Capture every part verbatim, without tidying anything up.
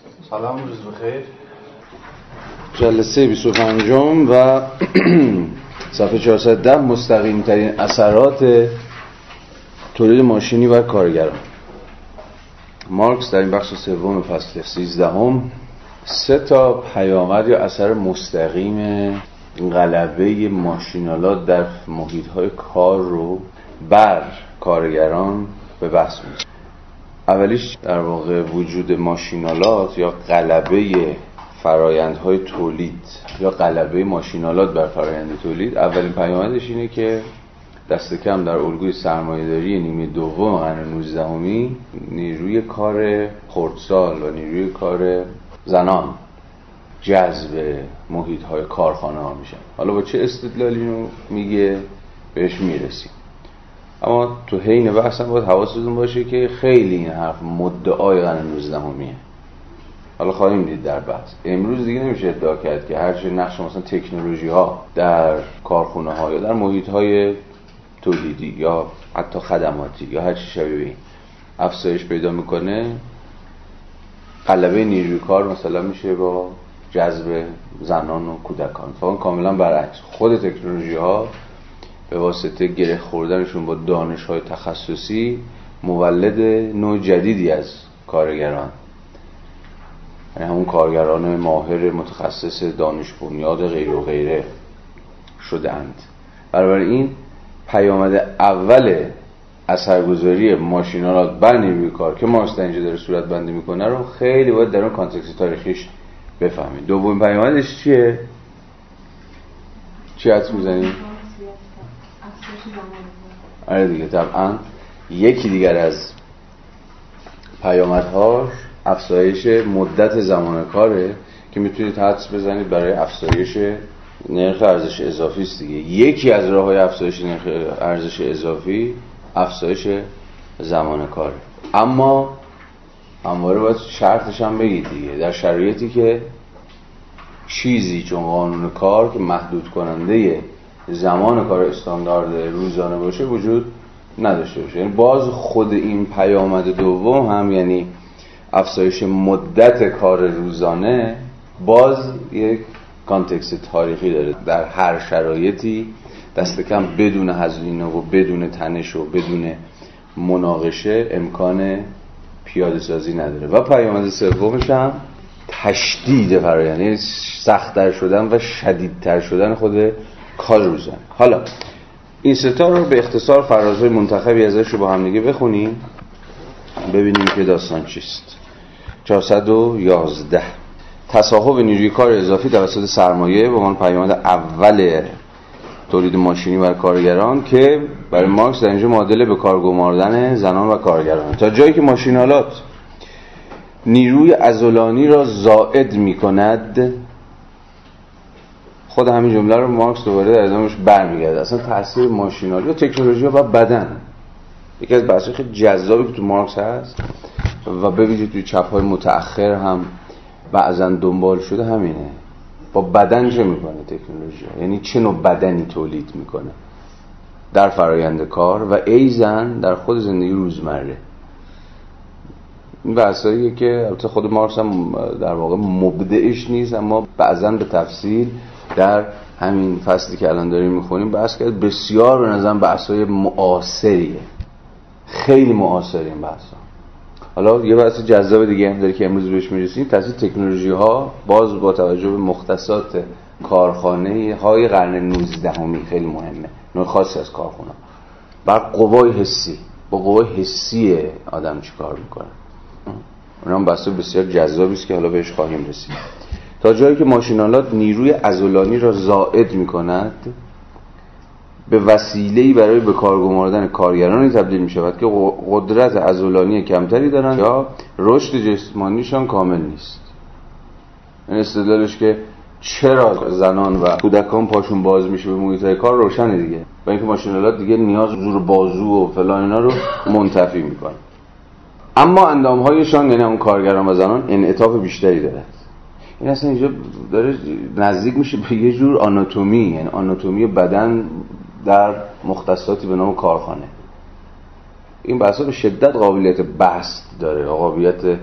سلام، روز بخیر. جلسه بیست و پنجم و صفحه چهارصد و ده مستقیم ترین اثرات تولید ماشینی بر کارگران. مارکس در این بخش سوم فصل سیزدهم سه تا پیامد یا اثر مستقیم غلبه ماشین‌آلات در محیط‌های کار رو بر کارگران به بحث می‌کشه. اولیش در واقع وجود ماشین‌آلات یا غلبه فرایندهای تولید یا غلبه ماشین‌آلات بر فرایند تولید. اولین پیامدش اینه که دست کم در الگوی سرمایه‌داری نیمه دوم قرن نوزدهمی نیروی کار خردسال و نیروی کار زنان جذب محیط‌های کارخانه‌ها میشن. حالا با چه استدلالی رو میگه بهش میرسیم، اما تو حین بحث هم باید حواستون باشه که خیلی این حرف مدعای قرن نوزدهمیه. حالا خواهیم دید در بحث. امروز دیگه نمیشه ادعا کرد که هر چه نقش مثلا تکنولوژی ها در کارخونه ها یا در محیط های تولیدی یا حتی خدماتی یا هر چی شبیه این افزایش پیدا میکنه، غلبه نیروی کار مثلا میشه با جذب زنان و کودکان. فقط کاملا برعکس، خود تکنولوژی ها به واسطه گره خوردنشون با دانش های تخصصی مولد نوع جدیدی از کارگران، یعنی همون کارگران ماهر متخصص دانش بنیاد غیر و غیره شده اند. بنابراین پیامد اول اثرگذاری ماشین‌آلات بر نیروی کار که مارکس اینجا داره صورت بندی میکنه رو خیلی باید در اون کانتکست تاریخیش بفهمید. دومین پیامدش چیه؟ چی حدس میزنید؟ آره دیگه، طبعا یکی دیگر از پیامدهاش افزایش مدت زمان کاره که میتونید حدس بزنید برای افزایش نرخ ارزش اضافی است دیگه. یکی از راه‌های افزایش نرخ ارزش اضافی افزایش زمان کاره، اما همواره باید شرطش هم بگید دیگه، در شرایطی که چیزی چون قانون کار که محدود کننده زمان کار استاندارد روزانه باشه وجود نداشته باشه. یعنی باز خود این پیامد دوم هم، یعنی افزایش مدت کار روزانه، باز یک کانتکست تاریخی داره. در هر شرایطی دست کم بدون هزینه و بدون تنش و بدون مناقشه امکان پیاده سازی نداره. و پیامد سومش هم تشدید فرآیند، یعنی سخت‌تر شدن و شدیدتر شدن خود کار روزانه. حالا این ستا رو به اختصار فرازهای منتخبی ازش رو با هم دیگه بخونیم ببینیم که داستان چیست. چهارصد و یازده تصاحب نیروی کار اضافی توسط سرمایه به عنوان پیامد اول تولید ماشینی بر کارگران که برای مارکس در اینجا معادله به کار گماردن زنان و کارگران. تا جایی که ماشین‌آلات نیروی عضلانی را زائد می‌کند، خود همین جمله رو مارکس دوباره در ادامهش برمیگرده. اصلا تاثیر ماشین‌آلات یا تکنولوژی و بدن یکی از بحث‌های خیلی جذابی که تو مارکس هست و ببینید توی چپ‌های متأخر هم بعضا دنبال شده همینه. با بدن چه میکنه تکنولوژی؟ یعنی چه نوع بدنی تولید میکنه در فرایند کار و ایزاً در خود زندگی روزمره. این بحثاییه که البته خود مارکس هم در واقع مبدعش نیست، اما بعضا به تفصیل در همین فصلی که الان داریم میخونیم بحث کرد. بسیار به نظرم بحثای معاصریه، خیلی معاصر این بحثا. حالا یه بحث جذاب دیگه هم داره که امروز بهش میرسیم، تاثیر تکنولوژی ها باز با توجه به مختصات کارخانه های قرن نوزدهمی خیلی مهمه. نوع خاصی از کارخونه بر قوای حسی، با قوای حسی آدم چی کار میکنه. اونم بحث بسیار جذابی است که حالا بهش خواهیم رسید. تا جایی که ماشین‌آلات نیروی عضلانی را زائد میکند، به وسیله‌ای برای به کار گماردن کارگرانی تبدیل می‌شود که قدرت عضلانی کمتری دارند یا رشد جسمانیشان کامل نیست. این استدلالش که چرا زنان و کودکان پاشون باز میشه به محیط‌های کار روشنه دیگه، و اینکه ماشین‌آلات دیگه نیاز زور بازو و فلان اینا رو منتفی می‌کنه. اما اندام‌هایشان، یعنی اون کارگران و زنان، انعطاف بیشتری دارد. این اصلا اینجا داره نزدیک میشه به یه جور آناتومی، یعنی آناتومی بدن در مختصاتی به نام کارخانه. این بحثا به شدت قابلیت بسط داره، قابلیت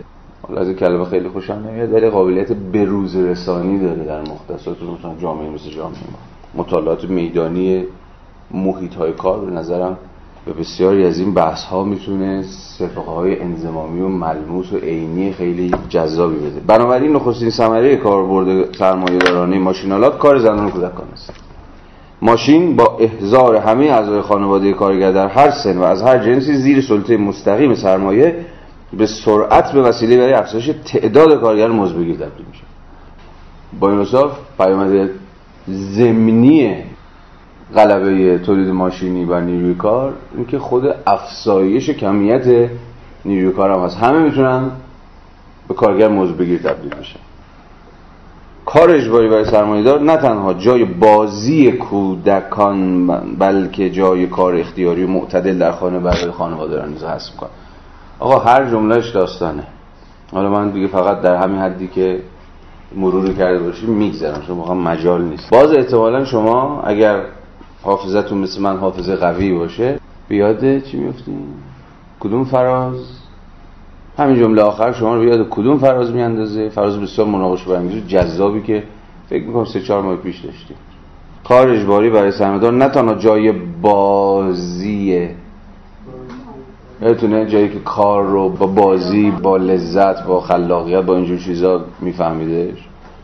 حالا از این کلمه خیلی خوشم نمیاد ولی قابلیت بروز رسانی داره در مختصات مثلا جامعه مثل جامعه ما. مطالعات میدانی محیط های کار به نظرم به بسیاری از این بحث ها میتونه صفحه های انضمامی و ملموس و عینی خیلی جذابی بده. بنابراین نخستین ثمره کاربرد سرمایه‌دارانه ماشین‌آلات کار زنان و کودکان است. ماشین با احضار همه اعضای خانواده کارگر در هر سن و از هر جنسی زیر سلطه مستقیم سرمایه به سرعت به وسیله برای افزایش تعداد کارگر مزدبگیر تبدیل میشه. با این حساب پیامد ضمنی غلبه تولید ماشینی بر نیروی کار این که خود افزایش کمیت نیروی کار هم هست. همه میتونن به کارگر مزدبگیر تبدیل بشن. کار اجباری برای سرمایه‌دار نه تنها جای بازی کودکان بلکه جای کار اختیاری و معتدل در خانه برای خانواده را نیز حذف می‌کنه. آقا هر جملهش داستانه. حالا من دیگه فقط در همین حدی که مرور کرده باشیم میگذرم چون واقعا مجال نیست. باز احتمالاً شما اگر حافظتون مثل من حافظه قوی باشه بیاد چی میافتین؟ کدوم فراز؟ همین جمله آخر شما رو بیاد کدوم فراز میاندازه؟ فراز بسیار مناقشه برانگیز و جذابی که فکر میکنم سه چهار ماه پیش داشتیم. کار اجباری برای سرمایه‌دار نه تنها جای بازیه، یادتونه جایی که کار رو با بازی، با لذت، با خلاقیت، با اینجور چیزا میفهمیدش.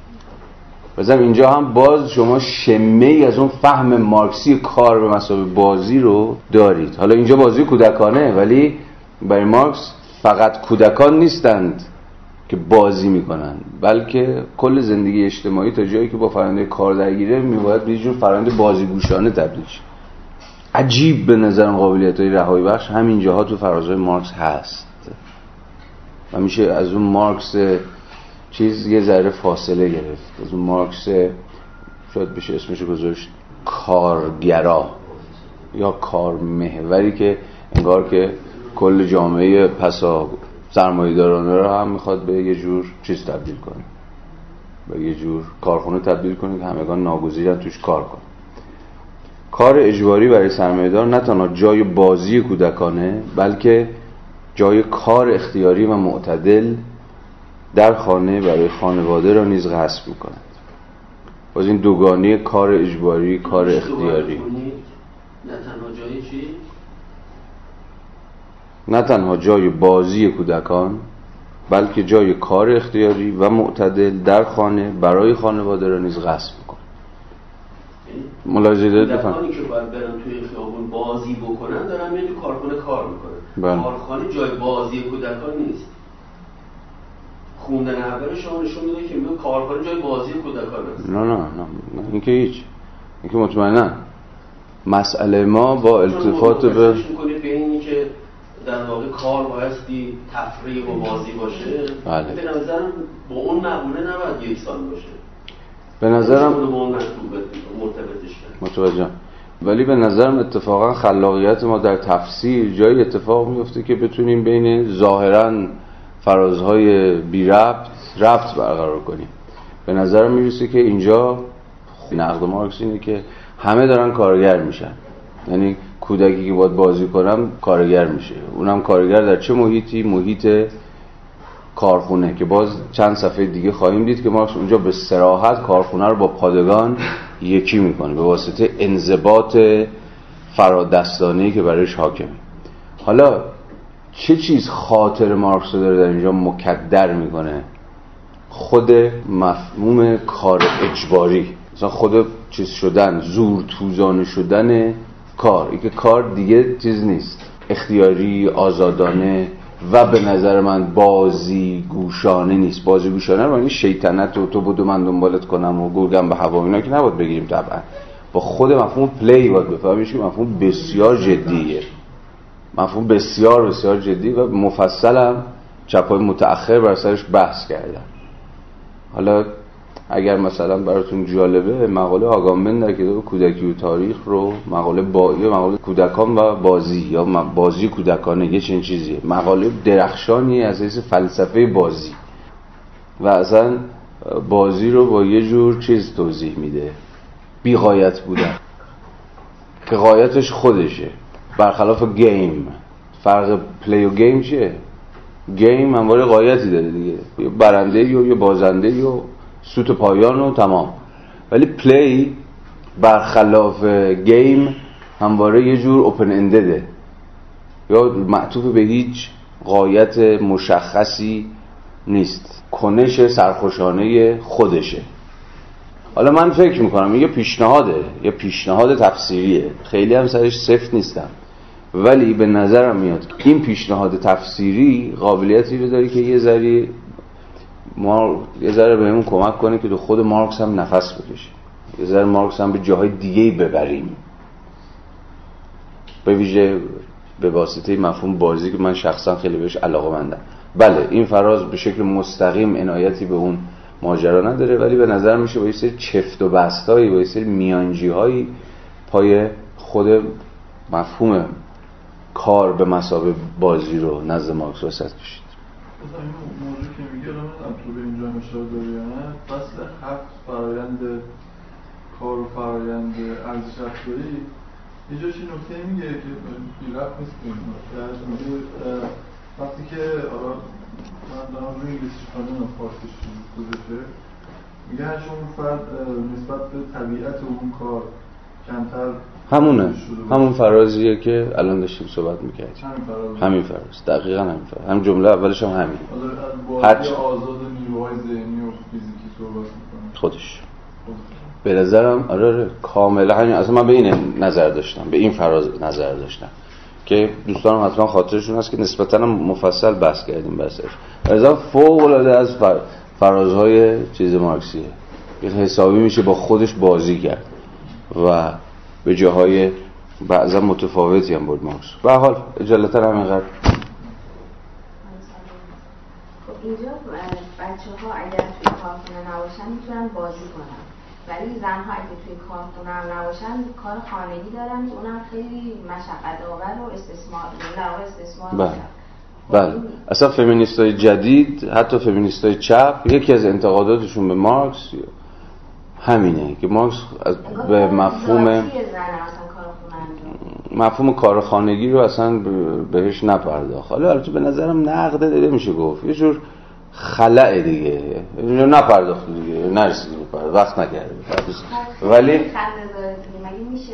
مثلا اینجا هم باز شما شمه‌ای از اون فهم مارکسی کار به مثابه بازی رو دارید. حالا اینجا بازی کودکانه ولی برای مارکس فقط کودکان نیستند که بازی میکنن بلکه کل زندگی اجتماعی تا جایی که با فرآیند کار درگیره میباید به یه جور فرآیند بازیگوشانه تبدیل شه. عجیب به نظرم قابلیت‌های رهایی بخش همین جاها تو فرازهای مارکس هست و میشه از اون مارکس چیز یه ذره فاصله گرفت. از اون مارکس شاید بشه اسمشو گذاشت کارگرا یا کارمحوری که انگار که کل جامعه پسا سرمایه‌دارانه رو هم میخواد به یه جور چیز تبدیل کنه، به یه جور کارخونه تبدیل کنه که همگان ناگزیرن توش کار کنه. کار اجباری برای سرمایه‌دار نه تنها جای بازی کودکانه بلکه جای کار اختیاری و معتدل در خانه برای خانواده را نیز غصب می‌کند. باز این دوگانه کار اجباری کار اختیاری نه تنها جای چی؟ نه تنها جای بازی کودکان بلکه جای کار اختیاری و معتدل در خانه برای خانواده را نیز غصب می‌کند. ملاحظه دارید بفهم کودکانی که باید برن توی خیابون بازی بکنن دارن میان تو کارخونه کار میکنن. بله. کارخانه جای بازی کودکان نیست. خوندن اول شما نشون میده که میگه کارخانه جای بازی کودکان است. نه نه نه این که هیچ این که مطمئنا مسئله ما با التفات به میکنید به اینی که در واقع کار بایستی تفریح و بازی باشه. بله. به نظرم با اون مقوله نباید یکسان باشه. به نظرم متوجه ولی به نظرم اتفاقا خلاقیت ما در تفسیر جایی اتفاق میفته که بتونیم بین ظاهرا فرازهای بی ربط ربط برقرار کنیم. به نظرم میرسه که اینجا نقد مارکس اینه که همه دارن کارگر میشن، یعنی کودکی که باید بازی کنم کارگر میشه، اونم کارگر در چه محیطی؟ محیط کارخونه که باز چند صفحه دیگه خواهیم دید که مارکس اونجا به صراحت کارخونه رو با پادگان یکی میکنه به واسطه انضباط فرادستانه‌ای که برایش حاکمه. حالا چه چیز خاطر مارکس رو داره در اینجا مکدر میکنه؟ خود مفهوم کار اجباری، مثلا خود چیز شدن، زور توزانه شدن کار، این که کار دیگه چیز نیست اختیاری، آزادانه و به نظر من بازی گوشانه نیست. بازی گوشانه رو یعنی شیطنت و تو بدو من دنبالت کنم و گرگم به هوا اینا که نباید بگیریم. طبعا با خود مفهوم پلی باید بفهمیم که مفهوم بسیار جدیه، مفهوم بسیار بسیار جدی و مفصل هم چپای متأخر بر سرش بحث کردن. حالا اگر مثلا براتون جالبه مقاله آگامبن در کتاب کودکی و تاریخ رو مقاله با یا مقاله کودکان و بازی یا بازی کودکانه یه چنین چیزیه، مقاله درخشانی از حیث فلسفه بازی و اصلا بازی رو با یه جور چیز توضیح میده، بی غایت بودن که غایتش خودشه، برخلاف گیم. فرق پلی و گیم چیه؟ گیم همواره غایتی داره دیگه، یه برنده یا یه بازنده یا سوت پایان و تمام. ولی پلی برخلاف گیم همواره یه جور اوپن اندده یا معطوف به هیچ غایت مشخصی نیست، کنش سرخوشانه خودشه. حالا من فکر میکنم یه پیشنهاده، یه پیشنهاد تفسیریه، خیلی هم سرش سفت نیستم، ولی به نظرم میاد این پیشنهاد تفسیری قابلیتی رو داره که یه ذره ما یه ذره بهمون کمک کنه که تو خود مارکس هم نفس بکشیم، یه ذره مارکس هم به جاهای دیگه‌ای ببریم، به ویژه به واسطه مفهوم بازی که من شخصا خیلی بهش علاقه‌مندم. بله این فراز به شکل مستقیم عنایتی به اون ماجرا نداره، ولی به نظر میشه با یه سری چفت و بستایی، با یه سری میانجی‌هایی پای خود مفهوم کار به مثابه بازی رو نزد مارکس وسط کشید. مثلا این موضوع که میگه الان من تو به اینجا اشاره داری یا نه، فصل هفت فرایند کار و فرایند ارزش افزاری یه جاش این نکته میگه که بی ربط نیست به این نکته، میگه وقتی که حالا من دارم روی انگلیسیش کنم فارسیش گذاشته، میگه هر اون فرد نسبت به طبیعت اون کار کمتر همونه، همون فرازیه که الان داشتیم صحبت میکردیم، همین فراز همین فراز دقیقاً همین فراز، هم جمله اولش هم همین. بازی آزاد نیروهای ذهنی و فیزیکی صحبت میکنه خودش به نظرم آره آره کاملا همین. اصلا من به این نظر داشتم، به این فراز نظر داشتم که دوستانم حتما خاطرشون هست که نسبتاً مفصل بحث کردیم بحثش. به نظرم فوق العاده از فرازهای چیز مارکسیه، این حسابی میشه با خودش بازی کرد و به جاهای بعضا متفاوتی هم بود مارکس. به حال اجالتا همینقدر. خب اینجا بچه ها اگر توی کارخونه نباشن میتونن بازی کنن، ولی زنها اگه توی کارخونه هم نباشن کار خانگی دارن که اونم خیلی مشقت آور و استثمار در استثمار بله بله. اصلا فمینیستای جدید، حتی فمینیستای چپ، یکی از انتقاداتشون به مارکس همینه که مارکس به مفهوم مفهوم کار خانگی رو اصلا بهش نپرداخت. حالا البته به نظرم نقده دیده میشه گفت، یه جور خلأ دیگه، نپرداخت دیگه، نرسید بپرد، وقت نکرده، ولی مگه میشه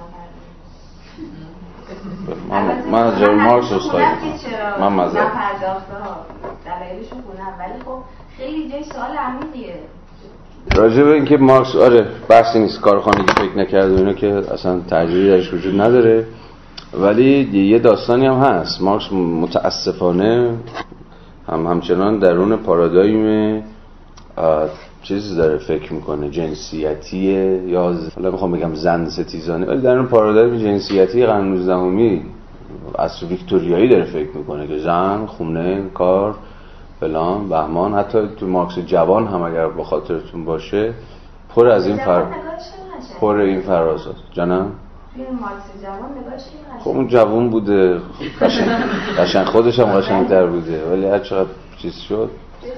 من من از جای مارکس اسخای میکنم، من مذهب نپرداخته ها دلایلشو کنم، ولی خب خیلی جای سوال عمیقیه راجع به اینکه مارکس آره بحثی نیست کار خانگی فکر نکرده و اینا که اصلا ترجیحی درش وجود نداره، ولی یه داستانی هم هست. مارکس متاسفانه هم همچنان درون پارادایم چیز داره فکر میکنه جنسیتیه، یا حالا میخوام بگم زن ستیزانه، ولی درون پارادایم جنسیتی قرن نوزدهمی عصر ویکتوریایی داره فکر میکنه که زن، خونه، کار، فلان، بهمان. حتی تو مارکس جوان هم اگر با خاطرتون باشه پر از این فر پر این فرازات جانم توی مارکس جوان نگاهش خب اون جوان بوده، قشنگ قشنگ خودش هم قشنگ‌تر بوده، ولی هر چقدر چیز شد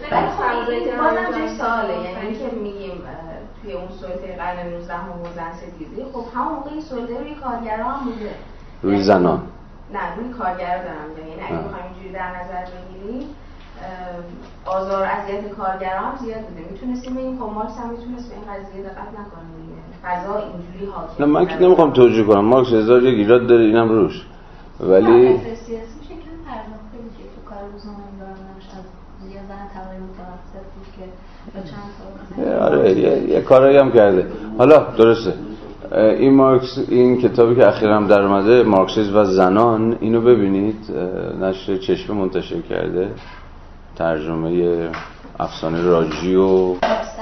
بازم جای سواله، یعنی اینکه میگیم توی اون سلطه قرن نوزدهم و زن ستیزی، خب همون موقع این سلطه روی کارگرها هم بوده، روی زنان نه روی کارگرها دارم میگم، یعنی اگه بخوایم اینجوری در نظر بگیریم آزار و اذیت کارگرها هم زیاد بوده، میتونستیم بگیم خب مارکس هم میتونست به این قضیه دقت نکنه دیگه، فضا اینجوری حاکم. نه من که نمیخوام توجیه کنم، مارکس هزار یک ایراد داره اینم روش، ولی سیاسی شکل پرداخته میشه تو کار روزنامه دارنش از یا زن طبقه متوسط بود که با چند سال آره یه, یه کارایی هم کرده. حالا درسته این مارکس، این کتابی که اخیراً هم در اومده مارکسیسم و زنان، اینو ببینید نشر چشمه منتشر کرده، ترجمه افسانه راجی و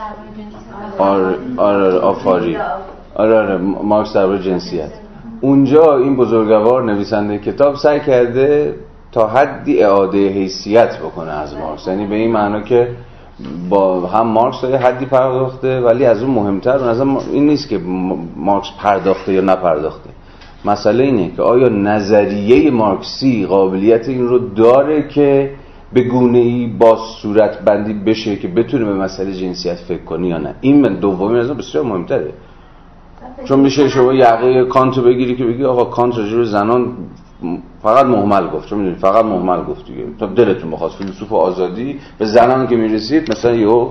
آره آره آفاری آره آره مارکس درباره جنسیت. اونجا این بزرگوار نویسنده کتاب سعی کرده تا حدی اعاده حیثیت بکنه از مارکس، یعنی به این معنا که با هم مارکس تا یه حدی پرداخته، ولی از اون مهمتر به نظر این نیست که مارکس پرداخته یا نپرداخته، مسئله اینه که آیا نظریه مارکسی قابلیت این رو داره که به گونه‌ای با صورت بندی بشه که بتونه به مسئله جنسیت فکر کنی یا نه. این من دومی از اون بسیار مهمتره، چون میشه شما یقه کانتو بگیری که بگی آقا کانت راجع به زنان فقط مهمل گفت، چون میدونید فقط مهمل گفت دیگه، تا دلتون بخواد فیلسوف آزادی به زنان که میرسید مثلا یهو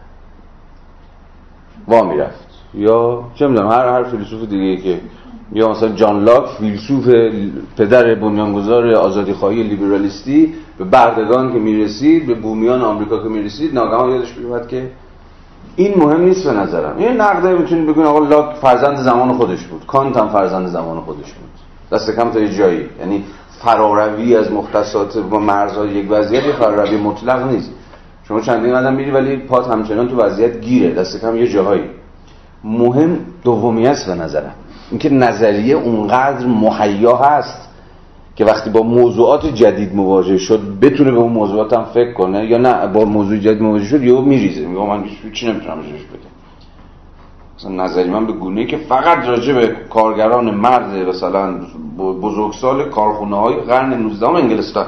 وا میرفت، یا چه میدونم هر هر فیلسوف دیگه که، یا مثلا جان لاک فیلسوف پدر بنیانگذار آزادیخواهی لیبرالیستی به بردگان که میرسید، به بومیان آمریکا که میرسید، ناگهان یادش میاد که این مهم نیست به نظرم. این نقده میتونید بگین آقا لاک فرزند زمان خودش بود، کانت هم فرزند زمان خودش بود، دست کم تا یه جایی. یعنی فراروی از مختصات و مرزهای یک وضعیت یه فراروی مطلق نیست. شما چندین قدم میری ولی پات همچنان تو وضعیت گیره، دست کم یه جاهایی. مهم دومیه است به نظرم، اینکه نظریه اونقدر مهیا هست که وقتی با موضوعات جدید مواجه شد بتونه به اون موضوعات هم فکر کنه، یا نه با موضوع جدید مواجه شد یهو میریزه، میگه من چی نمیتونم راجعش بگم. مثلا نظری من به گونه‌ای که فقط راجع به کارگران مرد مثلا بزرگسال کارخونه‌های قرن نوزدهم انگلستان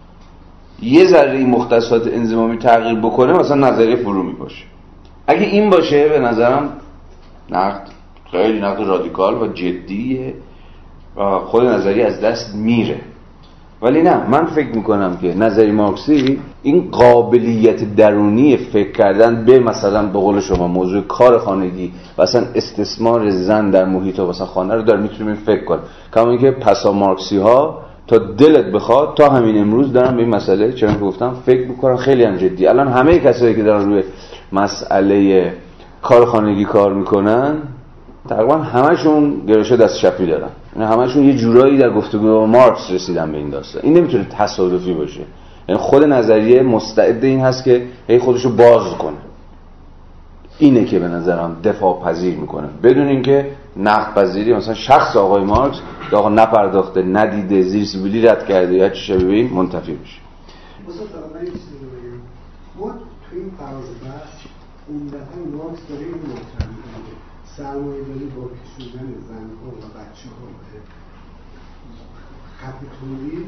یه ذره این مختصات انضمامی تغییر بکنه، مثلا نظریه فرو میپاشه. اگه این باشه به نظرم نقد خیلی نقد رادیکال و جدیه و خود نظریه از دست میره. ولی نه، من فکر میکنم که نظریه مارکسی این قابلیت درونی فکر کردن به مثلا به قول شما موضوع کار خانگی و اصلا استثمار زن در محیط و مثلا خانه رو داره میتونیم فکر کنیم، کما اینکه پسا مارکسی ها تا دلت بخواد تا همین امروز دارن به این مسئله چون که گفتم فکر میکنن خیلی هم جدی. الان همه کسایی که دارن روی مسئله کار خانگی کار میکنن تقریبا همشون گرایش دست چپی دارن، یعنی همشون یه جورایی در گفتگو با مارکس رسیدن به این داستان. این نمیتونه تصادفی باشه، یعنی خود نظریه مستعد این هست که هی خودشو باز کنه. اینه که به نظرم دفاع پذیر میکنه بدون اینکه نقد پذیری مثلا شخص آقای مارکس که آقا نپرداخته، ندیده، زیر سیبیلی رد کرده یا چی شبیه این منتفی بشه. مثلا من یه چیزی رو بگم، ما توی این فراز بحث عمدتاً مارکس داره این مطرح میکنه سرمایه‌داری با کشوندن زن‌ها و بچه‌ها به خط تولید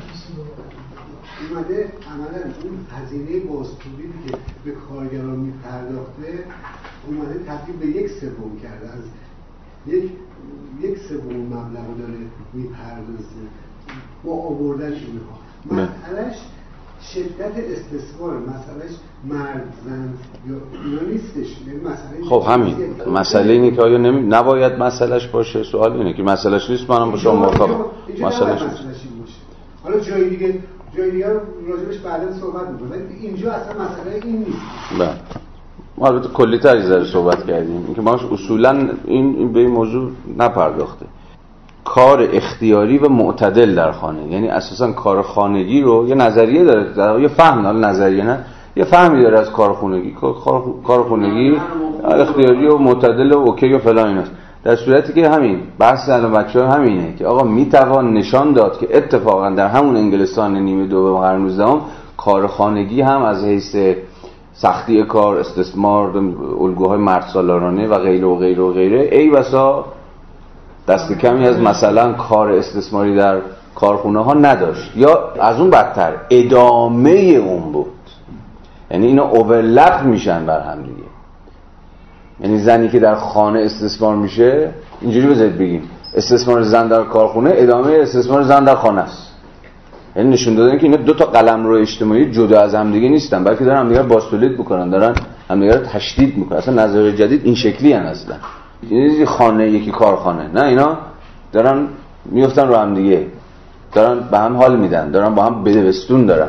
اومده عملاً اون هزینه بازتولیدی که به کارگران میپرداخته اومده تبدیل به یک سوم کرده، از یک یک سوم مبلغ داره میپردازه با آوردن اینها. مسئلهش شدت استثمار، مسئلهش مرد زن یا اینا نیستش. مسئله خب همین مسئله اینه که آیا نمی... نباید مسئلهش باشه. سوال اینه که مسئلهش نیست، منم با شما موافقم. مسئلهش باشه. حالا جای دیگه جای دیگه راجبش بعدا صحبت می‌کنم، ولی اینجا اصلا مسئله این نیست. بله. ما البته کلی‌تر از این صحبت کردیم اینکه ما اصولاً این, این به این موضوع نپرداخته. کار اختیاری و معتدل در خانه، یعنی اساساً کار خانگی رو یه نظریه داره، در یه فهم، حالا نظریه نه، یه فهمی داره از کار خانگی. کار خانگی اختیاری و معتدل و اوکی و فلان ایناست. در صورتی که همین بحث الان بچه‌ها همینه که آقا میتوان نشان داد که اتفاقا در همون انگلستان نیمه دوم قرن نوزدهم کار خانگی هم از حیث سختی کار، استثمار، الگوهای مردسالارانه و غیره و غیره و غیره ای بسا دست کمی از مثلا کار استثماری در کارخونه ها نداشت، یا از اون بدتر ادامه اون بود. یعنی اینا اوورلپ میشن بر هم دیگه. یعنی زنی که در خانه استثمار میشه، اینجوری بذارید بگیم استثمار زن در کارخونه ادامه استثمار زن در خانه است. یعنی نشون دادن که اینا دو تا قلمرو اجتماعی جدا از هم دیگه نیستن، بلکه دارن همدیگه رو باستولید میکنن، دارن همدیگه رو تشدید میکنن. اصلا نظریه جدید این شکلی ان اصلا. یکی خانه یکی کارخانه، نه، اینا دارن میافتن رو هم دیگه، دارن به هم حال میدن، دارن با هم بدبستون دارن.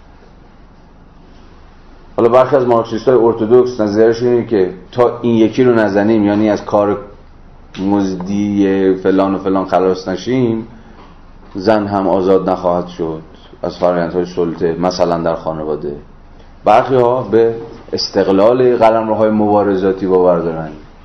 حالا برخی از مارکسیست‌های ارتدوکس نظرشون اینه که تا این یکی رو نزنیم، یعنی از کار مزدی فلان و فلان خلاص نشیم، زن هم آزاد نخواهد شد از فرآیندهای سلطه مثلا در خانواده. برخی ها به استقلال قلمروهای مبارزاتی باور دارن،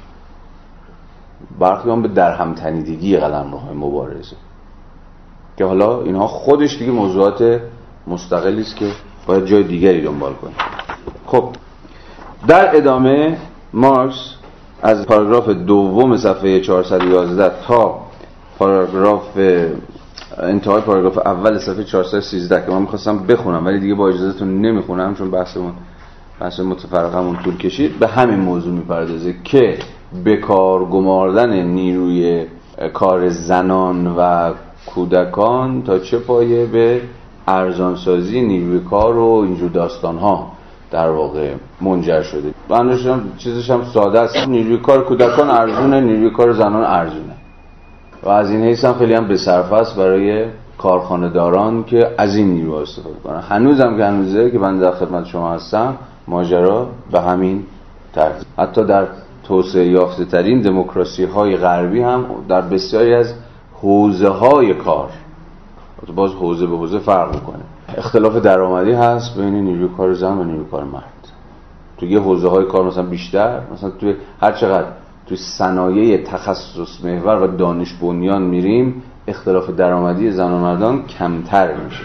برخی هم به درهم تنیدگی قلمروهای مبارزه، که حالا اینها خودش دیگه موضوعات مستقلی است که باید جای دیگری دنبال کنیم. خب در ادامه مارکس از پاراگراف دوم صفحه چهارصد و یازده تا پاراگراف انتهای پاراگراف اول صفحه چهارصد و سیزده که من می‌خواستم بخونم ولی دیگه با اجازهتون نمیخونم چون بحثمون بحث متفرقمون طول کشید، به همین موضوع میپردازه که به کار گماردن نیروی کار زنان و کودکان تا چه پایه به ارزانسازی نیروی کار و اینجور داستان‌ها در واقع منجر شده. بنابراین هم چیزش هم ساده است، نیروی کار کودکان ارزونه، نیروی کار زنان ارزونه و از این حیث هم خیلی هم بصرفه است برای کارخانه داران که از این نیرو استفاده کنن. هنوزم که هنوزه که من در خدمت شما هستم ماجرا به همین ترتیب. حتی در توسعه یافته ترین دموکراسی های غربی هم در بسیاری از حوزه های کار، باز حوزه به حوزه فرق میکنه، اختلاف درآمدی هست بین نیروی کار زن و نیروی کار مرد. تو یه حوزه های کار مثلا بیشتر، مثلا تو هر چقدر تو صنایع تخصص محور و دانش بنیان میریم اختلاف درآمدی زن و مردان کمتر میشه.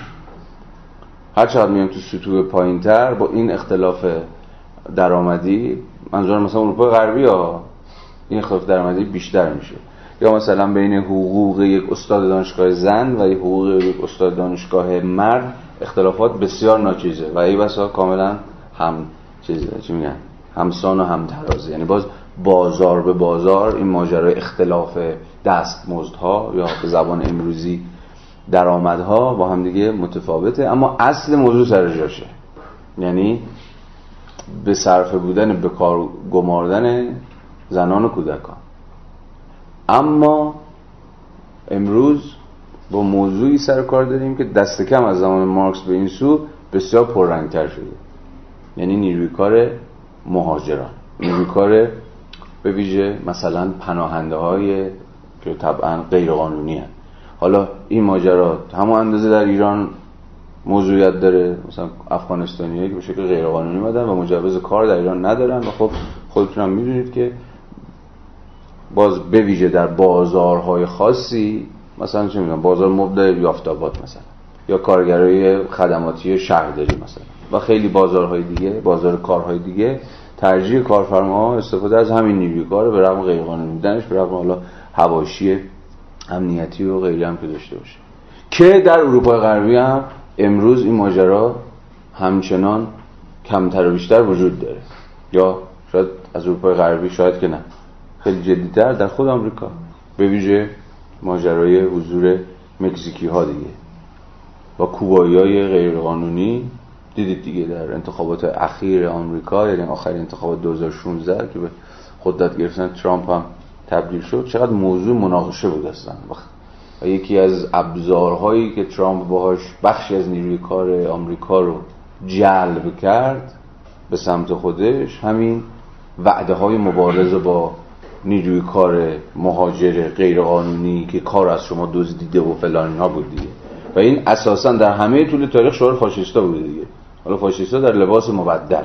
هر چقدر میام تو سطوح پایینتر با این اختلاف درآمدی، منظورم مثلا اروپای غربی ها، این اختلاف درآمدی بیشتر میشه. یا مثلا بین حقوق یک استاد دانشگاه زن و یک حقوق یک استاد دانشگاه مرد اختلافات بسیار ناچیزه و این بسا کاملا هم چیزه، چی میگن، همسان و هم ترازه. یعنی باز بازار به بازار این ماجرای اختلاف دستمزدها یا به زبان امروزی درآمدها با هم دیگه متفاوته، اما اصل موضوع سر جاشه. یعنی به صرفه بودن، به کار گماردن زنان و کودکان. اما امروز با موضوعی سر کار داریم که دست کم از زمان مارکس به این سو بسیار پررنگتر شده. یعنی نیروی کار مهاجران، نیروی کار به ویژه مثلا پناهنده های که طبعا غیر قانونی هستند. حالا این ماجرا همون اندازه در ایران موضوعیت داره، مثلا افغانستانیایی که به شکل غیر قانونی اومدن و مجوز کار در ایران ندارن و خب خودتون هم میدونید که باز به ویژه در بازارهای خاصی، مثلا چه میدونم بازار مبدا یافت‌آباد مثلا یا کارگرای خدماتی شهرداری مثلا و خیلی بازارهای دیگه، بازار کارهای دیگه، ترجیح کارفرماها استفاده از همین نیروی کار به رغم غیر قانونی بودنش، به رغم حالا حواشی امنیتی و غیری هم که داشته باشه. که در اروپای غربی هم امروز این ماجرا همچنان کمتر و بیشتر وجود داره، یا شاید از اروپای غربی شاید که نه، خیلی جدی‌تر در خود آمریکا، به ویژه ماجرای حضور مکزیکی ها دیگه و کوبایی های غیر قانونی. دیدید دیگه در انتخابات اخیر آمریکا، یعنی آخرین انتخابات دو هزار و شانزده که به قدرت گرفتن ترامپ هم تبدیل شد، چقدر موضوع مناقشه بود اصلا. و یکی از ابزارهایی که ترامپ باهاش بخشی از نیروی کار آمریکا رو جلب کرد به سمت خودش، همین وعده های مبارزه با نیروی کار مهاجر غیر قانونی که کار از شما دزدیده و فلان اینا بود دیگه. و این اساسا در همه طول تاریخ شعار فاشیستا بوده دیگه. حالا فاشیستا در لباس مبدل.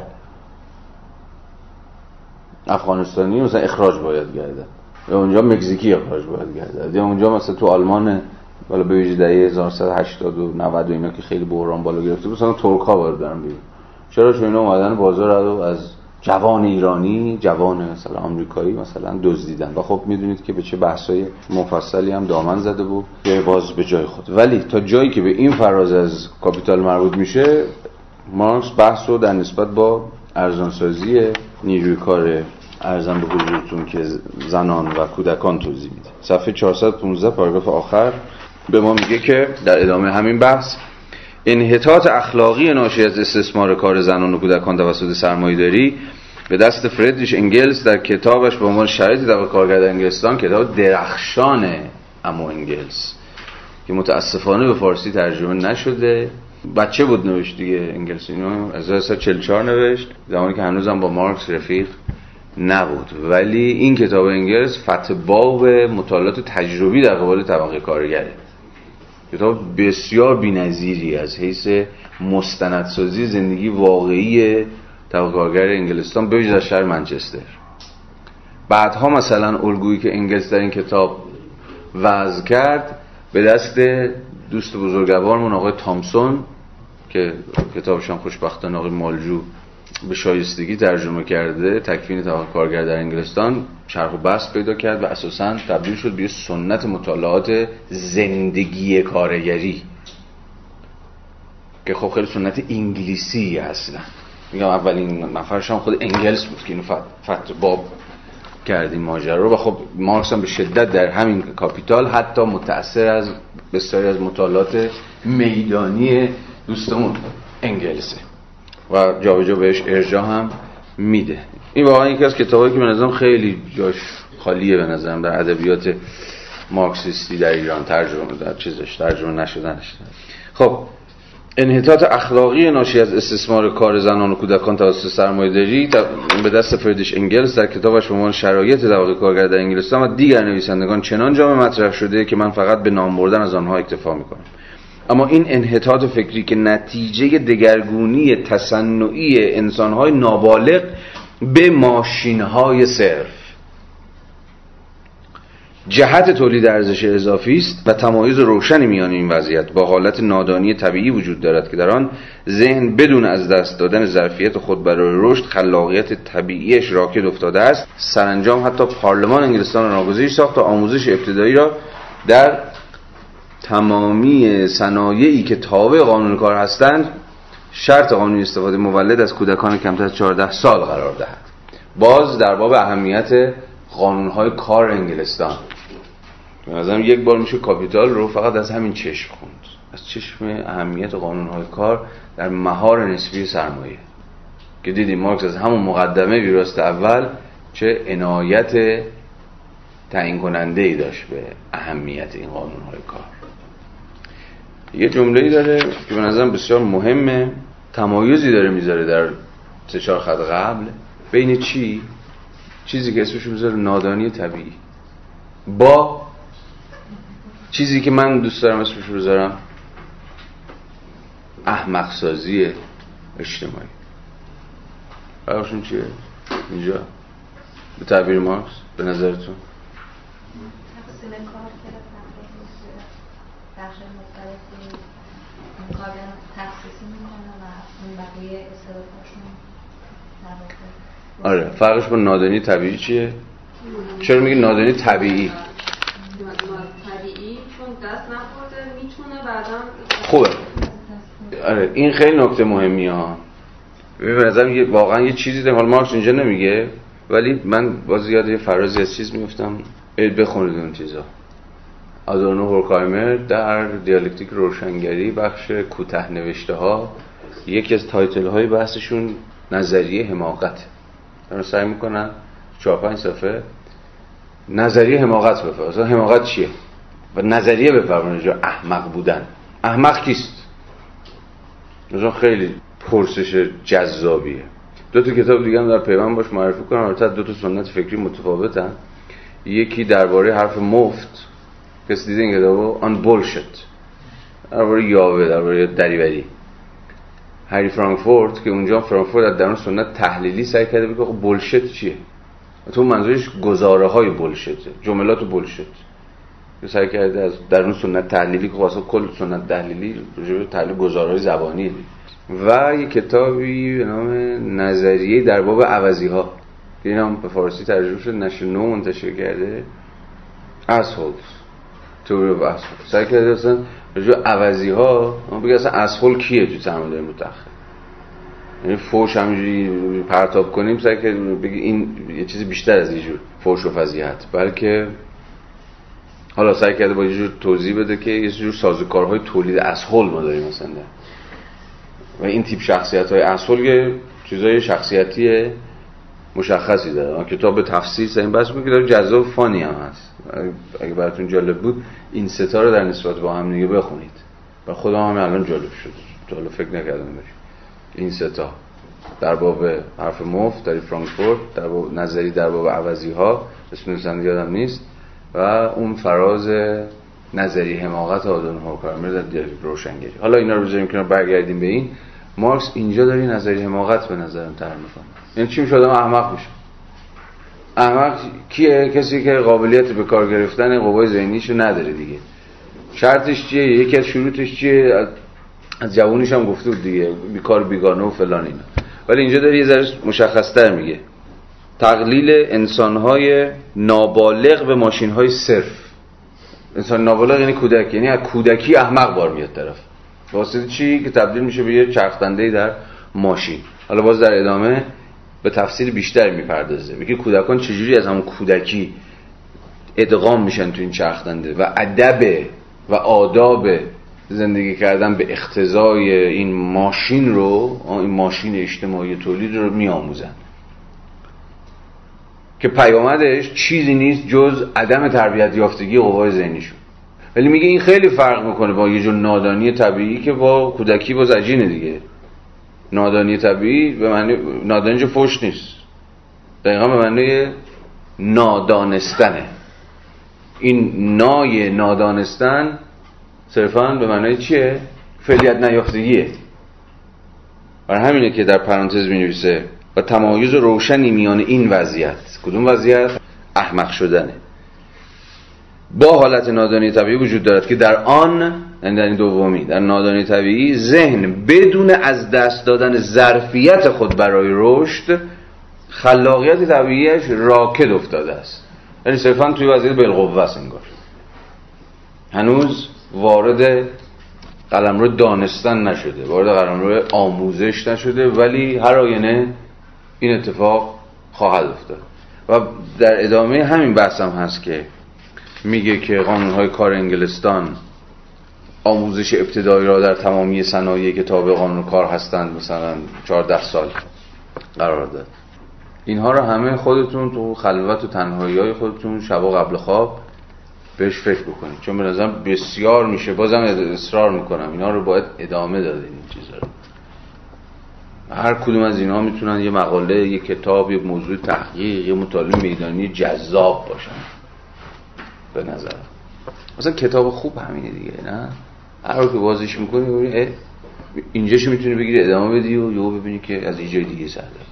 افغانستانی مثلا اخراج باید گردد، یا اونجا مکزیکی اخراج باید گردد، یا اونجا مثلا تو آلمان بالا به ویژه دهه هزار و سیصد و هشتاد و نود و اینا که خیلی بحران بالا گرفته، مثلا ترک‌ها باید دارن بیرون. چرا؟ چون اینا اومدن بازار رو از جوان ایرانی، جوان مثلا آمریکایی مثلا دزدیدن و خب میدونید که به چه بحثای مفصلی هم دامن زده بود که باز به جای خود. ولی تا جایی که به این فراز از کاپیتال مربوط میشه، مارکس بحث رو در نسبت با ارزانسازی نیروی کار ارزان به حضورتون که زنان و کودکان توضیح میده. صفحه چهارصد و پانزده پاراگراف آخر به ما میگه که در ادامه همین بحث، انحطاط اخلاقی ناشی از استثمار کار زنان و کودکان توسط سرمایه‌داری به دست فریدریش انگلز در کتابش به عنوان شرایط طبقه کارگر در انگلستان، کتاب درخشان امو انگلز که متاسفانه به فارسی ترجمه نشده، بچه بود نوشت دیگه انگلز، اینو از هزار و سیصد و چهل و چهار نوشت، زمانی که هنوزم با مارکس رفیق نبود. ولی این کتاب انگلز فتباب مطالعات تجربی در قبال طبقه کارگره، کتاب بسیار بی‌نظیری از حیث مستندسازی زندگی واقعی طبقه کارگر انگلستان، به ویژه در شهر منچستر. بعدها مثلا الگویی که انگلز در این کتاب وضع کرد به دست دوست بزرگوارمون آقای تامسون که کتابش هم خوشبختانه آقای مالجو به شایستگی ترجمه کرده، تکوین طبقه کارگر در انگلستان، شرح و بسط پیدا کرد و اساساً تبدیل شد به سنت مطالعات زندگی کارگری که خب خیلی سنت انگلیسی اصلا. میگم اولین نفرش هم خود انگلز بود که اینو فت باب کرد این ماجرا رو. و خب مارکس هم به شدت در همین کاپیتال حتی متأثر از بسیاری از مطالعات میدانی دوستمون انگلسه و جابجا بهش ارجاع هم میده. این واقعا یکی از کتابایی که به نظرم خیلی جاش خالیه به نظرم در ادبیات مارکسیستی در ایران ترجمه در چیزش ترجمه نشدنش. خب انحطاط اخلاقی ناشی از استثمار کار زنان و کودکان توسط سرمایه‌داری به دست فریدریش انگلس در کتابش به عنوان شرایط طبقه کارگر در انگلستان و دیگر نویسندگان چنان جامع مطرح شده که من فقط به نام بردن از آنها اکتفا می‌کنم. اما این انحطاط فکری که نتیجه دگرگونی تصنعی انسان‌های نابالغ به ماشین‌های صرف، جهت تولید ارزش اضافی است و تمایز روشنی میان این وضعیت با حالت نادانی طبیعی وجود دارد که در آن ذهن بدون از دست دادن ظرفیت خود برای رشد خلاقیت طبیعیش راکد افتاده است. سرانجام حتی پارلمان انگلستان را ناگزیر ساخت و آموزش ابتدایی را در تمامی صنایعی که تابع قانون کار هستند شرط قانونی استفاده مولد از کودکان کمتر از چهارده سال قرار دهد. باز در باب اهمیت قانون‌های کار انگلستان به نظرم یک بار میشه کاپیتال رو فقط از همین چشم خوند، از چشم اهمیت قانون‌های کار در مهار نسبی سرمایه که دیدیم مارکس از همون مقدمه ویراست اول چه عنایت تعیین کننده‌ای داشت به اهمیت این قانون‌های کار. یه جمله‌ای داره که به نظرم بسیار مهمه، تمایزی داره میذاره در سه چهار خط قبل بین چی؟ چیزی که اسمش میذاره نادانی طبیعی با چیزی که من دوست دارم اسمش رو بذارم احمق سازی اجتماعی. فرقشون چیه؟ اینجا به تعبیر مارکس به نظرتون؟ تقسیم کار که بخش مختلفی کارگران تخصیصی میکنه و اون بقیه استعدادهاشون آره. فرقش با نادانی طبیعی چیه؟ چرا میگه نادانی طبیعی؟ طبیعی چون دست نخورده میتونه بعداً خوبه. آره این خیلی نکته مهمیه ها. به نظرم واقعا یه چیزی داره، حالا مارکس اینجا نمیگه ولی من باز یاد یه فرازی از چیز میفتم، بخونید اون چیزا. آدورنو هورکهایمر در دیالکتیک روشنگری بخش کوتاه نوشته ها یکی از تایتل های بحثشون نظریه حماقت. دارن سعی میکنن چهار پنج صفحه نظریه حماقت بفرمایید. اصلا حماقت چیه؟ و نظریه بفرمایید جا احمق بودن. احمق کیست؟ مثلا خیلی پرسش جذابیه. دو تا کتاب دیگه هم در پیوند باش معرفی کنم. البته دو تا سنت فکری متفاوتن. یکی درباره حرف مفت، کسی دیده این کتابو؟ آن بولشت، درباره یاوه، درباره دریوری. هری فرانکفورت که اونجا فرانکفورت از درون سنت تحلیلی سعی کرده بگه خب بولشت چیه؟ تو منظورش گزاره های بولشته، جملات بولشت. که سعی کرده از درون سنت تحلیلی که واسه کل سنت تحلیلی راجع به تحلیل گزاره های زبانی. و یک کتابی به نام نظریه در باب عوضی ها که این هم به فارسی ترجمه شده، نشر نو منتشر کرده. assholes تئوری و assholes. سعی کرده اصلا راجع به عوضی ها ما بگه اصلا اسهول کیه تو سرمایه‌داری متأخر، یعنی فوش همینجوری پرتاب کنیم سعی کنیم بگی این یه چیزی بیشتر از اینجور فوش و فضیحت، بلکه حالا سعی کرده با یه جور توضیح بده که یه جور سازوکارهای تولید اسهول ما داریم مثلا و این تیپ شخصیت‌های اسهول یه چیزای شخصیتی مشخصی داره. کتاب به تفصیل این بحث می‌کنه که داره جذاب و فانی هم هست. اگه براتون جالب بود این ستا رو در نسبت با هم دیگه بخونید. و خودم هم الان جالب شد. تا حالا فکر نکردم بهش. این ستا در باب حرف مفت در فرانکفورت، در باب نظری در باب عوضی ها اسم نویسنده یادم نیست، و اون فراز نظری حماقت آدورنو هورکهایمر در دیالکتیک روشنگری. حالا اینا رو بذاریم کنار، برگردیم به این. مارکس اینجا داره نظری حماقت به نظرم طرح میکنه. یعنی چی میشه آدم احمق میشه؟ احمق کیه؟ کسی که قابلیت به کار گرفتن قوای ذهنیشو نداره دیگه. شرطش چیه؟ یکی از شروطش چیه؟ از جوونیش هم گفته بود دیگه، بیکار بیگانه و فلان اینا. ولی اینجا داره یه ذره مشخص‌تر میگه. تقلیل انسان‌های نابالغ به ماشین‌های صرف. انسان نابالغ یعنی کودک، یعنی از کودکی احمق بار میاد طرف. واسه چی؟ که تبدیل میشه به یه چرخ دنده‌ای در ماشین. حالا باز در ادامه به تفسیر بیشتر میپردازه، میگه کودکان چجوری از همون کودکی ادغام میشن تو این چرخدنده و ادب و آداب زندگی کردن به اقتضای این ماشین رو، این ماشین اجتماعی تولید رو میآموزن که پیامدش چیزی نیست جز عدم تربیت یافتگی قوای ذهنیشون. ولی میگه این خیلی فرق میکنه با یه جور نادانی طبیعی که با کودکی باز عجینه دیگه. نادانی طبیعی به معنی نادانی جو فحش نیست، دقیقا به معنی نادانستنه. این نای نادانستن صرفاً به معنی چیه؟ فعلیت نیافتگیه. برای همینه که در پرانتز می‌نویسه و تمایز روشنی میان این وضعیت، کدوم وضعیت؟ احمق شدنه، با حالت نادانی طبیعی وجود دارد که در آن، یعنی در این دومی، در نادانی طبیعی ذهن بدون از دست دادن ظرفیت خود برای رشد خلاقیت طبیعیش راکد افتاده است. یعنی صرفاً توی وضعیت بالقوه است، انگار هنوز وارد قلمرو دانستن نشده، وارد قلمرو آموزش نشده، ولی هر آینه این اتفاق خواهد افتاد. و در ادامه همین بحث هم هست که میگه که قانونهای کار انگلستان آموزش ابتدایی را در تمامی صنایعی که تابع قانون کار هستند مثلا چهارده سال قرار داد. اینها رو همه خودتون تو خلوت و تنهایی‌های خودتون شبا قبل خواب بهش فکر بکنید، چون به نظرم بسیار میشه. بازم اصرار میکنم اینا رو باید ادامه دادین، این چیزا رو. هر کدوم از اینا میتونن یه مقاله، یه کتاب، یه موضوع تحقیق، یه مطالعه میدانی جذاب باشن به نظر. مثلا کتاب خوب همینه دیگه، نه؟ هر رو که بازش میکنی ببینی اینجاشو میتونی بگیری ادامه بدی و یهو ببینی که از اینجای دیگه سر داری.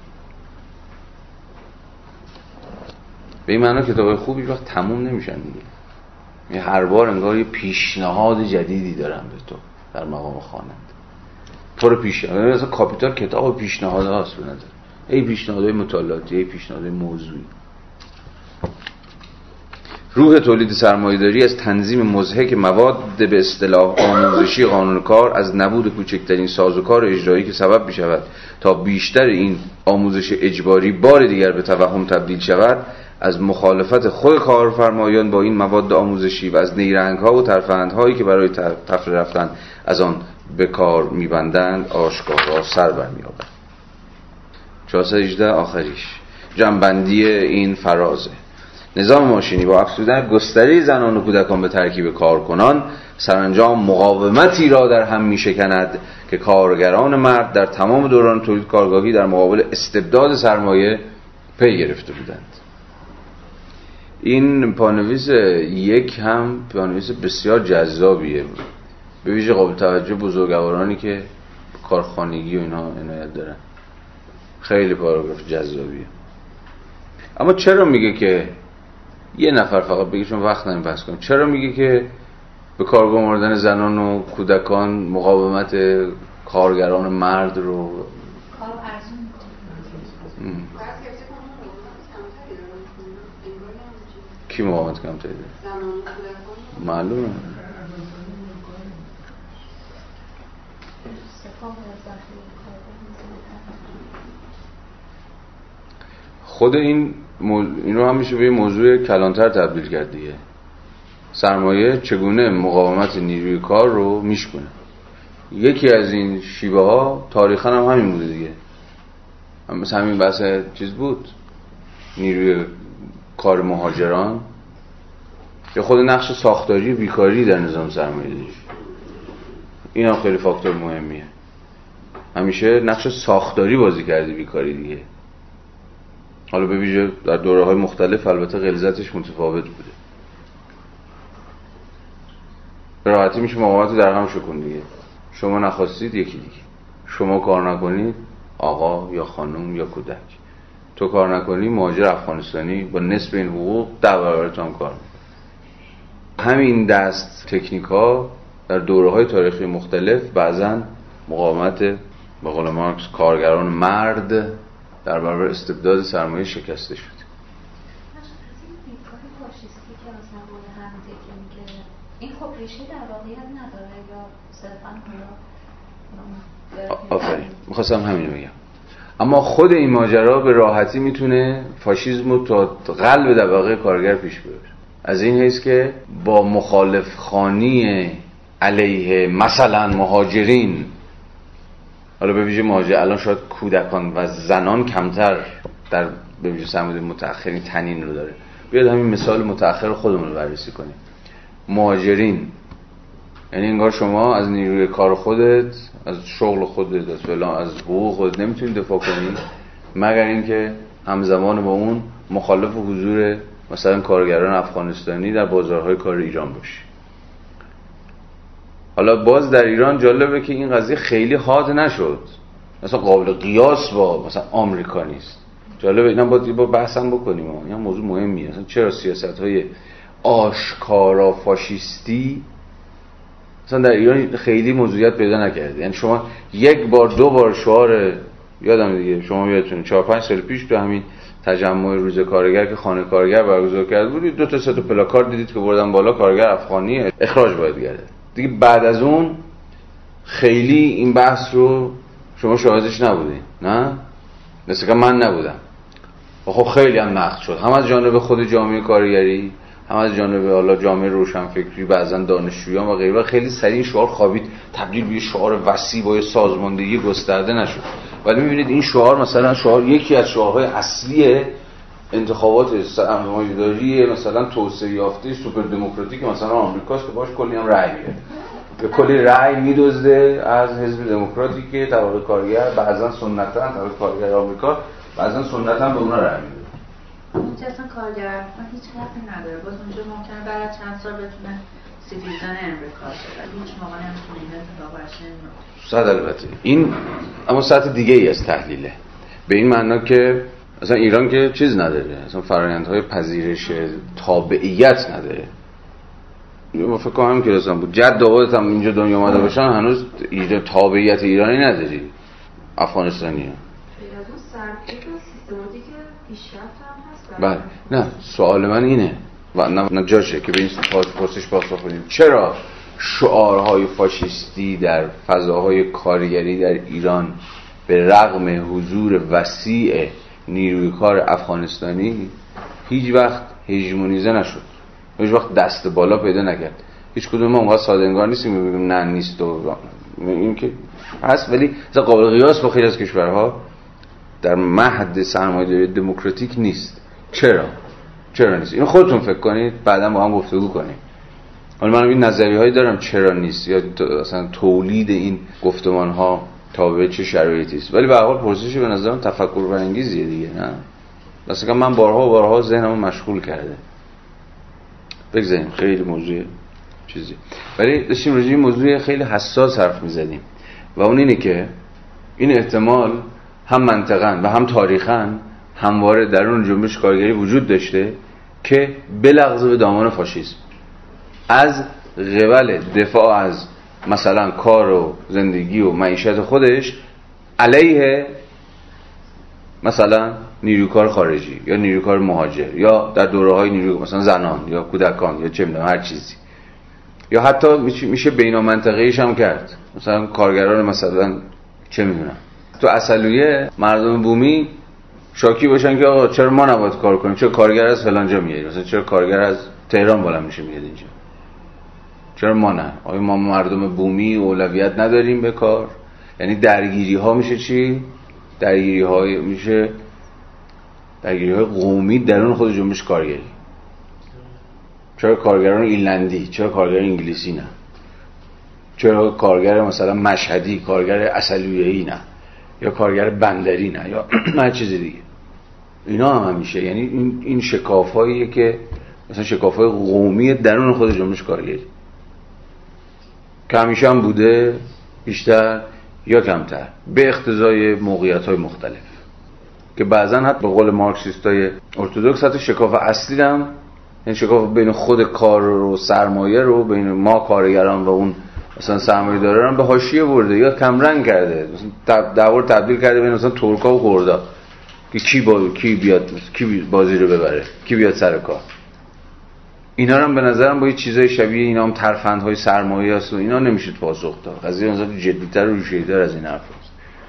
به این معنا کتابای خوب هیچ وقت تموم نمیشن دیگه. یعنی هر بار انگار یه پیشنهاد جدیدی دارن به تو در مقام خواننده. پر پیشنهاد، مثلا کاپیتال کتاب پیشنهاد هاست به نظر. ای پیشنهادهای مطالعاتی، ای پیشنهادهای موضوعی. روح تولید سرمایه‌داری از تنظیم مضحک مواد به اصطلاح آموزشی قانون کار، از نبود کوچکترین سازوکار اجرایی که سبب می‌شود تا بیشتر این آموزش اجباری بار دیگر به توهم تبدیل شود، از مخالفت خود کارفرمایان با این مواد آموزشی و از نیرنگ‌ها و ترفندهایی که برای تفریح رفتن از آن به کار می‌بندند آشکارا سر برمی‌یابد. چهارصد و هجده آخریش جنبندی این فرازه: نظام ماشینی با افزودن گستره زنان و کودکان به ترکیب کارکنان سرانجام مقاومتی را در هم می‌شکند که کارگران مرد در تمام دوران تولید کارگاهی در مقابل استبداد سرمایه پی گرفته بودند. این پانویس یک هم پانویس بسیار جذابیه، به ویژه قابل توجه بزرگوارانی که کارخانگی و اینا عنایت دارن. خیلی پاراگراف جذابیه. اما چرا میگه که یه نفر فقط بگه، چون وقت نمیم بحث کنم، چرا میگه که به کار گماردن زنان و کودکان مقاومت کارگران مرد رو کار ارزون میکنه؟ کی مقاومت کمتری داره؟ معلومه. خود این موضوع این رو هم میشه به موضوع کلانتر تبدیل کرد دیگه. سرمایه چگونه مقاومت نیروی کار رو میشکنه. یکی از این شیوه ها تاریخاً هم همین بوده دیگه. هم مثل همین بحث چیز بود، نیروی کار مهاجران، یا خود نقش ساختاری بیکاری در نظام سرمایه‌داری. این هم خیلی فاکتور مهمیه. همیشه نقش ساختاری بازی کرده بیکاری دیگه. حالا به ویژه در دوره‌های مختلف البته غلظتش متفاوت بوده. به راحتی میشه مقاومت در هم شکن دیگه. شما نخواستید یکی دیگه، شما کار نکنید آقا یا خانم یا کودک، تو کار نکنی مهاجر افغانستانی با نصف این حقوق ده برابرتون کار میکنه. همین دست تکنیک‌ها در دوره‌های تاریخی مختلف بعضاً مقاومت به قول مارکس کارگران مرد در برابر استبداد سرمایه شکسته شد. این خب ریشه در واقعیت نداره یا صرفاً حالا؟ آفرین، میخواستم همین رو بگم. اما خود این ماجرا به راحتی میتونه فاشیسم رو تا قلب طبقه کارگر پیش ببره. از این حیث که با مخالف خوانی علیه مثلا مهاجرین، حالا به ویژه مهاجر، الان شاید کودکان و زنان کمتر در به ویژه سمت متأخرین تنین رو داره، بیاد همین مثال متأخر خودمون رو بررسی کنیم. مهاجرین یعنی انگار شما از نیروی کار خودت، از شغل خودت، از فلان، از حقوق خودت نمیتونی دفاع کنی مگر اینکه همزمان با اون مخالف حضور مثلا کارگران افغانستانی در بازارهای کار ایران باشی. حالا باز در ایران جالبه که این قضیه خیلی حاد نشد، مثلا قابل قیاس با مثلا آمریکا نیست. جالبه اینا باید با بحثم بکنیم، این موضوع مهمیه. مثلا چرا سیاست‌های آشکارا فاشیستی مثلا در ایران خیلی موضوعیت پیدا نکرده؟ یعنی شما یک بار دو بار شعار، یادم دیگه شما یادتونه چهار پنج سال پیش تو همین تجمع روز کارگر که خانه کارگر برگزار کرده بود، دو تا سه تا پلاکارد دیدید که بردن بالا کارگر افغانی اخراج باید گرده. دیگه بعد از اون خیلی این بحث رو شما شاهدش نبودین، نه؟ مثل که من نبودم. خب خیلی هم نقد شد، هم از جانب خود جامعه کارگری، هم از جانب حالا جامعه روشنفکری، بعضا دانشجویان و غیره. خیلی سریع شعار خوابید، تبدیل به شعار وسیع با سازماندهی گسترده نشد. ولی می‌بینید این شعار مثلا شعار یکی از شعارهای اصلی انتخابات سرمایه‌داری مثلا توسعه یافته سوپر دموکراتیک مثلا آمریکاست که باش کلی هم رأی میده، که کلی رأی میدزده از حزب دموکراتی که طبقه کارگر بعضا سنتاً طبقه کارگر آمریکا بعضا سنتاً به اونها رأی میده. اونجا اصلا کارگر آمریکا هیچ ربطی نداره، باز اونجا ممکنه بعد چند سال بتونه سیتیزن امریکا شه، ولی هیچ موقع نمیتونه این اتفاق باشه. صد البته این اما سطح دیگه ای از تحلیله، به این معنا که مثلا ایران که چیز نداره، مثلا فرآیندهای پذیرش تابعیت نداره. من فکر کنم همین کلاسم بود جد آبادت هم اینجا دنیا اومده باشن هنوز ایران تابعیت ایرانی نداری، افغانستانی هم. بله نه سوال من اینه و نه جاشه که به این پرسش پاسخ بدیم چرا شعارهای فاشیستی در فضاهای کارگری در ایران به رغم حضور وسیع نیروی کار افغانستانی هیچ وقت هژمونیزه نشد، هیچ وقت دست بالا پیدا نکرد. هیچ کدوم ما اونقدر ساده انگار نیستیم میگیم نه نیست و این که هست، ولی مثلا قابل قیاس با خیلی از کشورها در مهد سرمایه‌داری دموکراتیک نیست. چرا؟ چرا نیست؟ اینو خودتون فکر کنید بعدا با هم گفتگو کنیم. حالا من این نظریه‌هایی دارم چرا نیست یا اصلا تولید این گفتمان‌ها تابع چه شرایطی است، ولی به هر حال پرسشی به نظرم تفکر برانگیزیه دیگه، نه؟ مثلا من بارها و بارها ذهنمو مشغول کرده. بگذاریم خیلی موضوع چیزی، ولی داشتیم راجع به موضوع خیلی حساس حرف می‌زدیم و اون اینه که این احتمال هم منطقاً و هم تاریخاً همواره در اون جنبش کارگری وجود داشته که بلغزه به دامان فاشیسم از قبل دفاع از مثلا کار و زندگی و معیشت خودش علیه مثلا نیروکار خارجی یا نیروکار مهاجر یا در دوره‌های نیروی مثلا زنان یا کودکان یا چه می‌دونم هر چیزی، یا حتی میشه بین‌المنطقه‌ایش هم کرد، مثلا کارگران مثلا چه می‌دونم تو اصلویه مردم بومی شاکی باشن که آقا چرا ما نباید کار کنیم، چرا کارگر از فلان جا میاد، مثلا چرا کارگر از تهران بالا میشه میاد اینجا، چرا ما نه؟ آیا ما مردم بومی اولویت نداریم به کار؟ یعنی درگیری ها میشه چی؟ درگیری های میشه درگیری های قومی درون خود جنبش کارگری. چرا کارگران ایرلندی، چرا کارگر انگلیسی نه؟ چرا کارگر مثلا مشهدی، کارگر اصلویه‌ای نه؟ یا کارگر بندری نه؟ یا هر چیز دیگه. اینا هم همیشه یعنی این این شکافاییه که مثلا شکافای قومی درون خود جنبش کارگری که همیشه هم بوده، بیشتر یا کمتر، به اقتضای موقعیت‌های مختلف که بعضا حتی به قول مارکسیستای ارتدوکس حتی شکاف اصلی هم این شکاف بین خود کار و سرمایه رو بین ما کارگران و اون مثلا سرمایه‌دارا رو به حاشیه برده یا کم رنگ کرده، مثلا دعوا تبدیل کرده بین مثلا ترکا و کردا که کی با کی بیاد کی بازی رو ببره، کی بیاد سر کار. اینا رو هم به نظرم با یه چیزای شبیه اینا هم ترفندهای سرمایه است و اینا نمیشه پاسخ داد. قضیه مثلا جدی‌تر و ریشه‌ای‌تر از این حرفاست.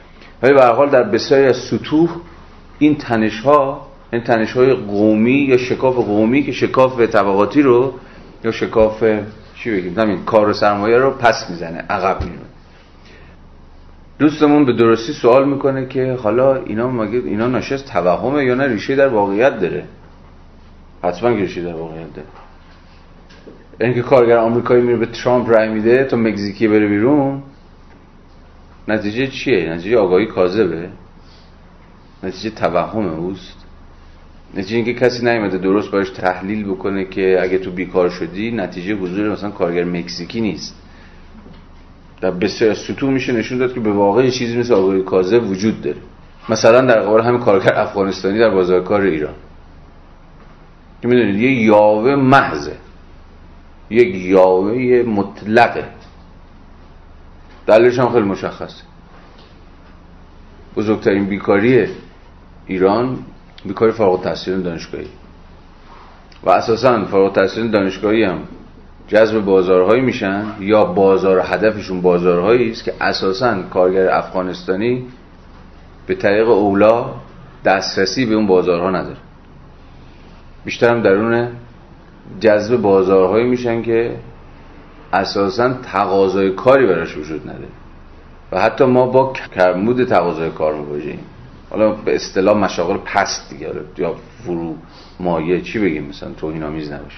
ولی به هر حال در بسیاری از سطوح این تنش‌ها، این تنش‌های قومی یا شکاف قومی که شکاف طبقاتی رو یا شکاف چی بگیم همین کار و سرمایه رو پس میزنه، عقب میره. دوستمون به درستی سوال میکنه که حالا اینا مگه اینا ناشی از توهمه یا نه ریشه در واقعیت داره؟ حتما ریشه در واقعیت داره. اینکه کارگر آمریکایی میره به ترامپ رای میده تا مکزیکی بره بیرون، نتیجه چیه؟ نتیجه آگاهی کاذبه؟ نتیجه توهم اوست؟ نتیجه اینکه کسی نیومده درست باش تحلیل بکنه که اگه تو بیکار شدی نتیجه حضور مثلا کارگر مکزیکی نیست. در بسیار از سطوح میشه نشون داد که به واقع چیزی مثل آگاهی کاذب وجود داره. مثلا در قبال همین کارگر افغانستانی در بازار کار ایران که میدونید یه یاوه محضه، یک یاوه مطلقه. دلیلش هم خیلی مشخصه. بزرگترین بیکاری ایران بیکاری فارغ التحصیلان دانشگاهی و اساساً فارغ التحصیلان دانشگاهی هم جذب بازارهایی میشن یا بازار هدفشون بازارهایی است که اساساً کارگر افغانستانی به طریق اولا دسترسی به اون بازارها نداره. بیشتر هم درون جذب بازارهایی میشن که اساساً تقاضای کاری براش وجود نداره و حتی ما با کمبود تقاضای کار مواجهیم. حالا به اصطلاح مشاغل پست دیگه یا فرو مایه چی بگیم مثلا توهین‌آمیز نباشه.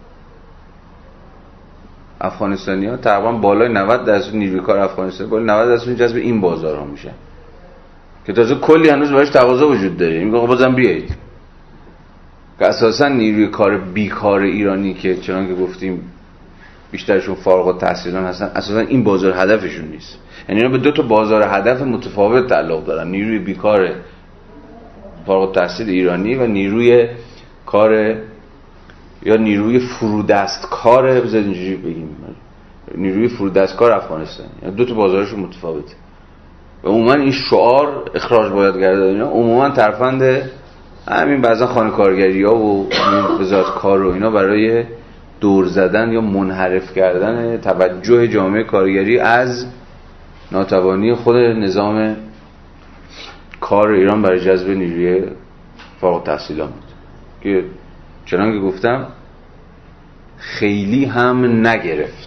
افغانستانی‌ها تقریبا بالای نود درصد نیروی کار افغانستانی بالای نود درصد جذب این بازارها میشن که تازه کلی هنوز براش تقاضا وجود داره. میگه بازم بیایید. که اساسا نیروی کار بیکار ایرانی که چنان که گفتیم بیشترشون فارغ التحصیلان هستن، اساسا این بازار هدفشون نیست. یعنی اینا به دو تا بازار هدف متفاوت تعلق دارن، نیروی بیکار فارغ التحصیل ایرانی و نیروی کار یا نیروی فرودستکار، بذارید اینجوری بگیم، نیروی فرودستکار افغانستان. یعنی دو تا بازارشون متفاوته و عموما این شعار اخراج باید گردد اینا عموما ترفند همین بعضا خانه کارگری‌ها و وزارت کار و اینا برای دور زدن یا منحرف کردن توجه جامعه کارگری از ناتوانی خود نظام کار ایران برای جذب نیروی فارغ التحصیلان بود که چنانکه گفتم خیلی هم نگرفت.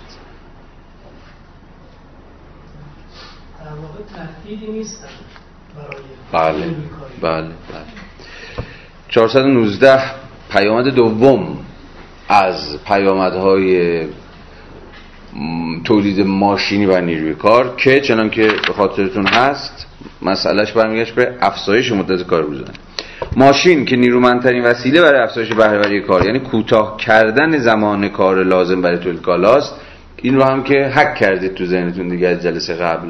در واقع تهدیدی نیستن برای بله بله بله. چهارصد و نوزده پیامد دوم از پیامدهای تولید ماشینی و نیروی کار که چنان که به خاطرتون هست مسئلهش برمیگشت به افزایش مدت کار روزانه. ماشین که نیرومندترین وسیله برای افزایش بهره‌وری کار، یعنی کوتاه کردن زمان کار لازم برای تولید کالاست. این رو هم که حک کردید تو ذهنتون دیگه از جلسه قبل.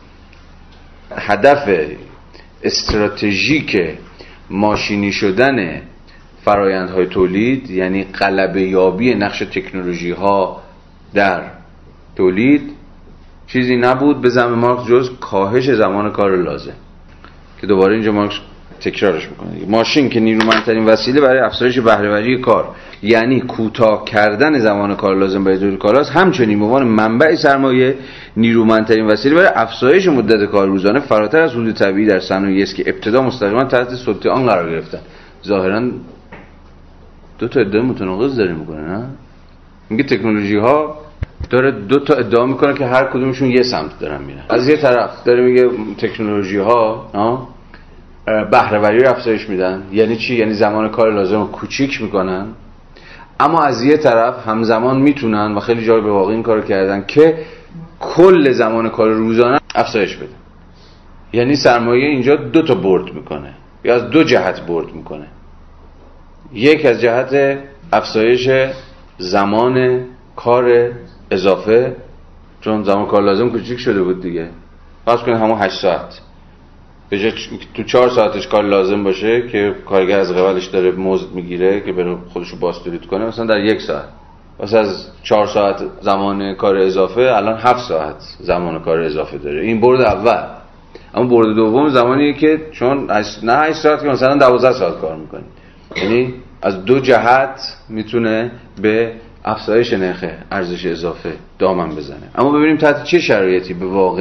هدف استراتژیک ماشینی شدن فرایندهای تولید یعنی غلبه یابی نقش تکنولوژی ها در تولید چیزی نبود به زعم مارکس جز کاهش زمان کار لازم که دوباره اینجا مارکس تکرارش میکنه. ماشین که نیرومندترین وسیله برای افزایش بهره‌وری کار یعنی کوتاه کردن زمان کار لازم برای تولید کالاست، همچنین به عنوان منبع سرمایه نیرومندترین وسیله برای افزایش مدت کار روزانه فراتر از حدود طبیعی در صنایعی است که ابتدا مستقیما تحت سلطه آن قرار گرفتن. ظاهرا دو تا ادعا متناقض داره میکنه، نه؟ میگه تکنولوژی ها داره دو تا ادعا میکنه که هر کدومشون یه سمت دارن میرن. از یه طرف داره میگه تکنولوژی ها بهره‌وری رو افزایش میدن، یعنی چی؟ یعنی زمان کار لازم رو کوچیک میکنن، اما از یه طرف همزمان میتونن و خیلی جا به واقع این کارو کردن که کل زمان کار روزانه افزایش بدن. یعنی سرمایه اینجا دو تا برد میکنه یا از دو جهت برد میکنه. یک از جهت افزایش زمان کار اضافه، چون زمان کار لازم کوچیک شده بود دیگه. فرض کنید همون هشت ساعت به جای تو چهار ساعتش کار لازم باشه که کارگر از قبلش داره مزد میگیره که بره خودشو باستولید کنه، مثلا در یک ساعت واسه از چهار ساعت زمان کار اضافه الان هفت ساعت زمان کار اضافه داره. این برد اول. اما برد دوم زمانیه که چون نه هشت ساعت که مثلا دوازده ساعت کار میکنی، یعنی از دو جهت میتونه به افزایش نرخ ارزش اضافه دامن بزنه. اما ببینیم تحت چه شرایطی به واقع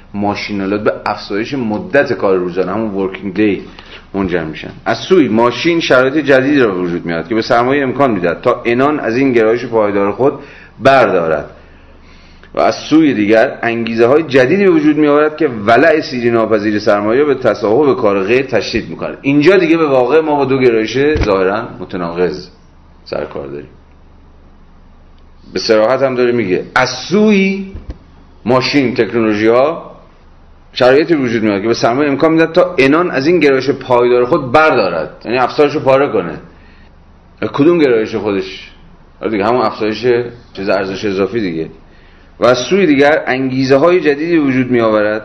ماشینالات به افزایش مدت کار روزانه همون ورکینگ دی منجر میشن. از سوی ماشین شرایط جدیدی را به وجود میاد که به سرمایه امکان میدهد تا عنان از این گرایش پایدار خود بردارد و از سوی دیگر انگیزه های جدیدی به وجود می آورد که ولع سیری ناپذیر سرمایه به تصاحب کار غیر تشدید میکنه. اینجا دیگه به واقع ما با دو گرایش ظاهرا متناقض سر کار داریم. به صراحت هم داره میگه از سوی ماشین تکنولوژی ها شرایطی وجود میاد که به سرمایه امکان میدهد تا عنان از این گرایش پایدار خود بردارد، یعنی افزایش رو پاره کنه. کدوم گرایش خودش؟ دیگه همون افزایش چیز ارزش اضافی دیگه. و از سوی دیگر انگیزه های جدیدی وجود می آورد.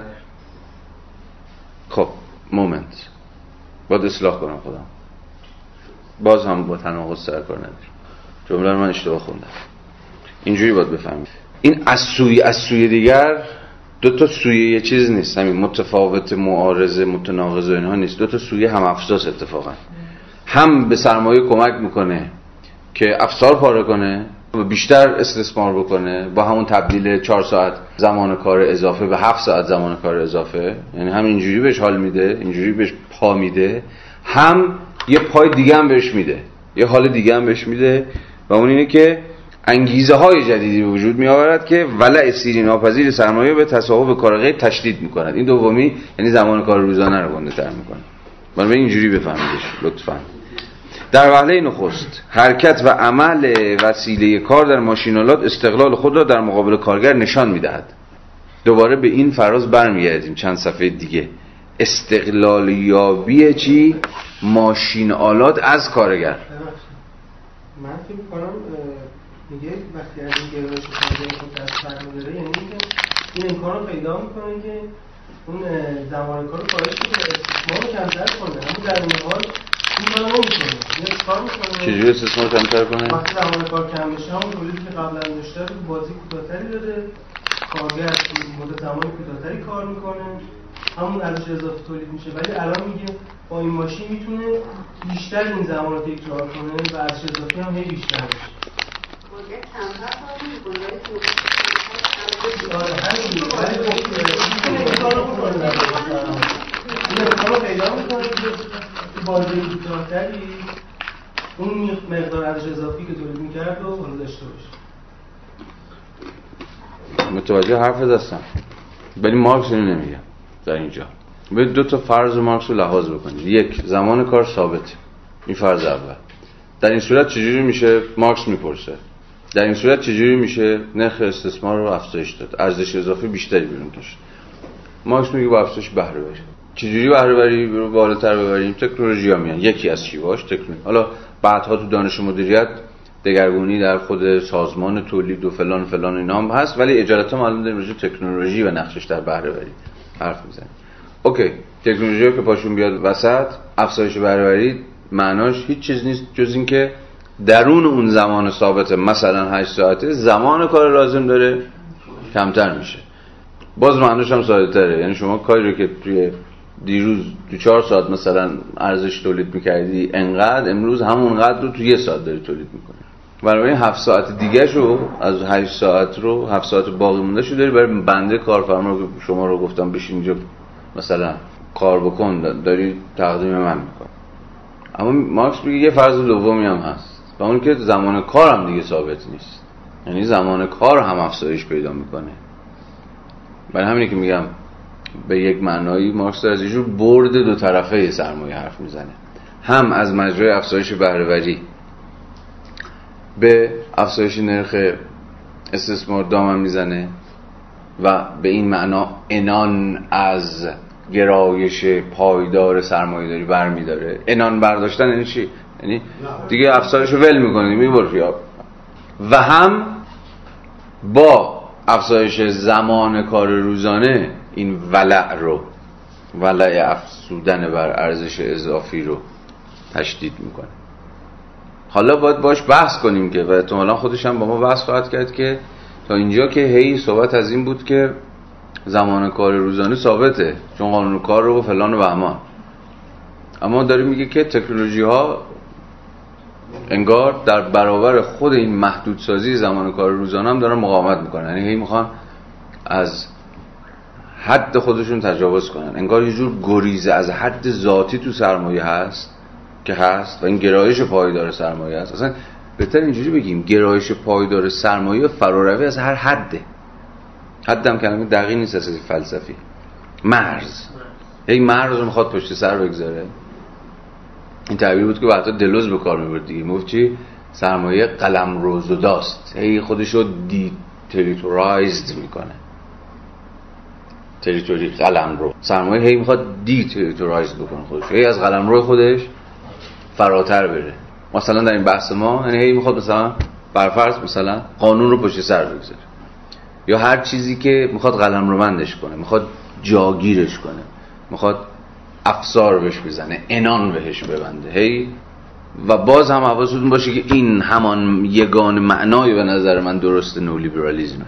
خب مومنت باید اصلاح کنم خودم، باز هم با تناقض سر کار ندارم، جمله رو من اشتباه خوندم. اینجوری باید بفهمید این از سوی از سوی دیگر دو تا سوی یه چیز نیست، همین متفاوت معارضه متناقض و اینها نیست، دو تا سوی هم افزاس اتفاقا. هم به سرمایه کمک میکنه که افسار پاره کنه و بیشتر استثمار بکنه با همون تبدیل چهار ساعت زمان کار اضافه به هفت ساعت زمان کار اضافه، یعنی هم اینجوری بهش حال میده، اینجوری بهش پا میده، هم یه پای دیگه هم بهش میده، یه حال دیگه هم بهش میده و اون اینه که انگیزه های جدیدی به وجود می آورد که ولع سیری ناپذیر سرمایه به تصاحب کار غیر تشدید میکند. این دومی یعنی زمان کار روزانه رو گنده تر میکنه. بنابراین اینجوری بفهمیدش لطفاً. در وهله نخست حرکت و عمل وسیله کار در ماشینالات استقلال خود را در مقابل کارگر نشان میدهد. دوباره به این فراز برمیگردیم چند صفحه دیگه. استقلال یابی چی؟ ماشینالات از کارگر. من فکر می‌کنم میگه وقتی از این گرایش کارگر خود از سرمایه‌داری، یعنی اینکه این امکان رو پیدا میکنه که اون زمان کار رو کاهش بده، استثمار رو کمتر کنه. اما در این حال این کارو نمی‌کنه. یه کار می‌کنه چجوری استثمار کمتر کنه؟ وقتی زمان کار کم بشه همون تولیدی که قبلا داشته رو بازی کوتاه‌تری داره، کارگر مدت زمان کوتاه‌تری کار میکنه، همون ارزش اضافی تولید میشه. ولی الان میگه با این ماشین میتونه بیشتر این زمان رو تکرار کنه و ارزش اضافی هم هی بیشتر بشه. کارگر کمتر کار می‌کنه ولی آره همین ولی این کارو می‌کنه. این کارو پیدا می‌کنه که بازی کوتاه‌تری اون مقدار ارزش اضافی که تولید می‌کرد رو حالا داشته باشه. متوجه حرف هستم، ولی مارکس اینو نمیگه در اینجا. باید دو تا فرض مارکس رو لحاظ بکنید. یک، زمان کار ثابته، این فرض اول. در این صورت چجوری میشه؟ مارکس میپرسه در این صورت چجوری میشه نرخ استثمار رو افزایش داد، ارزش اضافی بیشتری بیرون داشت؟ مارکس میگه با افزایش بهره وری. چجوری بهره وری رو بالاتر ببریم؟ تکنولوژی‌ها میان، یکی از شیوه‌هاش تکنولوژی. حالا بعدها تو دانش مدیریت دگرگونی در خود سازمان تولید و فلان فلان اینا هم هست، ولی اجالتا معلوم داریم راجع تکنولوژی و نقشش در بهره وری حرف میزنیم. اوکی، تکنولوژی که پاشون بیاد وسط، افزایش بهره وری معناش هیچ چیز نیست جز این که درون اون زمان ثابت مثلا هشت ساعته زمان کار لازم داره کمتر میشه. باز معناش هم ساده تره، یعنی شما کاری رو که توی دیروز تو چهار ساعت مثلا ارزش تولید میکردی انقدر، امروز همونقدر رو تو یه ساعت داری تولید میکنی. بنابراین هفت ساعت دیگه شو از هشت ساعت رو هفت ساعت باقی مونده شو داری برای بنده کارفرما رو که شما رو گفتم بشین اینجا مثلا کار بکن داری تقدیم من میکنی. اما مارکس میگه یه فرض دومی هم هست و اون که زمان کار هم دیگه ثابت نیست، یعنی زمان کار هم افزایش پیدا میکنه. برای همینه که میگم به یک معنایی مارکس در از یه جور برد دو طرفه سرمایه حرف میزنه، هم از مجرای افزایش بهره وری به افزایش نرخ استثمار دامن میزنه و به این معنا عنان از گرایش پایدار سرمایه داری برمیداره. عنان برداشتن یعنی چی؟ یعنی دیگه افزایش رو ول میکنه میبره. و هم با افزایش زمان کار روزانه این ولع رو ولع افزودن بر ارزش اضافی رو تشدید میکنه. حالا باید باش بحث کنیم که و احتمالاً خودش هم با ما بحث خواهد کرد که تا اینجا که هی صحبت از این بود که زمان کار روزانه ثابته چون قانون کار رو و فلان و بهمان، اما داره میگه که تکنولوژی ها انگار در برابر خود این محدودسازی زمان کار روزانه هم دارن مقاومت میکنن، یعنی هی میخوان از حد خودشون تجاوز کنن، انگار یه جور گریزه از حد ذاتی تو سرمایه هست که هست و این گرایش پایدار سرمایه هست. اصلا بهتر اینجوری بگیم گرایش پایدار سرمایه فراروی از هر حده. حد هم کلمه دقیق نیست از فلسفی. مرز، یک مرز رو میخواد پشت سر بگذاره. این تعبیر بود که بعدا دلوز به کار میبرد دیگه. میگفت چی؟ سرمایه قلمرو زداست، هی خودشو دی تریتورایزد میکنه. تریتوری قلمرو، سرمایه هی میخواد دی تریتورایزد بکنه خودش، هی از قلمرو خودش فراتر بره. مثلا در این بحث ما یعنی هی میخواد مثلا برفرض مثلا قانون رو پشت سر بگذاره، یا هر چیزی که میخواد قلمرومندش کنه، میخواد جاگیرش کنه، میخواد افسار بهش بزنه، عنان بهش ببنده. هی و باز هم حواستون باشه که این همان یگان معنای به نظر من درست نولیبرالیسمه.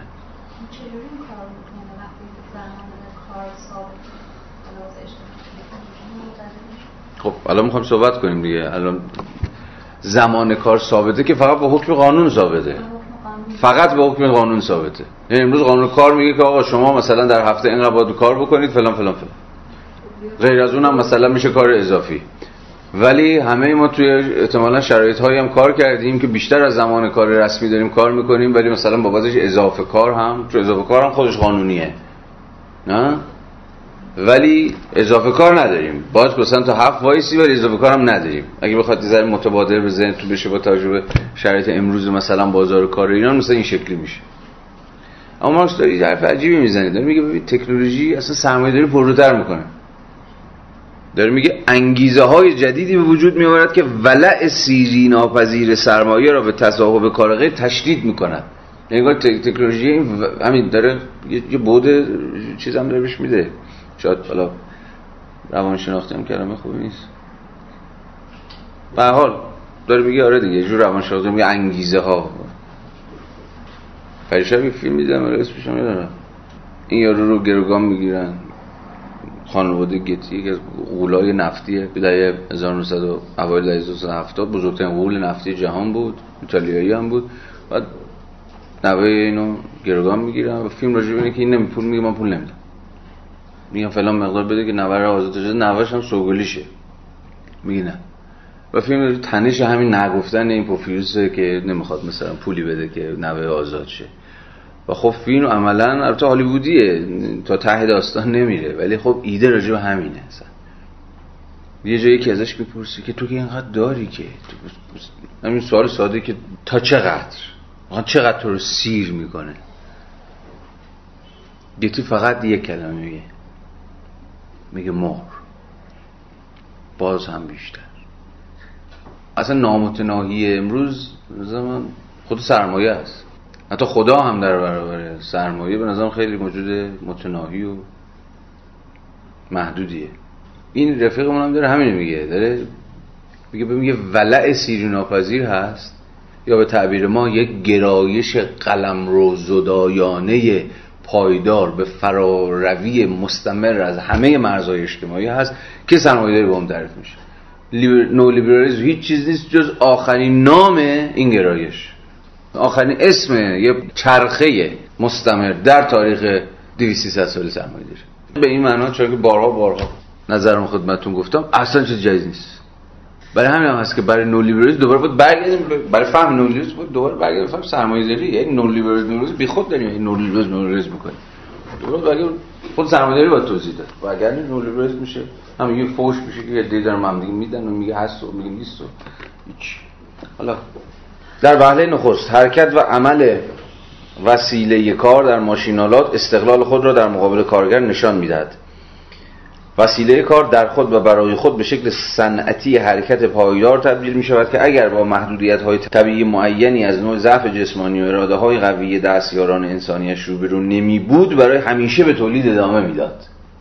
خب الان میخوام صحبت کنیم دیگه. الان زمان کار ثابته که فقط با حکم قانون ثابته، فقط با حکم قانون ثابته. یعنی امروز قانون کار میگه که آقا شما مثلا در هفته اینقدر باید کار بکنید فلان فلان فلان، غیر از اونم مثلا میشه کار اضافی. ولی همه ما توی احتمالاً شرایط هایی هم کار کردیم که بیشتر از زمان کار رسمی داریم کار میکنیم، ولی مثلا با بازش اضافه کار هم، چون اضافه کار هم خودش قانونیه نه، ولی اضافه کار نداریم. باز مثلا تا هفت وایسی ولی اضافه کار هم نداریم. اگه بخواد یه ذره متبادر بزنید تو بشه با توجه به شرایط امروز مثلا بازار کار ایران مثلا این شکلی میشه. اما مارکس داره حرف عجیبی میزنه، داره میگه ببین تکنولوژی اصلا سرمایه‌داری پرروتر میکنه. داره میگه انگیزه های جدیدی به وجود میآورد که ولع سیری ناپذیر سرمایه را به تصاحب کار غیر تشدید میکند. یعنی تکنولوژی همین داره یه بعد چیزام داره بهش میده. شاید حالا روانشناختی هم کلمه خوبی نیست. به هر حال داره میگه آره دیگه یه جور روانشناختی میگه انگیزه ها. پریشب یه فیلم دیدم اسمش هم یادم، این یارو رو گروگان میگیرن، خانواده گتی که از غولای نفتیه، به دهه هزار و نهصد و اوایل دهه هزار و نهصد و هفتاد بزرگترین غول نفتی جهان بود، ایتالیایی هم بود. بعد نوه اینو گروگان میگیرن و فیلم راجع به اینه که این نمی پول میگه من پول نمیدم، میگم فلان مقدار بده که نوه رو آزاد شده، نوهش هم سوگلیشه میگه نه. و فیلم تنش همین نگفتن این پوفیوسه که نمیخواد مثلا پولی بده که نوه آزاد شه. و خب فیلم عملا البته هالیوودیه تا ته داستان نمیره، ولی خب ایده راجع به همینه. اصلا یه جایی که ازش میپرسی که تو که اینقدر داری که همین سوال ساده که تا چقدر واقعا چقدر تو رو سیر میکنه، گتی فقط یه کلمه میگه، میگه مهر، باز هم بیشتر. اصلا نامتناهی امروز زمان خود سرمایه است. حتی خدا هم در برابر سرمایه به نظرم خیلی موجود متناهی و محدودیه. این رفیقمون هم داره همین میگه، داره میگه میگه ولع سیری ناپذیر هست، یا به تعبیر ما یک گرایش قلمرو زدایانه پایدار به فراروی مستمر از همه مرزهای اجتماعی هست که سرمایه‌داری با هم تعریف میشه. لیبر... نو لیبرالیسم هیچ چیز نیست جز آخرین نام این گرایش، آخرین اسم یه چرخه مستمر در تاریخ دویست سیصد سال سرمایه‌داری. به این معنا چون که بارها بارها نظرم خدمتتون گفتم اصلا چیز جدید نیست. برای همین هم هست که برای نولیبرالیسم دوباره باید برگردیم، برای فهم نولیبرالیسم باید دوباره برگردیم فهم سرمایه‌داری. یعنی نولیبرالیسم نولیبرالیسم بیخود داریم این نولیبرالیسم نولیبرالیسم می‌کنیم. دوباره برگردیم خود سرمایه‌داری باید توضیح داد. برگردیم نولیبرالیسم میشه همین یه فوش میشه که ایده دارن هم دیگه میدن و میگه هست و میگه نیست و هیچ. حالا در وهله نخست حرکت و عمل وسیله کار در ماشین‌آلات استقلال خود را در مقابل کارگر نشان می‌دهد. وسیله کار در خود و برای خود به شکل صنعتی حرکت پایدار تبدیل می‌شود که اگر با محدودیت‌های طبیعی معینی از نوع ضعف جسمانی و اراده‌های قوی دستیاران انسانیش روبرو نمی‌بود، برای همیشه به تولید ادامه می‌داد.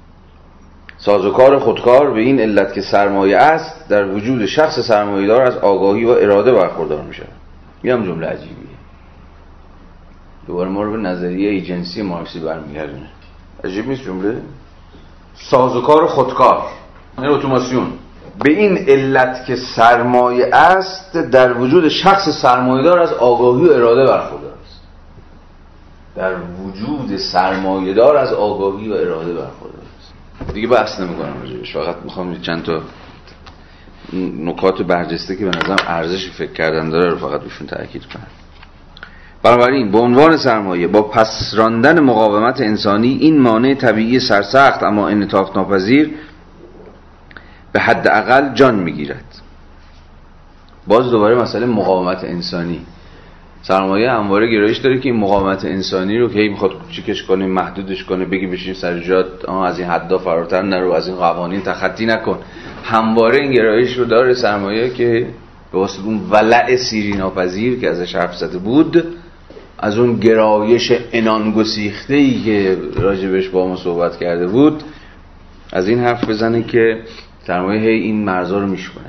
سازوکار خودکار به این علت که سرمایه است در وجود شخص سرمایه‌دار از آگاهی و اراده برخوردار می‌شود. میام جمله عجیبیه. دوباره ما رو به نظریه ایجنسی مارکسی برمیگردونه. عجیب نیست جمله؟ سازوکار خودکار، یعنی اتوماسیون، به این علت که سرمایه است در وجود شخص سرمایه‌دار از آگاهی و اراده برخوردار است. در وجود سرمایه‌دار از آگاهی و اراده برخوردار است. دیگه بحث نمی‌کنم راجعش، فقط می‌خوام چند تا نکات برجسته که به نظرم ارزش فکر کردن داره رو فقط بهشون تاکید کنم. بنابراین به عنوان سرمایه با پس راندن مقاومت انسانی، این مانع طبیعی سرسخت اما انعطاف ناپذیر به حداقل جان می‌گیرد. باز دوباره مسئله مقاومت انسانی. سرمایه همواره گرایش داره که این مقاومت انسانی رو که هی میخواد کوچیکش کنه، محدودش کنه، بگی بشین سر جات، از این حدا فراتر نرو، از این قوانین تخطی نکن. همواره این گرایش رو داره سرمایه که به واسطه اون ولع سیری ناپذیر که ازش حرف زده بود، از اون گرایش عنان گسیخته‌ای که راجبش با ما صحبت کرده بود، از این حرف بزنه که سرمایه هی این مرزا رو میشکنه.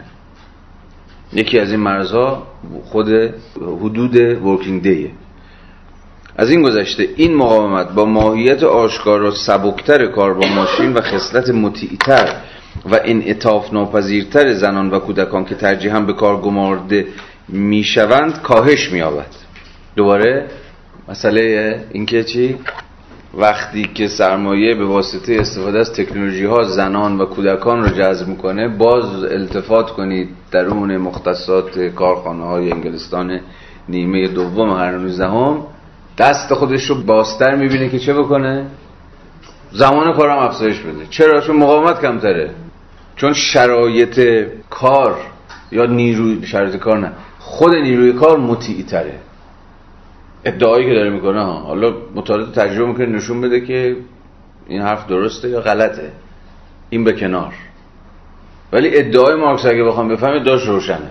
یکی از این مرزها خود حدود ورکینگ دیه. از این گذشته این مقاومت با ماهیت آشکار و سبکتر کار با ماشین و خصلت مطیع‌تر و انعطاف ناپذیرتر زنان و کودکان که ترجیحاً به کار گمارده میشوند کاهش می‌یابد. دوباره مسئله این که چی؟ وقتی که سرمایه به واسطه استفاده از تکنولوژی ها زنان و کودکان رو جذب میکنه، باز التفات کنید درون مختصات کارخانه های انگلستان نیمه دوم قرن نوزدهم، دست خودش رو بازتر میبینه که چه بکنه؟ زمان کارم افزایش بده. چرا؟ چون مقاومت کمتره، چون شرایط کار یا نیروی شرایط کار نه خود نیروی کار مطیع تره. ادعایی که داره میکنه ها، حالا مطالعات تجربه میکنه نشون بده که این حرف درسته یا غلطه، این به کنار. ولی ادعای مارکس اگه بخوام بفهمید داشت روشنه،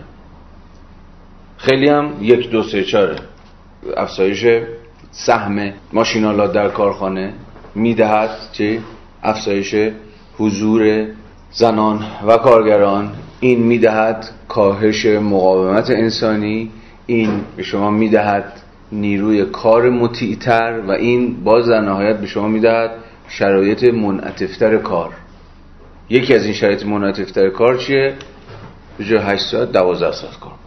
خیلی هم یک دو سه چاره. افزایش سهم ماشین‌آلات در کارخانه میدهد چی؟ افزایش حضور زنان و کارگران، این میدهد کاهش مقاومت انسانی، این به شما میدهد نیروی کار مطیع‌تر و این باز در نهایت به شما میدهد شرایط منعطف‌تر کار. یکی از این شرایط منعطف‌تر کار چیه؟ به جای هشت ساعت دوازده ساعت کار.